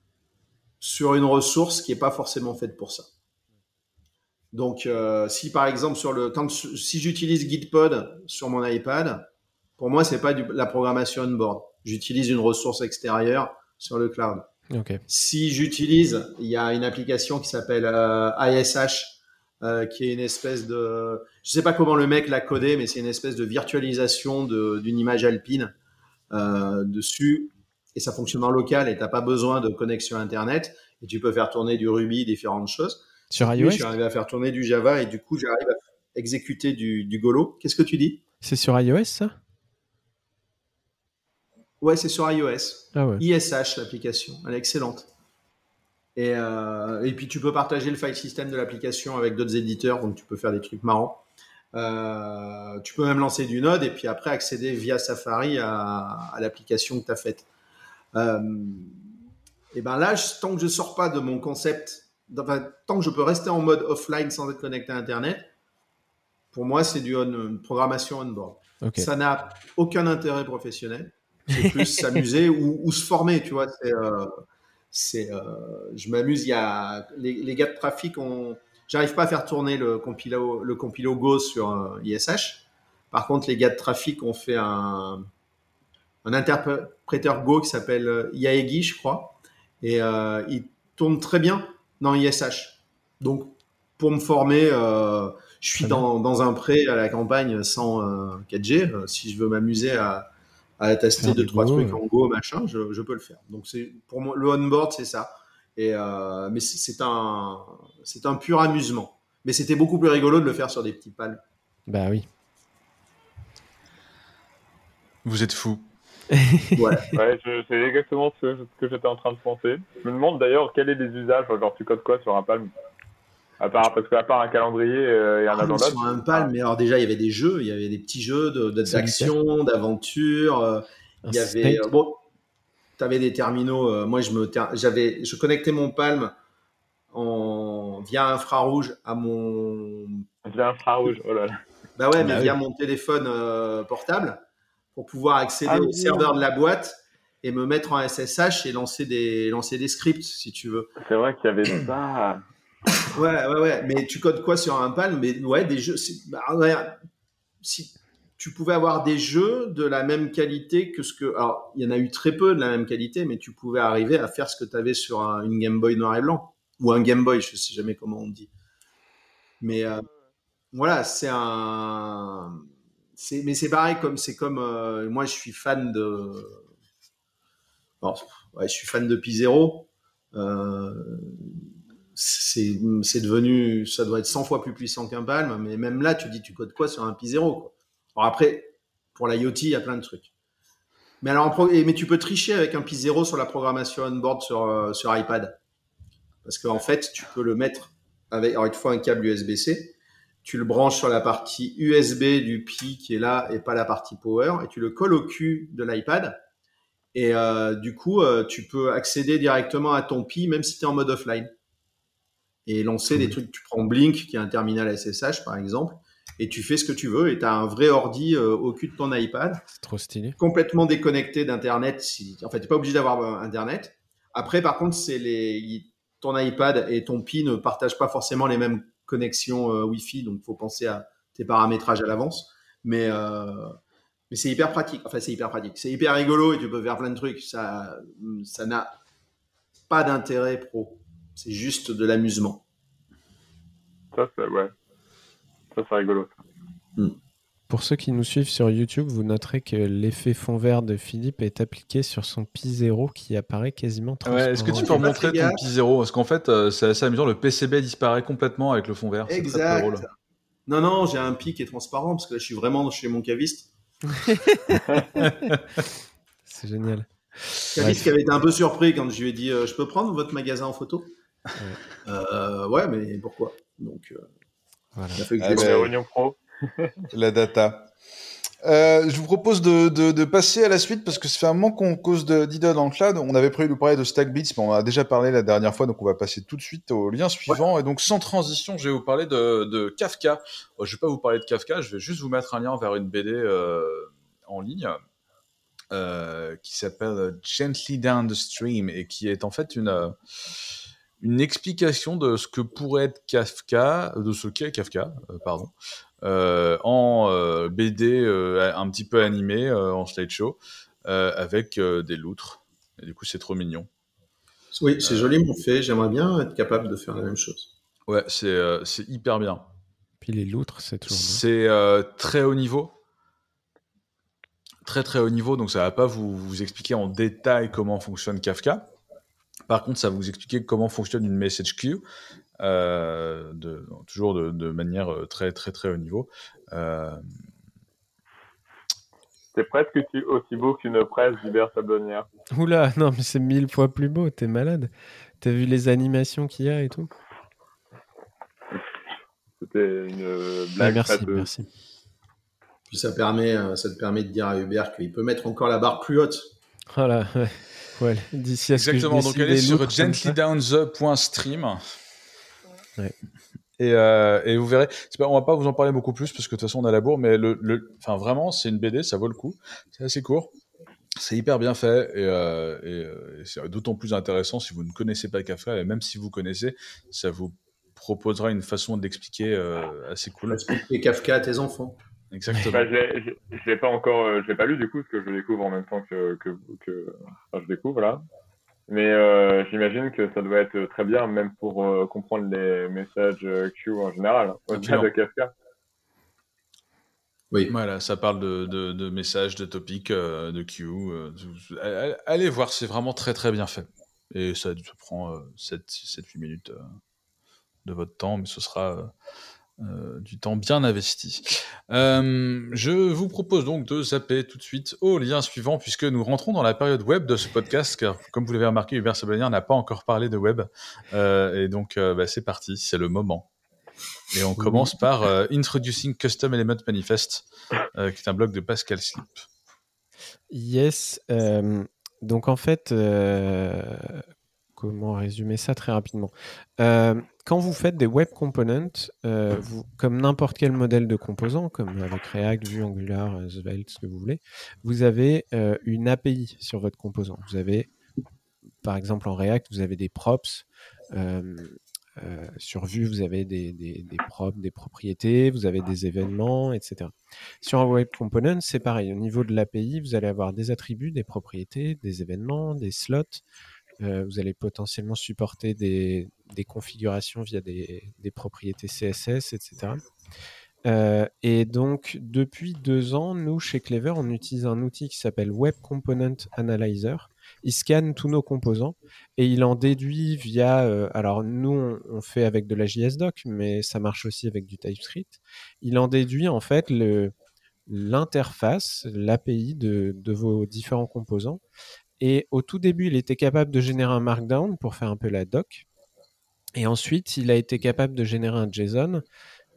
sur une ressource qui n'est pas forcément faite pour ça. Donc, euh, si par exemple, sur le, quand, si j'utilise Gitpod sur mon iPad, pour moi, ce n'est pas du, la programmation on-board. J'utilise une ressource extérieure sur le cloud. Okay. Si j'utilise, il y a une application qui s'appelle euh, I S H, euh, qui est une espèce de, je sais pas comment le mec l'a codé, mais c'est une espèce de virtualisation de, d'une image alpine euh, dessus, et ça fonctionne en local, et t'as pas besoin de connexion internet, et tu peux faire tourner du Ruby, différentes choses. Sur iOS, je suis arrivé à faire tourner du Java, et du coup j'arrive à exécuter du, du Golo. Qu'est-ce que tu dis? C'est sur iOS, ça? Ouais, c'est sur iOS. Ah ouais. I S H, l'application. Elle est excellente. Et, euh, et puis, tu peux partager le file system de l'application avec d'autres éditeurs, donc tu peux faire des trucs marrants. Euh, tu peux même lancer du Node et puis après accéder via Safari à, à l'application que tu as faite. Euh, et ben là, je, tant que je ne sors pas de mon concept, enfin, tant que je peux rester en mode offline sans être connecté à Internet, pour moi, c'est du on, une programmation on-board. Okay. Ça n'a aucun intérêt professionnel. C'est plus s'amuser ou, ou se former, tu vois. C'est, euh, c'est, euh, je m'amuse. Il y a les, les gars de trafic. On, j'arrive pas à faire tourner le compilo, le compilo Go sur euh, I S H. Par contre, les gars de trafic ont fait un, un interpréteur Go qui s'appelle Yaegi, je crois, et euh, il tourne très bien dans I S H. Donc, pour me former, euh, je suis dans, dans un pré à la campagne sans euh, quatre G. Euh, si je veux m'amuser à à tester deux, trois trucs en Go, machin, je, je peux le faire. Donc, c'est, pour moi, le on-board, c'est ça. Et, euh, mais c'est, c'est, un, c'est un pur amusement. Mais c'était beaucoup plus rigolo de le faire sur des petits pales. Bah oui. Vous êtes fous. Ouais, ouais je, c'est exactement ce, ce que j'étais en train de penser. Je me demande d'ailleurs quel est les usages, genre tu codes quoi sur un Palm? À part, parce qu'à part un calendrier euh, et un ah, agenda. Sur un Palm, ah. mais alors déjà, il y avait des jeux, il y avait des petits jeux de, de, d'action, d'aventure. Euh, il y avait. Euh, bon, tu avais des terminaux. Euh, moi, je, me ter- j'avais, je connectais mon Palm en, via infrarouge à mon. Via infrarouge, oh là là. Bah ouais, mais bah, via oui. mon téléphone euh, portable pour pouvoir accéder ah, au oui. serveur de la boîte et me mettre en S S H et lancer des, lancer des scripts, si tu veux. C'est vrai qu'il y avait ça. Ouais, ouais, ouais. Mais tu codes quoi sur un Palm? Mais ouais, des jeux. C'est... Bah, ouais, si tu pouvais avoir des jeux de la même qualité que ce que. Alors, il y en a eu très peu de la même qualité, mais tu pouvais arriver à faire ce que tu avais sur un, une Game Boy noir et blanc. Ou un Game Boy, je sais jamais comment on dit. Mais euh, voilà, c'est un. C'est... Mais c'est pareil, comme c'est comme. Euh, moi, je suis fan de. Bon, ouais, je suis fan de Pi zéro. Euh. C'est, c'est devenu, ça doit être cent fois plus puissant qu'un Palm, mais même là, tu dis, tu codes quoi sur un Pi zéro, quoi. Alors après, pour l'IoT, il y a plein de trucs. Mais alors, mais tu peux tricher avec un Pi zéro sur la programmation on-board sur, euh, sur iPad. Parce qu'en fait, tu peux le mettre avec, alors il te faut un câble U S B C, tu le branches sur la partie U S B du Pi qui est là et pas la partie power, et tu le colles au cul de l'iPad. Et euh, du coup, euh, tu peux accéder directement à ton Pi même si tu es en mode offline. Et lancer mmh. des trucs. Tu prends Blink, qui est un terminal S S H par exemple, et tu fais ce que tu veux. Et tu as un vrai ordi euh, au cul de ton iPad. C'est trop stylé. Complètement déconnecté d'Internet. Si... En fait, tu n'es pas obligé d'avoir euh, Internet. Après, par contre, c'est les... ton iPad et ton Pi ne partagent pas forcément les mêmes connexions euh, Wi-Fi. Donc, il faut penser à tes paramétrages à l'avance. Mais... Euh... Mais c'est hyper pratique. Enfin, c'est hyper pratique. C'est hyper rigolo et tu peux faire plein de trucs. Ça, ça n'a pas d'intérêt pro. C'est juste de l'amusement. Ça, c'est, ouais. Ça, c'est rigolo. Ça. Mm. Pour ceux qui nous suivent sur YouTube, vous noterez que l'effet fond vert de Philippe est appliqué sur son Pi zéro qui apparaît quasiment transparent. Ouais, est-ce que tu peux remontrer ton Pi zéro? Parce qu'en fait, euh, c'est assez amusant. Le P C B disparaît complètement avec le fond vert. Exact. C'est très, très drôle. Non, non, j'ai un Pi qui est transparent parce que là, je suis vraiment chez mon caviste. C'est génial. Caviste qui avait été un peu surpris quand je lui ai dit euh, je peux prendre votre magasin en photo. Ouais, euh, ouais mais pourquoi? Donc, euh, voilà. il a fallu que ah, je bah, réunion pro. La data. Euh, je vous propose de, de, de passer à la suite parce que ça fait un moment qu'on cause d'idole dans le cloud. On avait prévu de parler de StackBits, mais on en a déjà parlé la dernière fois, donc on va passer tout de suite au lien suivant. Ouais. Et donc, sans transition, je vais vous parler de, de Kafka. Je ne vais pas vous parler de Kafka, je vais juste vous mettre un lien vers une B D euh, en ligne euh, qui s'appelle Gently Down the Stream et qui est en fait une, euh, une explication de ce que pourrait être Kafka, de ce qu'est Kafka, euh, pardon. Euh, en euh, B D euh, un petit peu animé, euh, en slideshow, euh, avec euh, des loutres. Et du coup, c'est trop mignon. Oui, c'est euh, joliment fait. J'aimerais bien être capable de faire la même chose. Ouais, c'est euh, c'est hyper bien. Puis les loutres, c'est toujours bien. C'est euh, très haut niveau. Très, très haut niveau. Donc, ça va pas vous, vous expliquer en détail comment fonctionne Kafka. Par contre, ça va vous expliquer comment fonctionne une message queue. Euh, de, toujours de, de manière très très très haut niveau. Euh... C'est presque aussi beau qu'une presse d'Hubert Sablonnière. Oula, non mais c'est mille fois plus beau, t'es malade. T'as vu les animations qu'il y a et tout? C'était une blague. Ah, merci, merci. Puis ça permet, ça te permet de dire à Hubert qu'il peut mettre encore la barre plus haute. Voilà, ouais. Ouais, d'ici à ce Exactement, que je donc allez sur gently down the point stream. Ouais. Et, euh, et vous verrez, c'est pas, on va pas vous en parler beaucoup plus parce que de toute façon on a la bourre, mais le, le, enfin vraiment c'est une B D, ça vaut le coup. C'est assez court, c'est hyper bien fait et, euh, et, et c'est d'autant plus intéressant si vous ne connaissez pas Kafka et même si vous connaissez, ça vous proposera une façon d'expliquer euh, assez cool. Expliquer Kafka à tes enfants. Exactement. Bah, je l'ai pas encore, euh, je l'ai pas lu du coup parce que je le découvre en même temps que que, que enfin, je découvre là. Mais euh, j'imagine que ça doit être très bien, même pour euh, comprendre les messages euh, queue en général, au-delà de Kafka. Oui. Voilà, ça parle de, de, de messages, de topics, euh, de queue. Euh, allez voir, c'est vraiment très très bien fait. Et ça, ça prend euh, sept huit minutes euh, de votre temps, mais ce sera euh, euh, du temps bien investi. Euh, je vous propose donc de zapper tout de suite au lien suivant, puisque nous rentrons dans la période web de ce podcast, car comme vous l'avez remarqué, Hubert Sablonnière n'a pas encore parlé de web. Euh, et donc, euh, bah, c'est parti, c'est le moment. Et on commence par euh, Introducing Custom Element Manifest, euh, qui est un blog de Pascal Slip. Yes. Euh, donc, en fait... Euh... Comment résumer ça très rapidement? euh, Quand vous faites des web components, euh, vous, comme n'importe quel modèle de composant, comme avec React, Vue, Angular, Svelte, ce que vous voulez, vous avez euh, une A P I sur votre composant. Vous avez, par exemple, en React, vous avez des props. Euh, euh, sur Vue, vous avez des, des, des props, des propriétés, vous avez des événements, et cetera. Sur un web component, c'est pareil. Au niveau de l'A P I, vous allez avoir des attributs, des propriétés, des événements, des slots. Euh, vous allez potentiellement supporter des, des configurations via des, des propriétés C S S, et cetera. Euh, et donc, depuis deux ans, nous, chez Clever, on utilise un outil qui s'appelle Web Component Analyzer. Il scanne tous nos composants et il en déduit via... Euh, alors, nous, on, on fait avec de la J S Doc, mais ça marche aussi avec du TypeScript. Il en déduit, en fait, le, l'interface, l'A P I de, de vos différents composants. Et au tout début, il était capable de générer un Markdown pour faire un peu la doc. Et ensuite, il a été capable de générer un JSON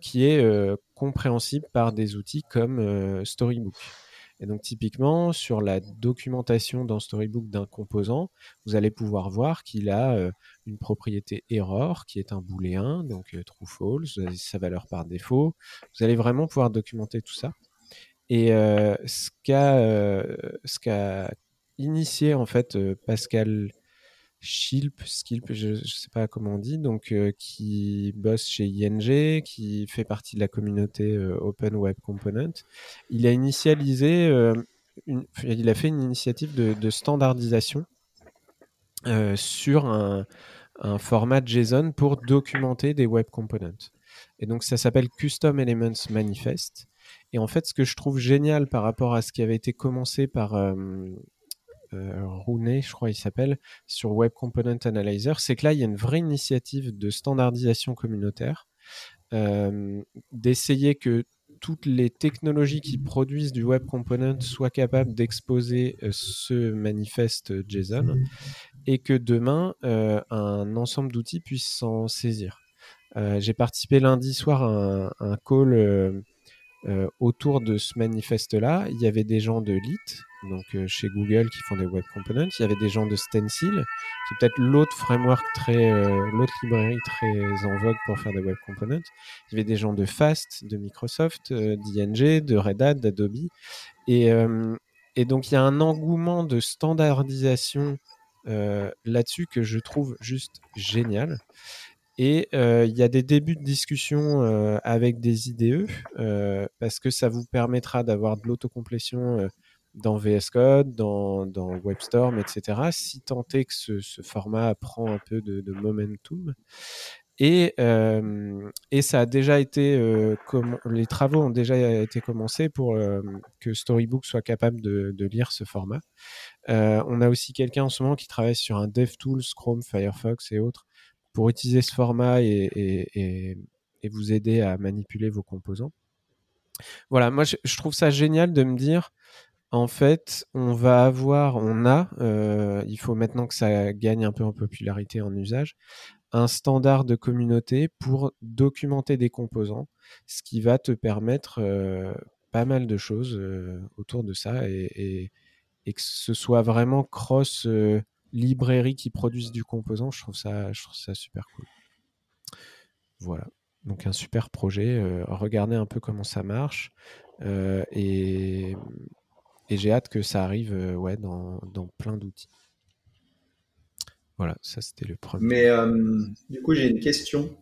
qui est euh, compréhensible par des outils comme euh, Storybook. Et donc typiquement, sur la documentation dans Storybook d'un composant, vous allez pouvoir voir qu'il a euh, une propriété error qui est un booléen, donc euh, true false, vous avez sa valeur par défaut. Vous allez vraiment pouvoir documenter tout ça. Et euh, ce qu'a euh, ce qu'a initié en fait euh, Pascal Schilp, Skilp, je ne sais pas comment on dit, donc euh, qui bosse chez I N G, qui fait partie de la communauté euh, Open Web Component. Il a initialisé, euh, une, il a fait une initiative de, de standardisation euh, sur un, un format JSON pour documenter des web components. Et donc ça s'appelle Custom Elements Manifest. Et en fait, ce que je trouve génial par rapport à ce qui avait été commencé par euh, Euh, Rooney, je crois il s'appelle, sur Web Component Analyzer, c'est que là, il y a une vraie initiative de standardisation communautaire, euh, d'essayer que toutes les technologies qui produisent du Web Component soient capables d'exposer euh, ce manifeste JSON et que demain, euh, un ensemble d'outils puisse s'en saisir. Euh, j'ai participé lundi soir à un, un call euh, Euh, autour de ce manifeste-là, il y avait des gens de Lit, donc euh, chez Google qui font des web components, il y avait des gens de Stencil, qui est peut-être l'autre framework très, euh, l'autre librairie très en vogue pour faire des web components. Il y avait des gens de Fast, de Microsoft, euh, d'I N G, de Red Hat, d'Adobe. Et, euh, et donc il y a un engouement de standardisation euh, là-dessus que je trouve juste génial. Et euh, il y a des débuts de discussion euh, avec des I D E euh, parce que ça vous permettra d'avoir de l'autocomplétion euh, dans V S Code, dans, dans WebStorm, et cetera. Si tant est que ce, ce format prend un peu de, de momentum. Et, euh, et ça a déjà été, euh, comm- les travaux ont déjà été commencés pour euh, que Storybook soit capable de, de lire ce format. Euh, on a aussi quelqu'un en ce moment qui travaille sur un DevTools, Chrome, Firefox et autres pour utiliser ce format et, et, et, et vous aider à manipuler vos composants. Voilà, moi je, je trouve ça génial de me dire, en fait, on va avoir, on a, euh, il faut maintenant que ça gagne un peu en popularité en usage, un standard de communauté pour documenter des composants, ce qui va te permettre euh, pas mal de choses euh, autour de ça et, et, et que ce soit vraiment cross euh, librairies qui produisent du composant, je trouve ça, je trouve ça super cool. Voilà, donc un super projet. Euh, regardez un peu comment ça marche euh, et, et j'ai hâte que ça arrive euh, ouais, dans, dans plein d'outils. Voilà, ça c'était le premier. Mais euh, du coup, j'ai une question.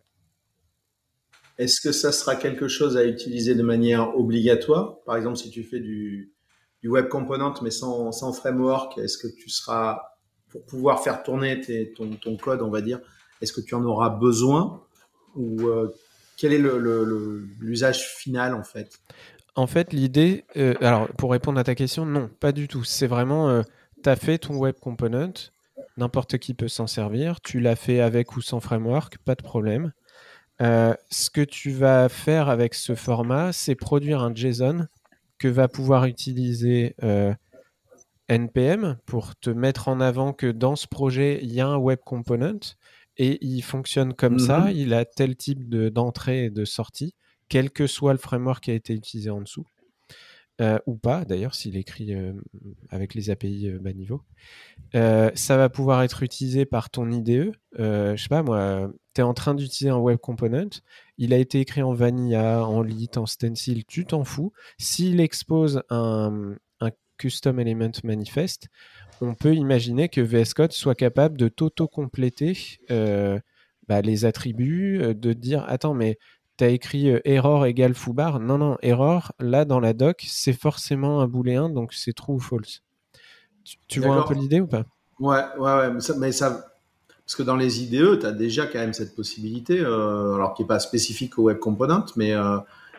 Est-ce que ça sera quelque chose à utiliser de manière obligatoire? Par exemple, si tu fais du, du web component mais sans, sans framework, est-ce que tu seras, pour pouvoir faire tourner tes, ton, ton code, on va dire, est-ce que tu en auras besoin? Ou euh, quel est le, le, le, l'usage final en fait? En fait, l'idée, euh, alors pour répondre à ta question, non, pas du tout. C'est vraiment, euh, tu as fait ton web component, n'importe qui peut s'en servir, tu l'as fait avec ou sans framework, pas de problème. Euh, ce que tu vas faire avec ce format, c'est produire un JSON que va pouvoir utiliser euh, N P M pour te mettre en avant que dans ce projet, il y a un web component et il fonctionne comme Mhm. ça, il a tel type de, d'entrée et de sortie, quel que soit le framework qui a été utilisé en dessous. Euh, ou pas d'ailleurs s'il écrit euh, avec les A P I euh, bas niveau. Euh, ça va pouvoir être utilisé par ton I D E. Euh, je sais pas moi, tu es en train d'utiliser un web component, il a été écrit en vanilla, en lit, en stencil, tu t'en fous. S'il expose un, un custom element manifest, on peut imaginer que V S Code soit capable de t'auto-compléter euh, bah, les attributs, de dire attends mais tu as écrit euh, error égale foobar. Non, non, error, là dans la doc, c'est forcément un booléen, donc c'est true ou false. Tu, tu vois un peu l'idée ou pas? Ouais, ouais, ouais. Mais ça, mais ça, parce que dans les I D E, tu as déjà quand même cette possibilité, euh, alors qui n'est pas spécifique au web component, mais euh,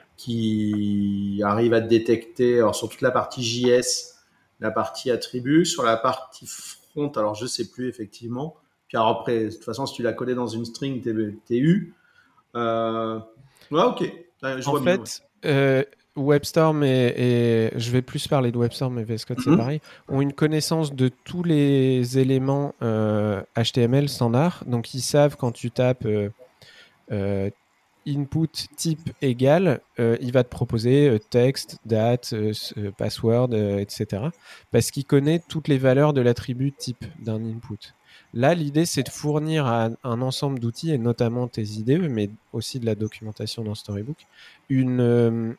qui arrive à détecter, alors sur toute la partie J S, la partie attribut, sur la partie front, alors je sais plus effectivement. Puis alors après, de toute façon, si tu l'as codé dans une string, t'es U. Euh, ouais, ok. Je en vois fait, mieux, ouais. euh, WebStorm et, et je vais plus parler de WebStorm et V S Code, c'est Mhm. pareil, ont une connaissance de tous les éléments euh, H T M L standard. Donc, ils savent quand tu tapes euh, euh, input type égal, euh, il va te proposer euh, texte, date, euh, euh, password, euh, et cetera. Parce qu'il connaît toutes les valeurs de l'attribut type d'un input. Là, l'idée, c'est de fournir à un ensemble d'outils, et notamment tes I D E, mais aussi de la documentation dans Storybook, une, euh,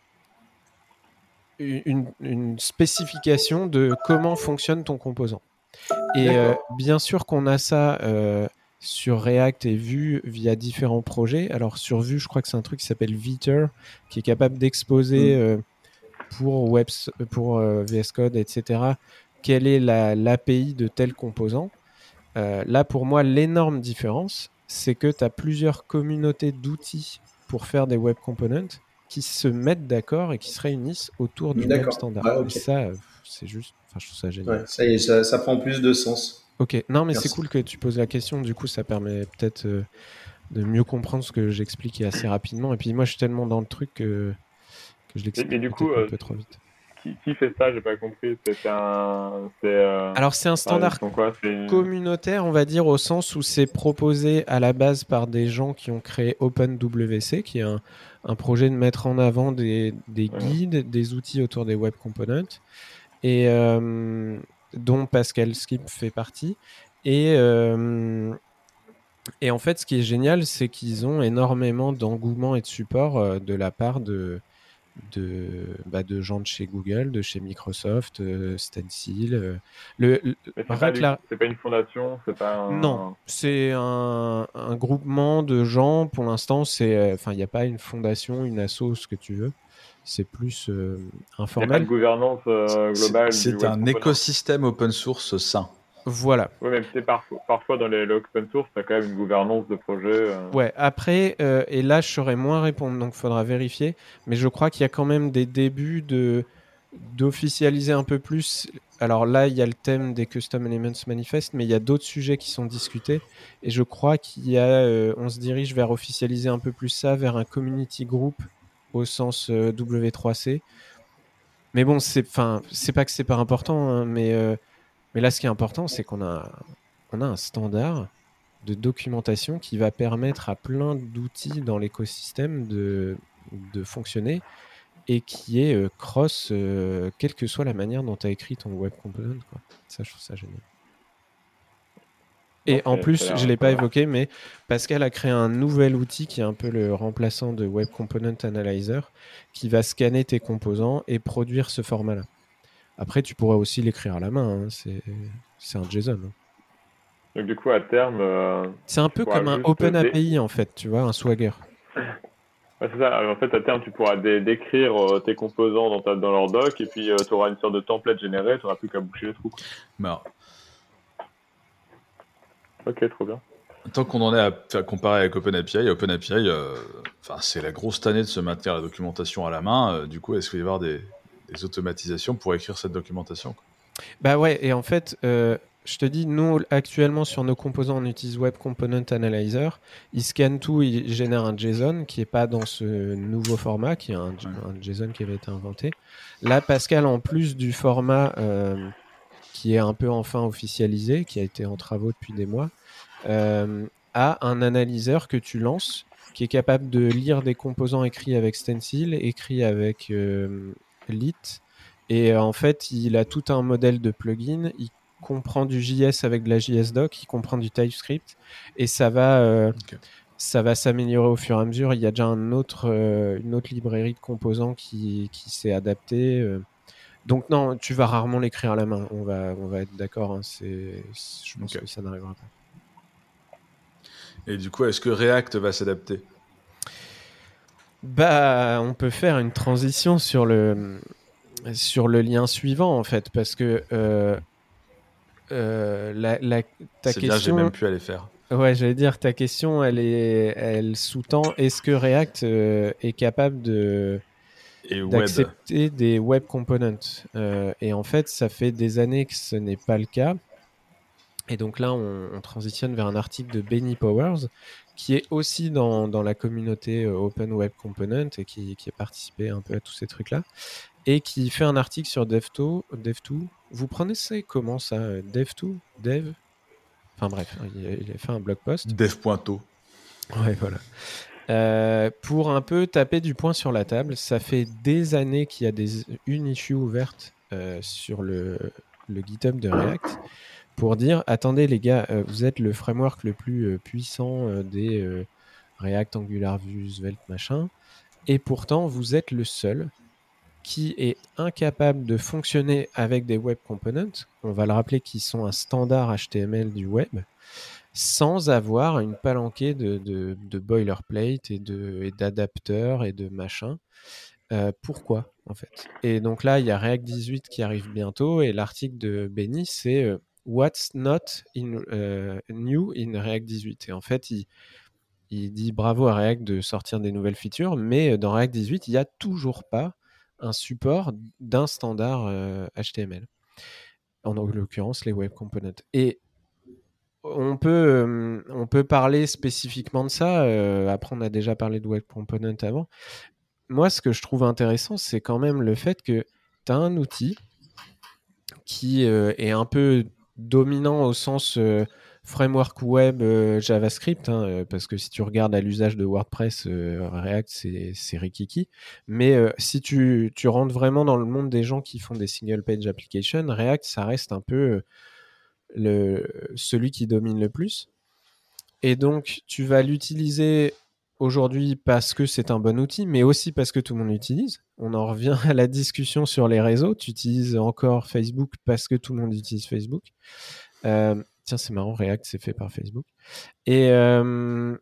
une, une spécification de comment fonctionne ton composant. Et euh, bien sûr qu'on a ça euh, sur React et Vue via différents projets. Alors sur Vue, je crois que c'est un truc qui s'appelle Viter, qui est capable d'exposer euh, pour, web, pour euh, V S Code, et cetera, quelle est la, l'A P I de tel composant. Euh, là, pour moi, l'énorme différence, c'est que tu as plusieurs communautés d'outils pour faire des web components qui se mettent d'accord et qui se réunissent autour du D'accord. même standard. Ah, okay. Et ça, c'est juste... Enfin, je trouve ça génial. Ouais, ça y est, ça, ça prend plus de sens. Ok, non mais Merci. c'est cool que tu poses la question, du coup ça permet peut-être euh, de mieux comprendre ce que j'explique assez rapidement, et puis moi je suis tellement dans le truc que, que je l'explique peut-être coup, un euh, peu trop vite. Qui, qui fait ça? J'ai pas compris. C'est un... C'est, euh... Alors c'est un standard enfin, quoi, c'est... communautaire, on va dire, au sens où c'est proposé à la base par des gens qui ont créé OpenWC, qui est un, un projet de mettre en avant des, des guides, ouais. des outils autour des web components, et... Euh, dont Pascal Skip fait partie. Et, euh, et en fait, ce qui est génial, c'est qu'ils ont énormément d'engouement et de support euh, de la part de, de, bah, de gens de chez Google, de chez Microsoft, euh, Stencil. Euh, le, le, Mais c'est pas, du, la... c'est pas une fondation, c'est pas un... Non, c'est un, un groupement de gens. Pour l'instant, c'est, enfin, il n'y a pas une fondation, une asso, ce que tu veux. C'est plus euh, informel. Il n'y a pas de gouvernance euh, globale. C'est, c'est un écosystème open source sain. Voilà. Oui, mais c'est parfois, parfois dans les, les open source, tu as quand même une gouvernance de projet. Euh... Ouais, après, euh, et là, je saurais moins répondre, donc il faudra vérifier. Mais je crois qu'il y a quand même des débuts de, d'officialiser un peu plus. Alors là, il y a le thème des Custom Elements Manifest, mais il y a d'autres sujets qui sont discutés. Et je crois qu'il y a, euh, on se dirige vers officialiser un peu plus ça, vers un community group au sens euh, W trois C. Mais bon, c'est, c'est pas que c'est pas important, hein, mais, euh, mais là, ce qui est important, c'est qu'on a, on a un standard de documentation qui va permettre à plein d'outils dans l'écosystème de, de fonctionner et qui est euh, cross, euh, quelle que soit la manière dont tu as écrit ton web component, quoi. Ça, je trouve ça génial. Et okay, en plus, je ne l'ai pas évoqué, mais Pascal a créé un nouvel outil qui est un peu le remplaçant de Web Component Analyzer, qui va scanner tes composants et produire ce format-là. Après, tu pourrais aussi l'écrire à la main, hein. c'est, c'est un JSON. Hein. Donc du coup, à terme... Euh, c'est un peu comme un Open A P I, en fait, tu vois, un Swagger. Ouais, c'est ça. En fait, à terme, tu pourras dé- décrire euh, tes composants dans, ta, dans leur doc, et puis euh, tu auras une sorte de template généré, tu n'auras plus qu'à boucher les trous. Bah. Ok, trop bien. Tant qu'on en est à, à comparer avec OpenAPI, OpenAPI, euh, c'est la grosse tannée de se maintenir la documentation à la main. Euh, du coup, est-ce qu'il va y avoir des, des automatisations pour écrire cette documentation, quoi? Bah ouais, et en fait... Euh... Je te dis, nous, actuellement, sur nos composants, on utilise Web Component Analyzer. Il scanne tout, il génère un JSON qui n'est pas dans ce nouveau format, qui est un, ouais. un JSON qui avait été inventé. Là, Pascal, en plus du format euh, qui est un peu enfin officialisé, qui a été en travaux depuis des mois, euh, a un analyseur que tu lances, qui est capable de lire des composants écrits avec Stencil, écrits avec euh, Lit. Et euh, en fait, il a tout un modèle de plugin. Il comprend du J S avec de la J S Doc, il comprend du TypeScript, et ça va, euh, okay. ça va s'améliorer au fur et à mesure. Il y a déjà un autre, euh, une autre librairie de composants qui, qui s'est adaptée. Euh. Donc non, tu vas rarement l'écrire à la main, on va, on va être d'accord, hein. c'est, je pense okay. que ça n'arrivera pas. Et du coup, est-ce que React va s'adapter ? Bah, on peut faire une transition sur le, sur le lien suivant, en fait, parce que euh, Euh, la, la, ta c'est question... bien, j'ai même pu aller faire. Ouais, j'allais dire, ta question, elle, est, elle sous-tend, est-ce que React euh, est capable de, et d'accepter web. des web components euh, Et en fait, ça fait des années que ce n'est pas le cas. Et donc là, on, on transitionne vers un article de Benny Powers, qui est aussi dans, dans la communauté Open Web Component et qui, qui a participé un peu à tous ces trucs-là. Et qui fait un article sur Dev deux. Dev deux. Vous prenez ça comment ça Dev deux Dev Enfin bref, il a, il a fait un blog post. Dev.to. Ouais, voilà. Euh, pour un peu taper du poing sur la table. Ça fait des années qu'il y a des, une issue ouverte euh, sur le, le GitHub de React pour dire, attendez les gars, euh, vous êtes le framework le plus euh, puissant euh, des euh, React, Angular, Vue, Svelte, machin, et pourtant vous êtes le seul qui est incapable de fonctionner avec des web components, on va le rappeler, qui sont un standard H T M L du web, sans avoir une palanquée de, de, de boilerplate et, de, et d'adapteurs et de machin. Euh, pourquoi, en fait? Et donc là, il y a React dix-huit qui arrive bientôt, et l'article de Benny, c'est euh, What's not in, euh, new in React dix-huit. Et en fait, il, il dit bravo à React de sortir des nouvelles features, mais dans React dix-huit, il n'y a toujours pas un support d'un standard euh, H T M L. En l'occurrence, les web components. Et on peut, euh, on peut parler spécifiquement de ça. Euh, après, on a déjà parlé de web component avant. Moi, ce que je trouve intéressant, c'est quand même le fait que tu as un outil qui euh, est un peu dominant au sens euh, framework web euh, JavaScript, hein, euh, parce que si tu regardes à l'usage de WordPress, euh, React, c'est, c'est rikiki. Mais euh, si tu, tu rentres vraiment dans le monde des gens qui font des single page applications, React, ça reste un peu euh, le, celui qui domine le plus. Et donc, tu vas l'utiliser aujourd'hui parce que c'est un bon outil, mais aussi parce que tout le monde l'utilise. On en revient à la discussion sur les réseaux. Tu utilises encore Facebook parce que tout le monde utilise Facebook. Euh, tiens, c'est marrant, React, c'est fait par Facebook. Et euh,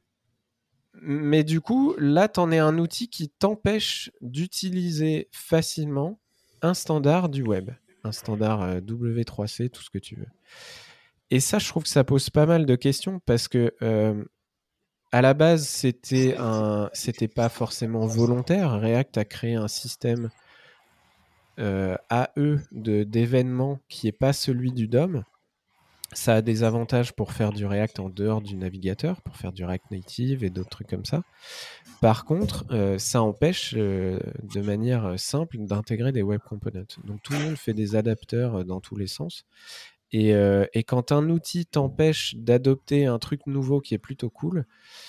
mais du coup, là, tu en es un outil qui t'empêche d'utiliser facilement un standard du web, un standard euh, W trois C, tout ce que tu veux. Et ça, je trouve que ça pose pas mal de questions parce que euh, à la base, c'était un, c'était pas forcément volontaire. React a créé un système euh, A E de, d'événements qui n'est pas celui du D O M. Ça a des avantages pour faire du React en dehors du navigateur, pour faire du React Native et d'autres trucs comme ça. Par contre, euh, ça empêche euh, de manière simple d'intégrer des web components. Donc tout le monde fait des adapteurs dans tous les sens. Et, euh, et quand un outil t'empêche d'adopter un truc nouveau qui est plutôt cool,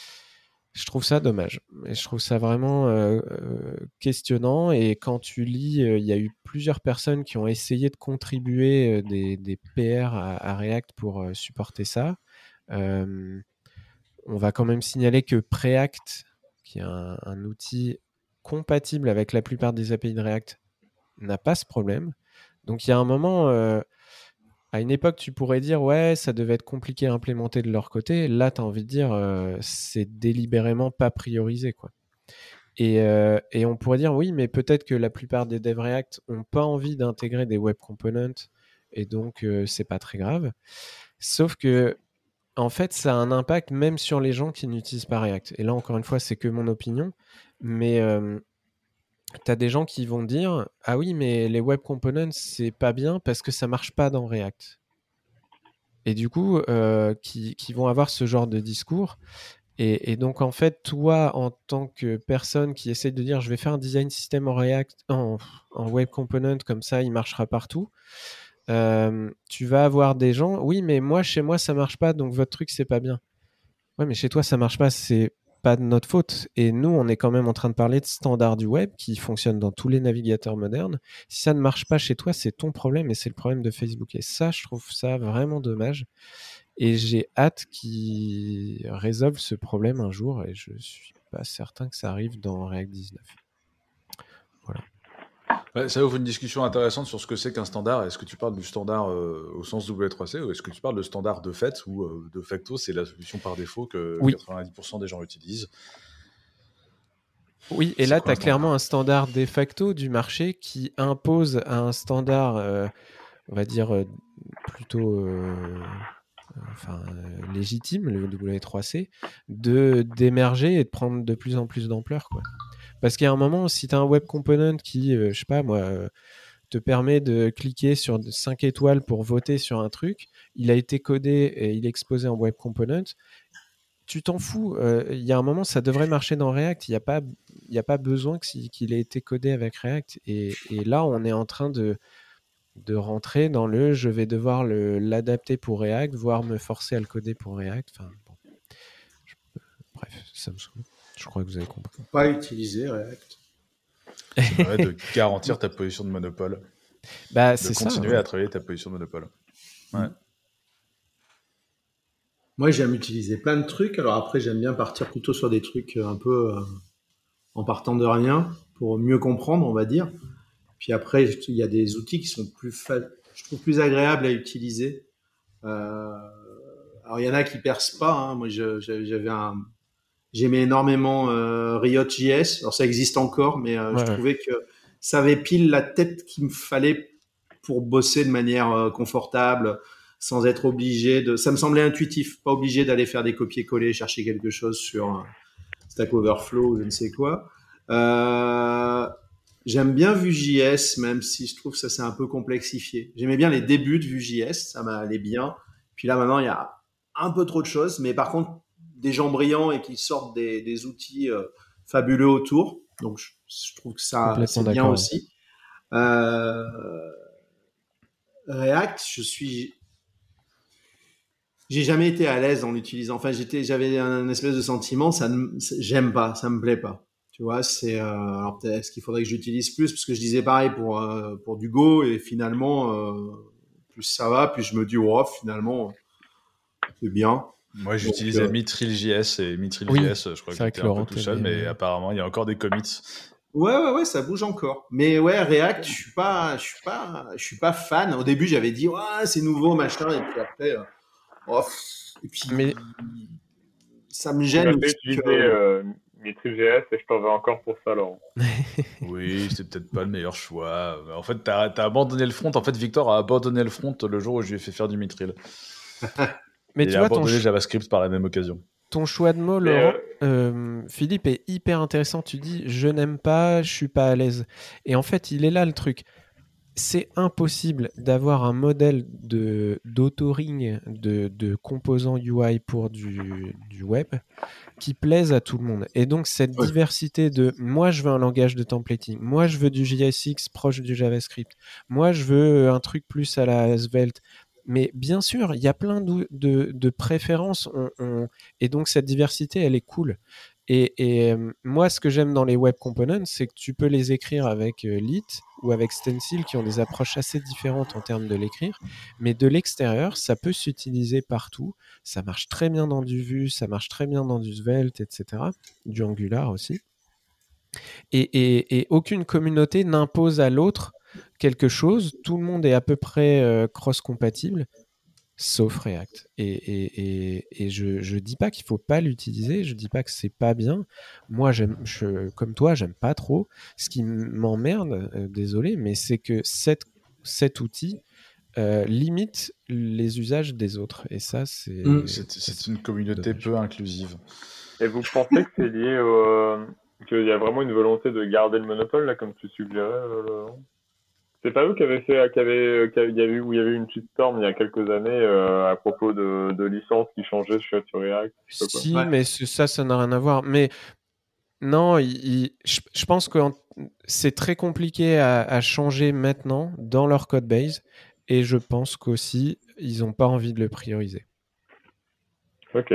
je trouve ça dommage. Et je trouve ça vraiment euh, euh, questionnant. Et quand tu lis, il euh, y a eu plusieurs personnes qui ont essayé de contribuer euh, des, des P R à, à React pour euh, supporter ça. Euh, on va quand même signaler que Preact, qui est un, un outil compatible avec la plupart des A P I de React, n'a pas ce problème. Donc il y a un moment... Euh, à une époque, tu pourrais dire, ouais, ça devait être compliqué à implémenter de leur côté. Là, tu as envie de dire, euh, c'est délibérément pas priorisé, quoi. Et, euh, et on pourrait dire, oui, mais peut-être que la plupart des devs React n'ont pas envie d'intégrer des web components, et donc euh, c'est pas très grave. Sauf que, en fait, ça a un impact même sur les gens qui n'utilisent pas React. Et là, encore une fois, c'est que mon opinion, mais... Euh, tu as des gens qui vont dire « Ah oui, mais les web components, c'est pas bien parce que ça marche pas dans React. » Et du coup, euh, qui, qui vont avoir ce genre de discours. Et, et donc, en fait, toi, en tant que personne qui essaie de dire « Je vais faire un design system en React, en, en web component, comme ça, il marchera partout. Euh, » tu vas avoir des gens « Oui, mais moi, chez moi, ça marche pas, donc votre truc, c'est pas bien. » Ouais, mais chez toi, ça marche pas, c'est pas de notre faute. Et nous, on est quand même en train de parler de standards du web qui fonctionnent dans tous les navigateurs modernes. Si ça ne marche pas chez toi, c'est ton problème et c'est le problème de Facebook. Et ça, je trouve ça vraiment dommage. Et j'ai hâte qu'ils résolvent ce problème un jour. Et je suis pas certain que ça arrive dans React dix-neuf. Voilà. Ouais, ça ouvre une discussion intéressante sur ce que c'est qu'un standard. Est-ce que tu parles du standard euh, au sens W trois C ou est-ce que tu parles de standard de fait ou euh, de facto c'est la solution par défaut que oui. quatre-vingt-dix pour cent des gens utilisent? Oui, et c'est là, tu as clairement un standard de facto du marché qui impose à un standard, euh, on va dire, euh, plutôt euh, enfin, euh, légitime, le W trois C, de, d'émerger et de prendre de plus en plus d'ampleur, quoi. Parce qu'il y a un moment, si tu as un web component qui, euh, je sais pas moi, euh, te permet de cliquer sur cinq étoiles pour voter sur un truc, il a été codé et il est exposé en web component, tu t'en fous. Il euh, y a un moment, ça devrait marcher dans React. Il n'y a pas, il n'y a pas besoin que, qu'il ait été codé avec React. Et, et là, on est en train de, de rentrer dans le je vais devoir le, l'adapter pour React, voire me forcer à le coder pour React. Enfin, bon. Je, bref, ça me saoule. Je crois que vous avez compris. Pas utiliser React. C'est vrai de garantir ta position de monopole. Bah, de c'est continuer ça, ouais. à travailler ta position de monopole. Ouais. Moi, j'aime utiliser plein de trucs. Alors après, j'aime bien partir plutôt sur des trucs un peu euh, en partant de rien pour mieux comprendre, on va dire. Puis après, il y a des outils qui sont plus, fa- je trouve, plus agréables à utiliser. Euh, alors il y en a qui percent pas. Hein. Moi, je, je- j'avais un, j'aimais énormément euh, Riot.js. Alors ça existe encore, mais euh, Ouais, je ouais. trouvais que ça avait pile la tête qu'il me fallait pour bosser de manière euh, confortable, sans être obligé de. Ça me semblait intuitif, pas obligé d'aller faire des copier-coller, chercher quelque chose sur euh, Stack Overflow ou je ne sais quoi. Euh, J'aime bien Vue.js, même si je trouve que ça s'est un peu complexifié. J'aimais bien les débuts de Vue.js, ça m'allait bien. Puis là, maintenant, il y a un peu trop de choses. Mais par contre, des gens brillants et qui sortent des, des outils euh, fabuleux autour. Donc, je, je trouve que ça, Complètement c'est bien d'accord. aussi. Euh, React, je suis, j'ai jamais été à l'aise en l'utilisant. Enfin, j'étais, j'avais un espèce de sentiment, ça, ne- j'aime pas, ça me plaît pas. Tu vois, c'est, euh, alors peut-être est-ce qu'il faudrait que j'utilise plus, parce que je disais pareil pour euh, pour du Go et finalement, euh, plus ça va, plus je me dis oh finalement c'est bien. Moi, Donc j'utilisais euh, Mithril.js et Mithril.js, Oui, je crois c'est que vrai j'étais que un peu Laurent tout seul, t'aimais- mais apparemment, il y a encore des commits. ouais ouais ouais, ça bouge encore. Mais ouais, React, je suis pas, je suis pas, je suis pas fan. Au début, j'avais dit ouais c'est nouveau machin, et puis après, euh, oh, pff, et Mais puis ça me Tu gêne m'as fait aussi que utiliser euh, Mithril.js et je t'en veux encore pour ça, Laurent. Oui, c'est peut-être pas le meilleur choix. En fait, t'as as abandonné le front. En fait, Victor a abandonné le front le jour où je lui ai fait faire du Mithril. mais Et il tu a vois, ton, abandonné ch- JavaScript par la même occasion. ton choix de mots, Mais Laurent, euh, euh, Philippe, est hyper intéressant. Tu dis je n'aime pas, je suis pas à l'aise. Et en fait, il est là le truc. C'est impossible d'avoir un modèle de d'autoring de, de composants U I pour du, du web qui plaise à tout le monde. Et donc cette ouais. diversité de moi je veux un langage de templating, moi je veux du J S X proche du JavaScript, moi je veux un truc plus à la Svelte. Mais bien sûr, il y a plein de, de, de préférences on, on... et donc cette diversité elle est cool. Et, et euh, moi, ce que j'aime dans les web components, c'est que tu peux les écrire avec euh, Lit ou avec Stencil, qui ont des approches assez différentes en termes de l'écrire. Mais de l'extérieur, ça peut s'utiliser partout. Ça marche très bien dans du Vue, ça marche très bien dans du Svelte, et cetera. Du Angular aussi. Et, et, et aucune communauté n'impose à l'autre quelque chose. Tout le monde est à peu près euh, cross-compatible. Sauf React. Et, et, et, et je ne dis pas qu'il ne faut pas l'utiliser, je ne dis pas que c'est pas bien. Moi, j'aime, je, comme toi, j'aime pas trop. Ce qui m'emmerde, euh, désolé, mais c'est que cet, cet outil euh, limite les usages des autres. Et ça, c'est, Mm. C'est ça, c'est une communauté dommage. peu inclusive. et vous pensez que c'est lié au... euh, qu'il y a vraiment une volonté de garder le monopole, là, comme tu suggérais, euh, Laurent? C'est pas eux qui avaient fait, qui avaient, qui avaient- il y avait eu, où il y avait eu une shitstorm il y a quelques années euh, à propos de, de licences qui changeaient sur sur React, je sais pas quoi. Si, Ouais. mais ce- ça, ça n'a rien à voir. Mais non, il- il- je, je pense que en- c'est très compliqué à, à changer maintenant dans leur code base. Et je pense qu'aussi, ils n'ont pas envie de le prioriser. Ok.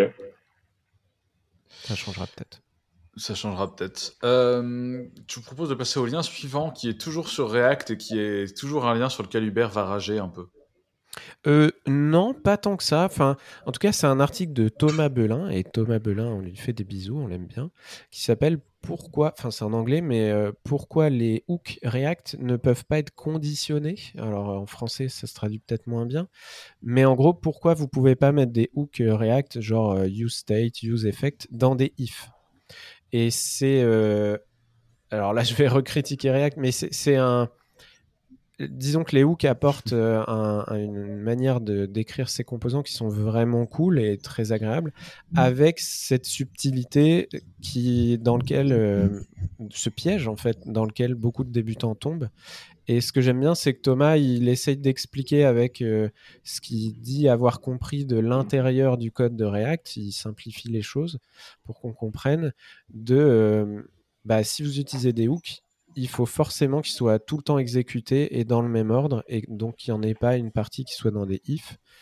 Ça changera peut-être. Ça changera peut-être. Euh, je vous propose de passer au lien suivant, qui est toujours sur React et qui est toujours un lien sur lequel Hubert va rager un peu. Euh, non, pas tant que ça. Enfin, en tout cas, c'est un article de Thomas Belin, et Thomas Belin, on lui fait des bisous, on l'aime bien, qui s'appelle Pourquoi, enfin c'est en anglais, mais euh, pourquoi les hooks React ne peuvent pas être conditionnés. Alors en français, ça se traduit peut-être moins bien, mais en gros, pourquoi vous pouvez pas mettre des hooks euh, React, genre euh, use state, use effect, dans des if. Et c'est... euh, alors là, je vais recritiquer React, mais c'est c'est un... Disons que les hooks apportent euh, un- un- une manière de d'écrire ces composants qui sont vraiment cool et très agréables, avec cette subtilité qui dans lequel euh, ce piège en fait dans lequel beaucoup de débutants tombent. Et ce que j'aime bien, c'est que Thomas il essaye d'expliquer avec euh, ce qu'il dit avoir compris de l'intérieur du code de React. Il simplifie les choses pour qu'on comprenne de euh, bah, si vous utilisez des hooks, il faut forcément qu'ils soient tout le temps exécutés et dans le même ordre, et donc qu'il n'y en ait pas une partie qui soit dans des if.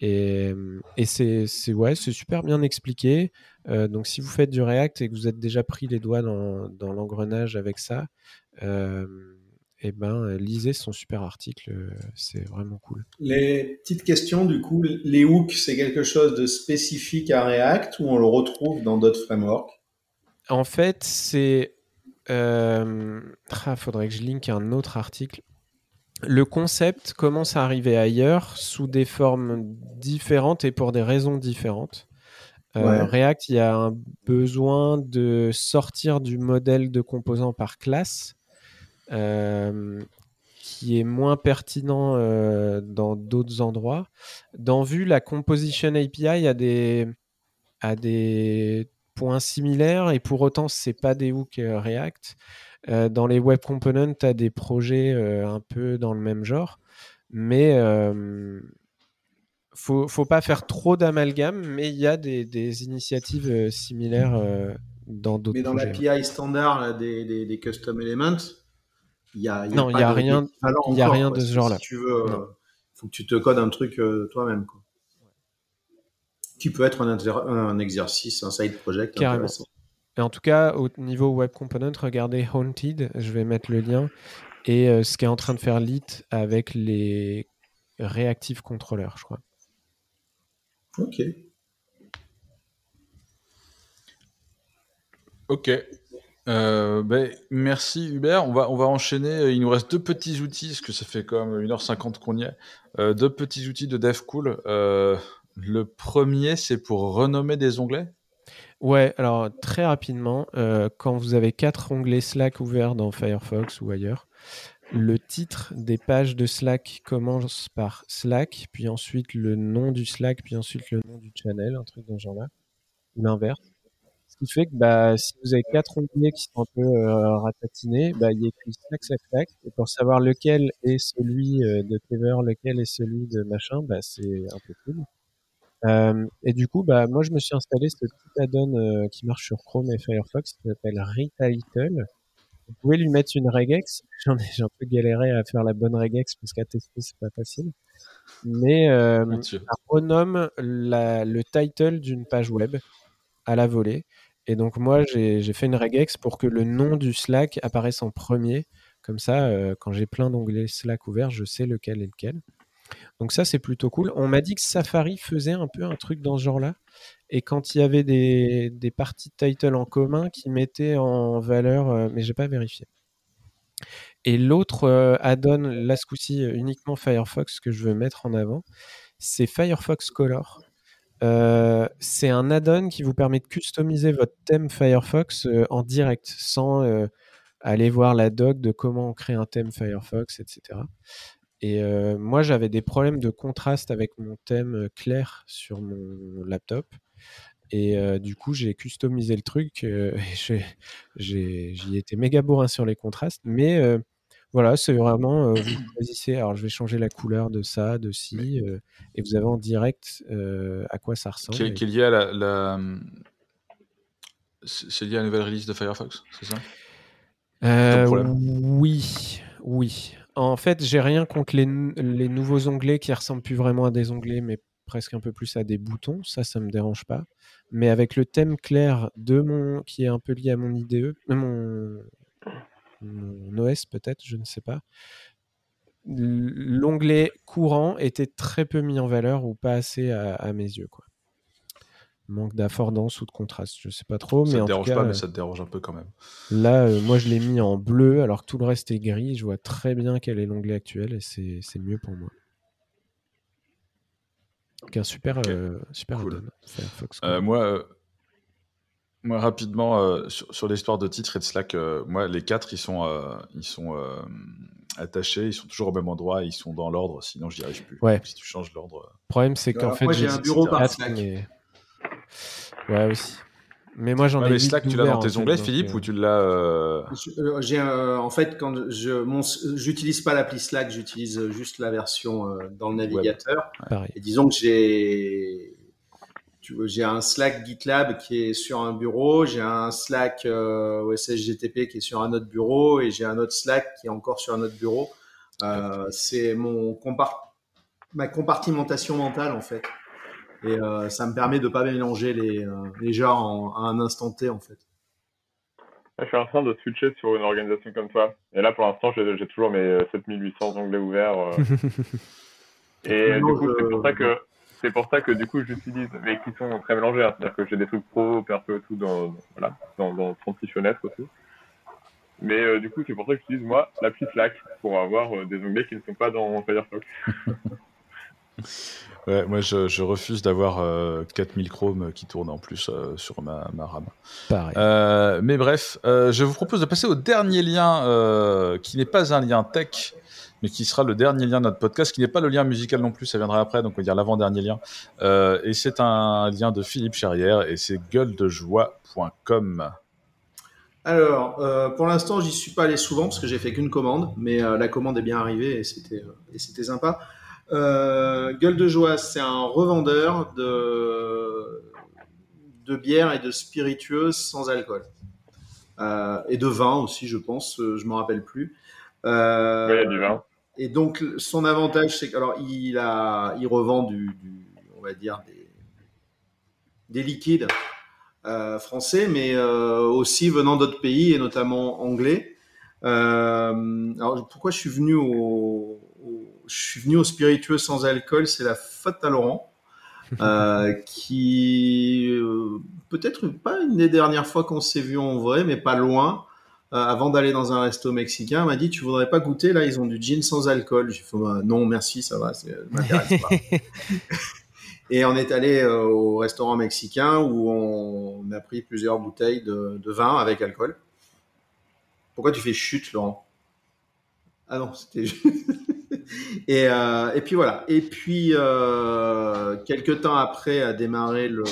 Et, et c'est, c'est, ouais, c'est super bien expliqué. Euh, donc, si vous faites du React et que vous êtes déjà pris les doigts dans, dans l'engrenage avec ça, euh, eh ben, lisez son super article. C'est vraiment cool. Les petites questions, du coup, les hooks, c'est quelque chose de spécifique à React ou on le retrouve dans d'autres frameworks? En fait, c'est... Euh... Ah, faudrait que je link un autre article. Le concept commence à arriver ailleurs sous des formes différentes et pour des raisons différentes. Euh, Ouais. React, il y a un besoin de sortir du modèle de composants par classe euh, qui est moins pertinent euh, dans d'autres endroits. Dans Vue, la Composition A P I a des, a des points similaires et pour autant, ce n'est pas des hooks euh, React. Euh, dans les web components, tu as des projets euh, un peu dans le même genre, mais euh, faut, faut pas faire trop d'amalgame, mais il y a des, des initiatives euh, similaires euh, dans d'autres Mais dans projets. l'A P I standard là, des, des, des custom elements, il n'y a, y a Non, il pas n'y a de, rien, d'équivalent y a encore. rien Quoi. de ce Si, genre-là. si tu veux, il Non. faut que tu te codes un truc euh, toi-même. Quoi. Qui peut être un, inter- un exercice, un side project Carrément. intéressant. Et en tout cas, au niveau web component, regardez Haunted, je vais mettre le lien, et euh, ce qui est en train de faire lit avec les reactive controllers, je crois. Ok. Ok. Euh, ben, merci Hubert. On va, on va enchaîner. Il nous reste deux petits outils, parce que ça fait quand même une heure cinquante qu'on y est. Euh, deux petits outils de dev cool. Euh, le premier, c'est pour renommer des onglets. Ouais, alors très rapidement, euh, quand vous avez quatre onglets Slack ouverts dans Firefox ou ailleurs, le titre des pages de Slack commence par Slack, puis ensuite le nom du Slack, puis ensuite le nom du channel, un truc dans ce genre-là, ou l'inverse. Ce qui fait que bah, si vous avez quatre onglets qui sont un peu euh, ratatinés, bah, il y a écrit Slack, Slack, Slack, et pour savoir lequel est celui euh, de Clever, lequel est celui de machin, bah, c'est un peu cool. Euh, et du coup, bah, moi, je me suis installé ce petit add-on euh, qui marche sur Chrome et Firefox qui s'appelle Retitle. Vous pouvez lui mettre une regex. J'en ai, j'ai un peu galéré à faire la bonne regex parce qu'à tester, c'est pas facile. Mais euh, ça renomme la, le title d'une page web à la volée. Et donc, moi, j'ai, j'ai fait une regex pour que le nom du Slack apparaisse en premier. Comme ça, euh, quand j'ai plein d'onglets Slack ouverts, je sais lequel est lequel. Donc ça, c'est plutôt cool. On m'a dit que Safari faisait un peu un truc dans ce genre-là. Et quand il y avait des, des parties de title en commun qui mettaient en valeur, euh, mais j'ai pas vérifié. Et l'autre euh, add-on, là ce coup-ci, uniquement Firefox que je veux mettre en avant, c'est Firefox Color. Euh, c'est un add-on qui vous permet de customiser votre thème Firefox euh, en direct, sans euh, aller voir la doc de comment on crée un thème Firefox, et cetera. Et euh, moi, j'avais des problèmes de contraste avec mon thème clair sur mon laptop. Et euh, du coup, j'ai customisé le truc. Euh, et j'ai, j'ai, j'y étais méga bourrin sur les contrastes. Mais euh, voilà, c'est vraiment, euh, vous choisissez. Alors, je vais changer la couleur de ça, de ci. Euh, et vous avez en direct euh, à quoi ça ressemble. Qui est, qui est lié à la, la... C'est lié à la nouvelle release de Firefox, c'est ça? euh, Oui, oui. En fait, j'ai rien contre les, les nouveaux onglets qui ressemblent plus vraiment à des onglets, mais presque un peu plus à des boutons. Ça, ça me dérange pas. Mais avec le thème clair de mon, qui est un peu lié à mon I D E, mon, mon O S peut-être, je ne sais pas. L'onglet courant était très peu mis en valeur ou pas assez à, à mes yeux, quoi. Manque d'affordance ou de contraste, je sais pas trop. Ça mais te en dérange tout cas, pas, mais ça te dérange un peu quand même. Là, euh, moi, je l'ai mis en bleu, alors que tout le reste est gris. Je vois très bien quel est l'onglet actuel et c'est, c'est mieux pour moi. Donc, un super, okay. euh, super cool. add-on, Firefox. Euh, moi, euh, moi, rapidement, euh, sur, sur l'histoire de titre et de Slack, euh, moi, les quatre, ils sont, euh, ils sont euh, attachés, ils sont toujours au même endroit, ils sont dans l'ordre, sinon j'y arrive plus. Ouais. Donc, si tu changes l'ordre... Le problème, c'est qu'en alors, fait, moi, j'ai, j'ai un bureau par quatre, Slack. Mais... Ouais, aussi. Mais moi, j'en ouais, ai mais huit Slack, tu l'as dans tes onglets, fait, Philippe, donc, euh... ou tu l'as... Euh... J'ai, euh, en fait, quand je mon, j'utilise pas l'appli Slack, j'utilise juste la version euh, dans le navigateur. Ouais. Et disons que j'ai, tu vois, j'ai un Slack GitLab qui est sur un bureau, j'ai un Slack euh, O S S G T P qui est sur un autre bureau, et j'ai un autre Slack qui est encore sur un autre bureau. Euh, c'est mon compartiment. ma compartimentation mentale en fait. Et euh, ça me permet de pas mélanger les, euh, les genres en, à un instant T en fait. Je suis en train de switcher sur une organisation comme ça. Et là, pour l'instant, j'ai, j'ai toujours mes sept mille huit cents onglets ouverts. Euh... Et Maintenant, du coup, je... c'est pour ça que c'est pour ça que du coup, j'utilise, mais qui sont très mélangés. Hein. C'est-à-dire que j'ai des trucs pro, perso et tout dans voilà, dans, dans trente-six fenêtres aussi. Mais euh, du coup, c'est pour ça que j'utilise moi l'appli Slack pour avoir euh, des onglets qui ne sont pas dans Firefox. Ouais, moi je, je refuse d'avoir euh, quatre mille Chrome qui tournent en plus euh, sur ma, ma RAM. Pareil. Euh, mais bref, euh, je vous propose de passer au dernier lien euh, qui n'est pas un lien tech, mais qui sera le dernier lien de notre podcast, qui n'est pas le lien musical non plus, ça viendra après, donc on va dire l'avant-dernier lien. Euh, et c'est un lien de Philippe Charrière et c'est gueule de joie point com. Alors, euh, pour l'instant, j'y suis pas allé souvent parce que j'ai fait qu'une commande, mais euh, la commande est bien arrivée et c'était euh, et c'était sympa. Euh, Gueule de joie, c'est un revendeur de de bière et de spiritueux sans alcool euh, et de vin aussi, je pense. euh, Je m'en rappelle plus. Euh, Oui, il y a du vin. Et donc, son avantage, c'est qu'alors il a, il revend du, du on va dire des des liquides euh, français, mais euh, aussi venant d'autres pays et notamment anglais. Euh, alors pourquoi je suis venu au, au je suis venu au spiritueux sans alcool, c'est la faute à Laurent, euh, qui euh, peut-être pas une des dernières fois qu'on s'est vu en vrai, mais pas loin. Euh, avant d'aller dans un resto mexicain, m'a dit tu voudrais pas goûter là, ils ont du gin sans alcool. J'ai fait bah, non merci, ça va, ça m'intéresse pas. Et on est allé euh, au restaurant mexicain où on a pris plusieurs bouteilles de, de vin avec alcool. Pourquoi tu fais chute, Laurent? Ah non, c'était juste... et, euh, et puis voilà. Et puis, euh, quelques temps après a démarré le,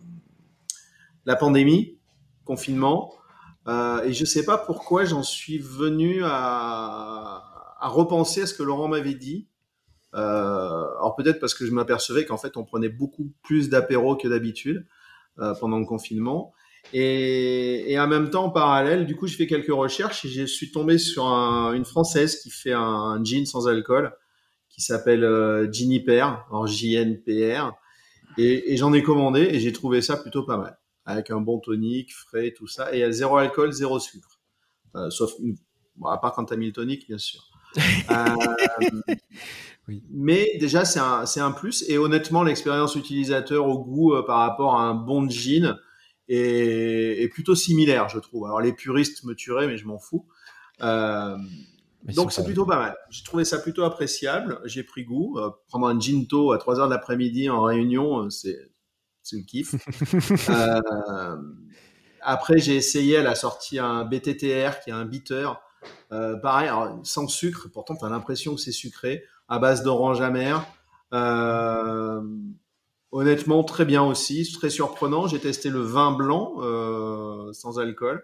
la pandémie, confinement. Euh, et je sais pas pourquoi j'en suis venu à, à repenser à ce que Laurent m'avait dit. Euh, alors peut-être parce que je m'apercevais qu'en fait on prenait beaucoup plus d'apéros que d'habitude euh, pendant le confinement. Et, et en même temps, en parallèle, du coup, j'ai fait quelques recherches et je suis tombé sur un, une Française qui fait un, un gin sans alcool qui s'appelle euh, Juniper, alors J N P R. Et, et j'en ai commandé et j'ai trouvé ça plutôt pas mal, avec un bon tonique, frais, tout ça. Et à zéro alcool, zéro sucre. Euh, sauf, bon, à part quand t'as mis le tonique, bien sûr. Euh, oui. Mais déjà, c'est un, c'est un plus. Et honnêtement, l'expérience utilisateur au goût euh, par rapport à un bon gin est, est plutôt similaire, je trouve. Alors, les puristes me tueraient, mais je m'en fous. Euh, donc, c'est plutôt pas mal. J'ai trouvé ça plutôt appréciable. J'ai pris goût. Euh, prendre un ginto à trois heures de l'après-midi en réunion, euh, c'est, c'est le kiff. euh, après, j'ai essayé, elle a sorti un B T T R qui est un bitter. Euh, pareil, alors, sans sucre, pourtant tu as l'impression que c'est sucré, à base d'orange amère. Euh, honnêtement, très bien aussi, très surprenant. J'ai testé le vin blanc euh, sans alcool,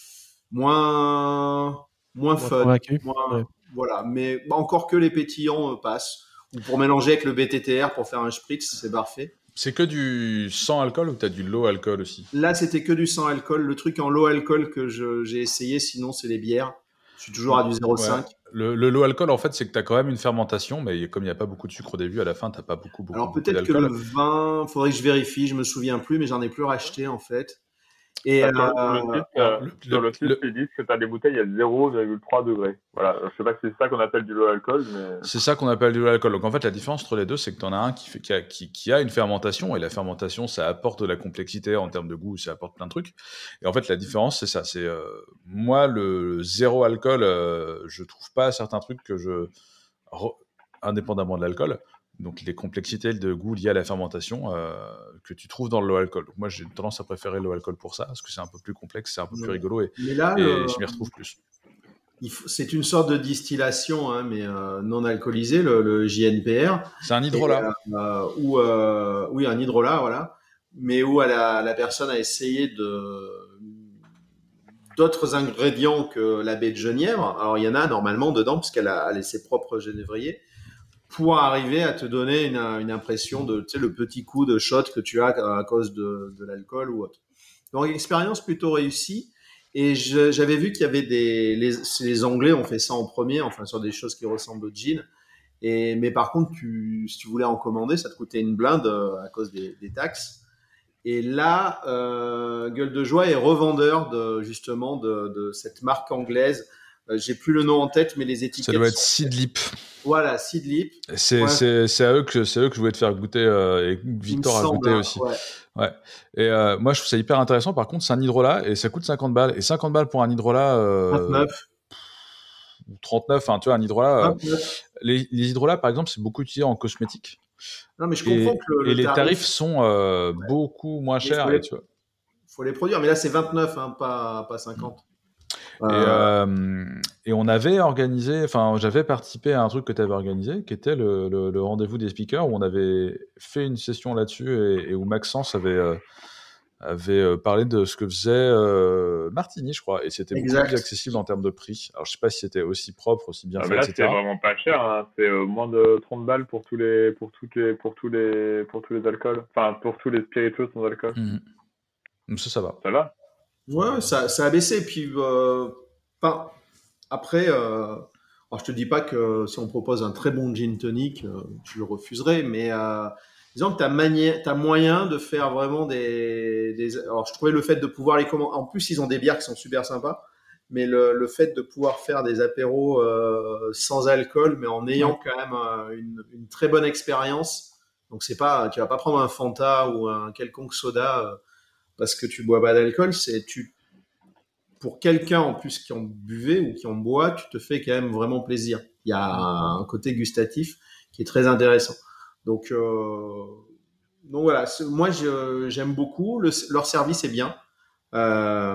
moins moins, moins fun, moins, ouais. Voilà. Mais encore que les pétillants euh, passent. Ou pour mélanger avec le B T T R pour faire un spritz, c'est parfait. C'est que du sans alcool ou t'as du low alcool aussi? Là, c'était que du sans alcool. Le truc en low alcool que je, j'ai essayé, sinon c'est les bières. Je suis toujours à du zéro virgule cinq. Ouais. Le, le low alcool, en fait, c'est que tu as quand même une fermentation, mais comme il n'y a pas beaucoup de sucre au début, à la fin, tu n'as pas beaucoup, beaucoup, Alors beaucoup peut-être que le vin, il faudrait que je vérifie, je me souviens plus, mais j'en ai plus racheté en fait. Et ah, sur, euh, le site, euh, le, sur le, le site, ils disent que tu as des bouteilles à zéro virgule trois degrés. Voilà, je sais pas si c'est ça qu'on appelle du low alcool, mais... C'est ça qu'on appelle du low alcool. Donc en fait, la différence entre les deux, c'est que tu en as un qui, fait, qui, a, qui, qui a une fermentation, et la fermentation, ça apporte de la complexité en termes de goût, ça apporte plein de trucs. Et en fait, la différence, c'est ça. C'est euh, moi, le zéro alcool, euh, je trouve pas certains trucs que je... indépendamment de l'alcool, donc les complexités de goût liées à la fermentation euh, que tu trouves dans le low alcool. Donc moi, j'ai tendance à préférer le low alcool pour ça, parce que c'est un peu plus complexe, c'est un peu ouais. plus rigolo, et, mais là, et le... je m'y retrouve plus. Il faut... C'est une sorte de distillation, hein, mais euh, non alcoolisée, le, le J N P R. C'est un hydrolat. Et, euh, où, euh, oui, un hydrolat, voilà. Mais où la, la personne a essayé de... d'autres ingrédients que la baie de Genièvre. Alors, il y en a normalement dedans, puisqu'elle a, elle a ses propres genévriers, pour arriver à te donner une, une impression de, tu sais, le petit coup de shot que tu as à cause de, de l'alcool ou autre. Donc, expérience plutôt réussie. Et je, j'avais vu qu'il y avait des, les, les Anglais ont fait ça en premier, enfin, sur des choses qui ressemblent au gin. Et, mais par contre, tu, si tu voulais en commander, ça te coûtait une blinde euh, à cause des, des taxes. Et là, euh, Gueule de Joie est revendeur de, justement de, de cette marque anglaise. Euh, j'ai plus le nom en tête, mais les étiquettes. Ça doit être sont... Seedlip. Voilà, Seedlip. C'est, ouais. c'est, c'est, à eux que, c'est à eux que je voulais te faire goûter, euh, et Victor a goûté aussi. Ouais. Ouais. Et euh, moi, je trouve ça hyper intéressant. Par contre, c'est un hydrolat et ça coûte cinquante balles. Et cinquante balles pour un hydrolat. Euh, vingt-neuf. Ou trente-neuf, hein, tu vois, un hydrolat. Euh, les, les hydrolats, par exemple, c'est beaucoup utilisé en cosmétique. Non, mais je et, comprends que le, et le les tarif... tarifs sont euh, ouais. beaucoup moins chers. Il et, tu vois. faut les produire, mais là, c'est vingt-neuf, hein, pas, pas cinquante. Et, euh, et on avait organisé, enfin, j'avais participé à un truc que tu avais organisé, qui était le, le, le rendez-vous des speakers, où on avait fait une session là-dessus et, et où Maxence avait, euh, avait parlé de ce que faisait euh, Martini, je crois, et c'était exact. Beaucoup plus accessible en termes de prix. Alors, je sais pas si c'était aussi propre, aussi bien ah, fait, là, et cetera. C'est vraiment pas cher, hein. C'est euh, moins de trente balles pour tous les, pour toutes les, pour tous les, pour tous les alcools, enfin, pour tous les spiritueux sans alcool. Mmh. Donc ça, ça va. Ça va. Ouais, ça, ça a baissé. Puis, euh, pas... après, euh... alors je te dis pas que si on propose un très bon gin tonic, euh, tu le refuserais, mais euh, disons que tu as mani... moyen de faire vraiment des, des. Alors, je trouvais le fait de pouvoir les commander. En plus, ils ont des bières qui sont super sympas, mais le, le fait de pouvoir faire des apéros euh, sans alcool, mais en ayant ouais. quand même euh, une, une très bonne expérience. Donc, c'est pas, tu vas pas prendre un Fanta ou un quelconque soda. Euh, parce que tu bois pas d'alcool, c'est tu pour quelqu'un en plus qui en buvait ou qui en boit, tu te fais quand même vraiment plaisir. Il y a un côté gustatif qui est très intéressant. Donc, euh, donc voilà, moi je, j'aime beaucoup. Le, leur service est bien. Euh,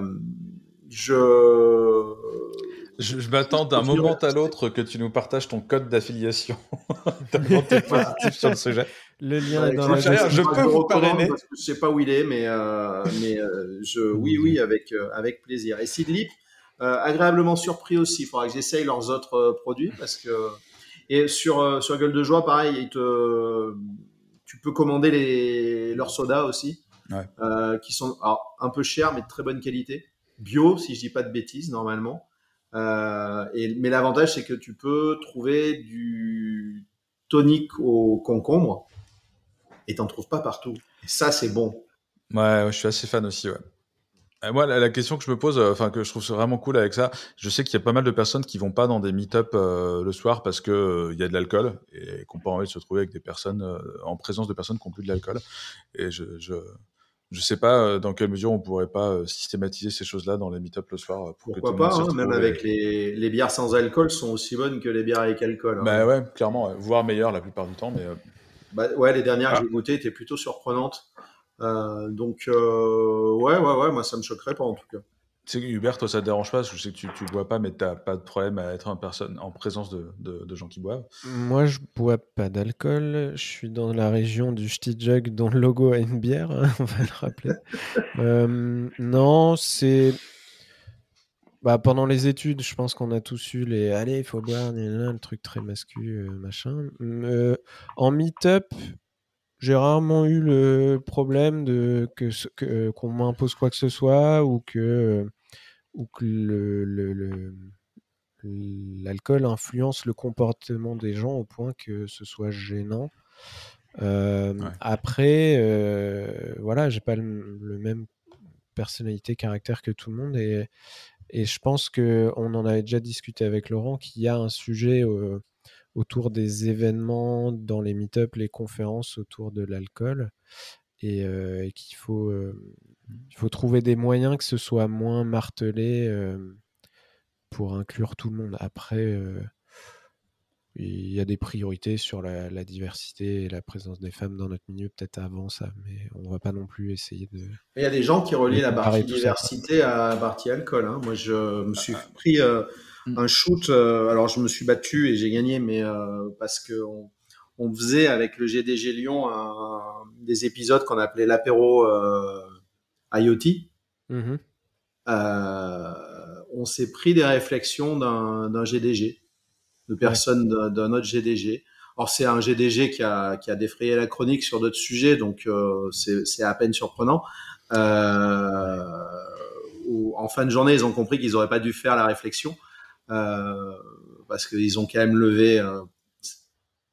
je... je je m'attends d'un moment à l'autre que tu nous partages ton code d'affiliation. Tellement t'es positif sur le sujet. Le lien bah, est dans la je, je peux vous parrainer parce que je sais pas où il est, mais euh, mais euh, je oui oui avec euh, avec plaisir. Et Seedlip, euh, agréablement surpris aussi. Il faudra que j'essaye leurs autres euh, produits parce que et sur euh, sur Gueule de Joie pareil, ils te tu peux commander les leurs sodas aussi, ouais. euh, qui sont alors, un peu chers mais de très bonne qualité, bio si je dis pas de bêtises normalement. Euh, et mais l'avantage c'est que tu peux trouver du tonique au concombre. Et t'en trouves pas partout. Et ça, c'est bon. Ouais, ouais, je suis assez fan aussi, ouais. Et moi, la, la question que je me pose, enfin, euh, que je trouve vraiment cool avec ça, je sais qu'il y a pas mal de personnes qui vont pas dans des meet-up euh, le soir parce que euh, il y a de l'alcool et qu'on n'a pas envie de se trouver avec des personnes, euh, en présence de personnes qui ont plus de l'alcool. Et je, je, je sais pas euh, dans quelle mesure on pourrait pas euh, systématiser ces choses-là dans les meet-up le soir. Pour Pourquoi que tout pas, le monde hein, même et... avec les, les bières sans alcool sont aussi bonnes que les bières avec alcool. Hein. Bah ouais, clairement, ouais. Voire meilleures la plupart du temps, mais... Euh... Bah, ouais, les dernières ah. que j'ai goûtées étaient plutôt surprenantes. Euh, donc, euh, ouais, ouais, ouais, moi ça me choquerait pas en tout cas. Tu sais, Hubert, toi ça te dérange pas, je sais que tu, tu bois pas, mais t'as pas de problème à être en, personne, en présence de, de, de gens qui boivent. Moi je bois pas d'alcool, je suis dans la région du Ch'ti Jug dont le logo a une bière, hein, on va le rappeler. euh, non, c'est... Bah, pendant les études, je pense qu'on a tous eu les « allez, il faut boire », le truc très mascu, euh, machin. Euh, en meet-up, j'ai rarement eu le problème de que, que qu'on m'impose quoi que ce soit ou que ou que le, le, le l'alcool influence le comportement des gens au point que ce soit gênant. Euh, ouais. Après, euh, voilà, j'ai pas le, le même personnalité, caractère que tout le monde et et je pense que on en avait déjà discuté avec Laurent qu'il y a un sujet euh, autour des événements dans les meet-up, les conférences autour de l'alcool et, euh, et qu'il faut, euh, il faut trouver des moyens que ce soit moins martelé euh, pour inclure tout le monde. Après, euh, il y a des priorités sur la, la diversité et la présence des femmes dans notre milieu, peut-être avant ça, mais on ne va pas non plus essayer de... Il y a des gens qui relient la partie diversité ça, à la partie alcool. Hein. Moi, je me suis pris euh, un shoot, euh, alors je me suis battu et j'ai gagné, mais euh, parce qu'on on faisait avec le G D G Lyon un, des épisodes qu'on appelait l'apéro euh, I O T. Mm-hmm. Euh, on s'est pris des réflexions d'un, d'un G D G, de personnes ouais. d'un, d'un autre G D G. Or, c'est un G D G qui a, qui a défrayé la chronique sur d'autres sujets, donc euh, c'est, c'est à peine surprenant. Euh, où, en fin de journée, ils ont compris qu'ils n'auraient pas dû faire la réflexion, euh, parce qu'ils ont quand même levé... Euh,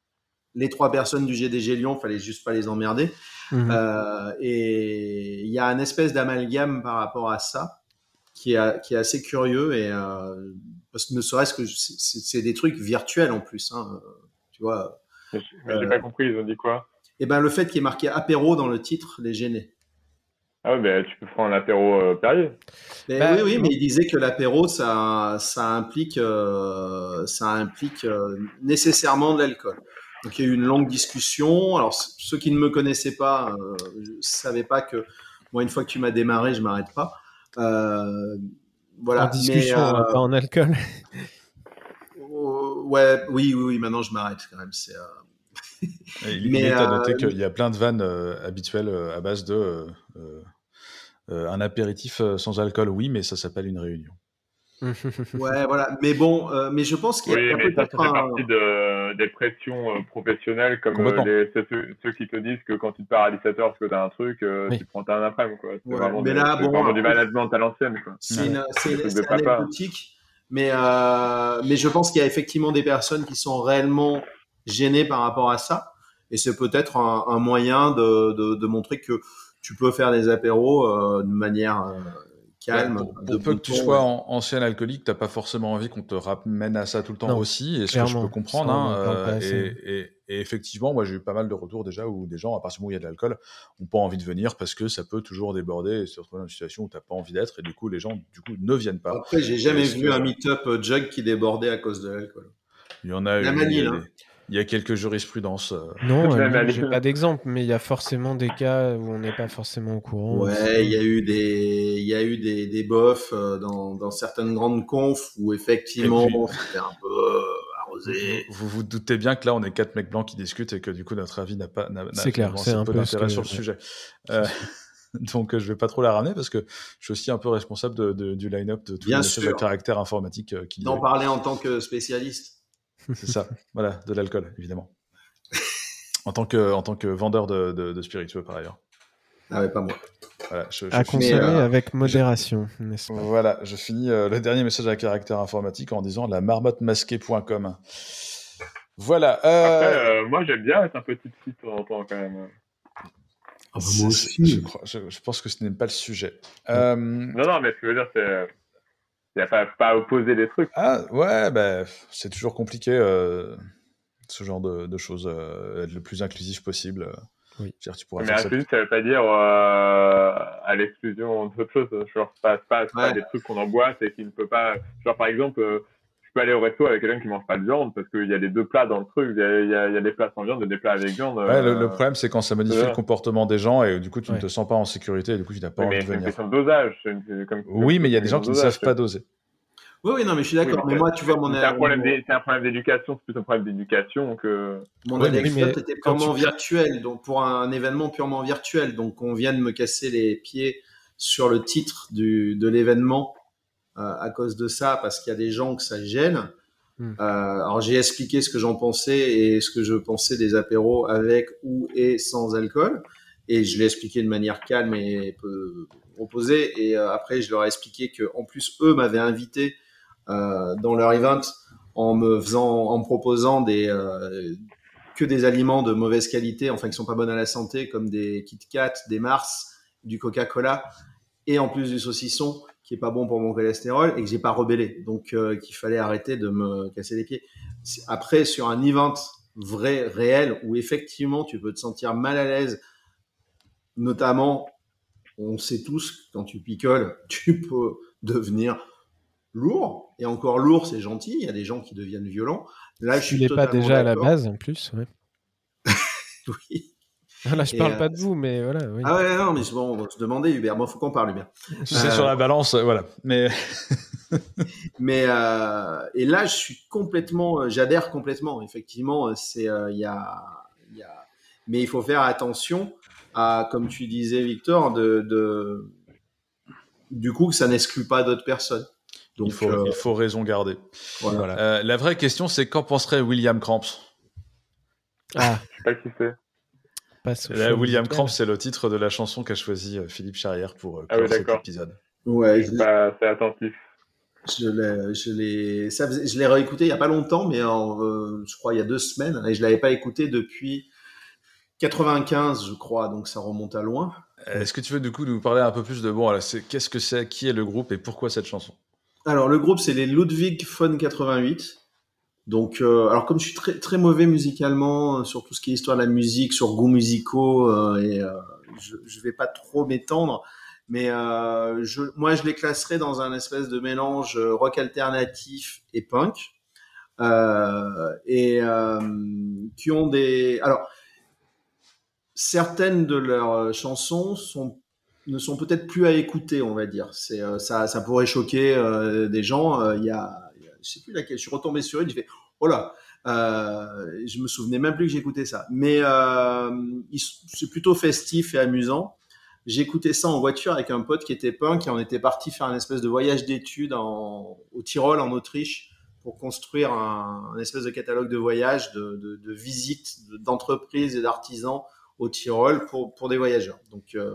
les trois personnes du G D G Lyon, fallait juste pas les emmerder. Mhm. Euh, et il y a un espèce d'amalgame par rapport à ça qui est, qui est assez curieux et euh, parce que ne serait-ce que c'est, c'est des trucs virtuels en plus, hein, tu vois. Mais j'ai Euh, pas compris, ils ont dit quoi? Et ben le fait qu'il y ait marqué apéro dans le titre les gênait. Ah ouais, ben tu peux prendre un apéro euh, Perrier. Mais Bah, oui, oui, bon. mais il disait que l'apéro, ça, ça implique, euh, ça implique euh, nécessairement de l'alcool. Donc il y a eu une longue discussion. Alors c- ceux qui ne me connaissaient pas, euh, je savais pas que moi une fois que tu m'as démarré, je m'arrête pas. Euh, En voilà. discussion, Mais hein, euh, pas en alcool. euh, ouais, oui, oui, oui. Maintenant je m'arrête quand même. C'est. Euh... Et il, il Mais est à euh, noter qu'il y a plein de vannes euh, habituelles euh, à base de euh, euh, euh, un apéritif euh, sans alcool, oui, mais ça s'appelle une réunion. ouais, voilà. Mais bon, euh, mais je pense qu'il y a, il y Oui, a mais ça, peut-être ça fait un. partie de, des pressions euh, professionnelles, comme euh, Complètement. les, ceux, ceux qui te disent que quand tu te pars à dix-sept heures parce que t'as un truc, euh, Oui. tu prends un après-midi, quoi. C'est Ouais, vraiment, mais des, là, c'est bon, vraiment du après, management à l'ancienne, quoi. c'est Ouais. une- c'est Des une- trucs de c'est papa. anecdotique, mais, euh, mais je pense qu'il y a effectivement des personnes qui sont réellement gênées par rapport à ça. Et c'est peut-être un, un moyen de, de, de montrer que tu peux faire des apéros euh, de manière euh, Bah, calme, pour, de pour peu bon que tu ton. sois Ouais. en- ancien alcoolique, t'as pas forcément envie qu'on te ramène à ça tout le temps Non, aussi, et ce que je peux clairement, comprendre. ça, on Hein, en parle pas euh, assez. et, et, et effectivement, moi j'ai eu pas mal de retours déjà où des gens, à partir du moment où il y a de l'alcool, ont pas envie de venir parce que ça peut toujours déborder et se retrouver dans une situation où t'as pas envie d'être, et du coup les gens du coup ne viennent pas. Après, j'ai Et jamais ce vu que un meet-up euh, jug qui débordait à cause de l'alcool. il y en a La eu, il y a Manille, hein. des, il y a quelques jurisprudences. euh, Non, à Même à Lille, j'ai Lille. pas d'exemple, mais il y a forcément des cas où on n'est pas forcément au courant aussi. Ouais, il y a eu des, il y a eu des, des bofs euh, dans, dans certaines grandes confs où Et effectivement puis, c'était un peu euh, vous, arrosé. vous vous doutez bien que là, on est quatre mecs blancs qui discutent et que du coup, notre avis n'a pas, n'a, n'a C'est clair, finalement c'est assez un peu peu ce d'intérêt que. sur le Ouais, sujet. c'est Euh, sûr. donc, euh, je vais pas trop la ramener parce que je suis aussi un peu responsable de, de- du line-up de tous Bien les messages à sûr, caractère informatique euh, qu'il y a d'en eu. parler en tant que spécialiste. C'est ça, voilà, de l'alcool, évidemment. En tant que, en tant que vendeur de, de, de spiritueux, par ailleurs. Ah ouais, pas moi. Voilà, je, je À finis, Mais, consommer euh, avec modération, n'est-ce pas? voilà, je finis euh, le dernier message à caractère informatique en disant la marmotte masquée point com. Voilà. Après, Euh, euh, moi, j'aime bien être un petit psy de temps en temps, quand même. Ah bah, c'est- moi c'est- aussi. je, crois, je, je pense que ce n'est pas le sujet. Non. Euh, Non, non, mais ce que je veux dire, c'est... Il n'y a pas, pas à opposer les trucs. ah, ouais, bah, c'est toujours compliqué, euh, ce genre de, de choses, euh, être le plus inclusif possible. euh. Oui. Je veux dire, tu pourrais Mais faire ça. inclusif, ça veut pas dire euh, à l'exclusion d'autres choses. Genre, c'est pas, c'est pas, c'est pas Ouais. des trucs qu'on emboîte et qui ne peut pas... Genre, par exemple, euh, je peux aller au resto avec quelqu'un qui mange pas de viande parce qu'il y a les deux plats dans le truc. Il y a, il y a, il y a des plats sans viande et des plats avec viande. Ouais, le, le euh, problème, c'est quand ça modifie c'est le ça. comportement des gens et du coup, tu Ouais. ne te sens pas en sécurité et du coup, tu n'as pas Oui, envie mais de c'est une venir. question de dosage. C'est une- c'est comme, Oui, comme mais il y a c'est des une gens question qui de ne dosage. savent pas doser. Oui, oui, non, mais je suis Oui, d'accord. mais mais c'est- moi, tu vois, mon, c'est un problème mon, d'é- c'est un problème d'éducation, c'est plus un problème d'éducation que... mon Oui, mais- anecdote mais était quand purement tu- virtuelle, donc pour un, un événement purement virtuel. Donc, on vient de me casser les pieds sur le titre du, de l'événement euh, à cause de ça, parce qu'il y a des gens que ça gêne. Hmm. Euh, alors j'ai expliqué ce que j'en pensais et ce que je pensais des apéros avec ou et sans alcool, et je l'ai expliqué de manière calme et peu reposée. Et euh, après, je leur ai expliqué que en plus eux m'avaient invité euh, dans leur event en me faisant, en me proposant des euh, que des aliments de mauvaise qualité, enfin qui sont pas bonnes à la santé, comme des Kit Kat, des Mars, du Coca-Cola, et en plus du saucisson qui est pas bon pour mon cholestérol et que j'ai pas rebellé, donc euh, qu'il fallait arrêter de me casser les pieds. Après, sur un event vrai, réel, où effectivement tu peux te sentir mal à l'aise, notamment, on sait tous, quand tu picoles, tu peux devenir lourd, et encore lourd, c'est gentil, il y a des gens qui deviennent violents. Là, je Tu suis l'es pas totalement déjà à la d'accord. base en plus, ouais. Oui. Là, je Et, parle euh, pas de vous, mais voilà, oui. Ah ouais, non, mais bon, on va se demander, Hubert. Bon, faut qu'on parle, Hubert. C'est Euh, sur la balance, euh, voilà. Mais Mais euh, et là, je suis complètement, euh, j'adhère complètement. Effectivement, euh, c'est, euh, il y a, il y a, mais il faut faire attention à, comme tu disais, Victor, de, de du coup, que ça n'exclue pas d'autres personnes. Donc, il, faut, euh, il faut raison garder. voilà. Voilà. Euh, la vraie question, c'est qu'en penserait William Cramps? Ah, Je sais pas qui c'est. passe au Là, choix William musical. Cramps, c'est le titre de la chanson qu'a choisi euh, Philippe Charrière pour euh, Ah oui, clore cet d'accord. épisode. Ouais, Je suis pas assez attentif. Je l'ai, je l'ai, ça faisait- je l'ai réécouté il y a pas longtemps, mais en, euh, je crois il y a deux semaines, et je l'avais pas écouté depuis quatre-vingt-quinze, je crois, donc ça remonte à loin. Est-ce que tu veux du coup nous parler un peu plus de bon, alors, c'est, qu'est-ce que c'est, qui est le groupe et pourquoi cette chanson? Alors le groupe c'est les Ludwig von quatre-vingt-huit. Donc, euh, alors comme je suis très très mauvais musicalement euh, sur tout ce qui est histoire de la musique, sur goûts musicaux, euh, et euh, je, je vais pas trop m'étendre, mais euh, je, moi je les classerais dans un espèce de mélange euh, rock alternatif et punk, euh, et euh, qui ont des. Alors certaines de leurs chansons sont ne sont peut-être plus à écouter, on va dire. C'est euh, ça, ça pourrait choquer euh, des gens. Euh, Il y a, il y a- je sais plus laquelle. Je suis retombé sur une. J'ai fait, oh là, euh, je me souvenais même plus que j'écoutais ça. Mais euh, il- c'est plutôt festif et amusant. J'écoutais ça en voiture avec un pote qui était punk et on était parti faire un espèce de voyage d'études en, au Tyrol, en Autriche, pour construire un, un espèce de catalogue de voyage, de, de, de visites de- d'entreprises et d'artisans au Tyrol pour, pour des voyageurs. Donc, euh,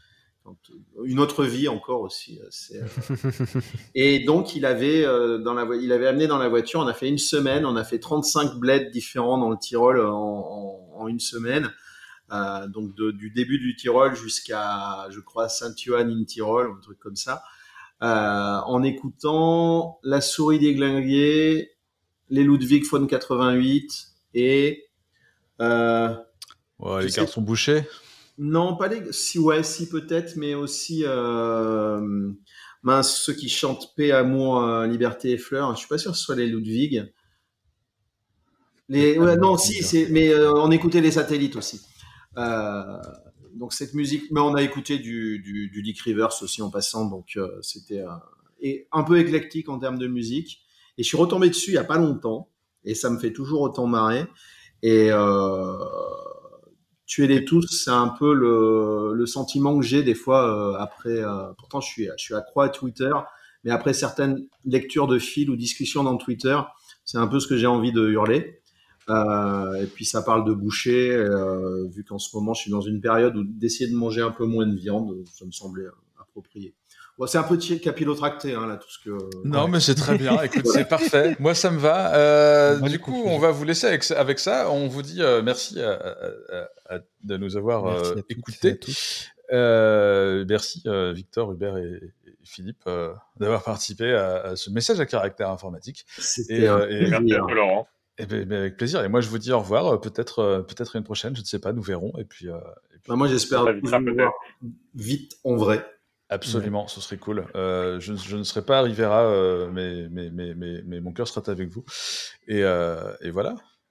une autre vie encore aussi. C'est, euh, Et donc, il avait, euh, dans la, vo- il avait amené dans la voiture, on a fait une semaine, on a fait trente-cinq bleds différents dans le Tyrol en, en, en une semaine. Euh, donc, de, du début du Tyrol jusqu'à, je crois, Saint-Yohann-in-Tyrol, un truc comme ça. Euh, en écoutant La souris des Glinguiers, les Ludwig von quatre-vingt-huit et... Euh, Ouais, je les sais garçons bouchés. Non, pas les. Si, ouais, si, peut-être, mais aussi. Euh... Mince, ceux qui chantent paix, amour, euh, liberté et fleurs. Je suis pas sûr que ce soit les Ludwig. Les... Ouais, non, si, c'est. Mais euh, on écoutait les satellites aussi. Euh, Donc, cette musique. Mais on a écouté du, du, du Dick Rivers aussi en passant. Donc, euh, c'était. euh, Et un peu éclectique en termes de musique. Et je suis retombé dessus il y a pas longtemps. Et ça me fait toujours autant marrer. Et. Euh... Tuer-les tous, c'est un peu le, le sentiment que j'ai des fois euh, après. Euh, pourtant, je suis, je suis accro à Twitter, mais après certaines lectures de fil ou discussions dans Twitter, c'est un peu ce que j'ai envie de hurler. Euh, et puis ça parle de boucher, euh, vu qu'en ce moment je suis dans une période où d'essayer de manger un peu moins de viande, ça me semblait euh, approprié. Bon, c'est un peu capillotracté, hein, là, tout ce que. Non, Ouais. mais c'est très bien. Écoute, c'est parfait. Moi, ça me va. Euh, Bonne du coup, conclusion. on va vous laisser avec, ça- avec ça. On vous dit euh, merci à- à- à- à- de nous avoir Merci euh, à toutes et à écoutés. tous. Euh, merci euh, Victor, Hubert et, et Philippe euh, d'avoir participé à, à ce message à caractère informatique. C'était Et, un euh, et- Merci plaisir. à toi, Laurent. et ben, ben, avec plaisir. Et moi, je vous dis au revoir. euh, Peut-être, euh, peut-être une prochaine. Je ne sais pas. Nous verrons. Et puis, euh, et puis Bah, moi, j'espère On tous t'invitera vous peut-être. voir vite en vrai. absolument, ce serait cool. Euh, je, je ne serai pas à Rivera, euh, mais, mais, mais, mais, mais mon cœur sera avec vous. Et, euh, et voilà.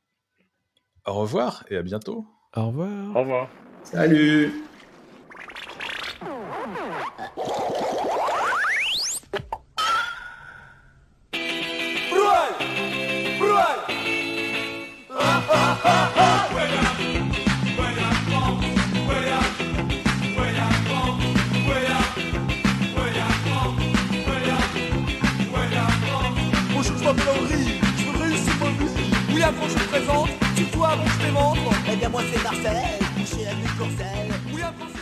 Au revoir et à bientôt. Au revoir. Au revoir. Salut! Bonjour, je m'appelle Henri, je veux réussir ma vie. Oui, avant je me présente, tu toi avant je te montre. Eh bien moi c'est Marcel, boucher la nuit de Courcelles. Oui, avant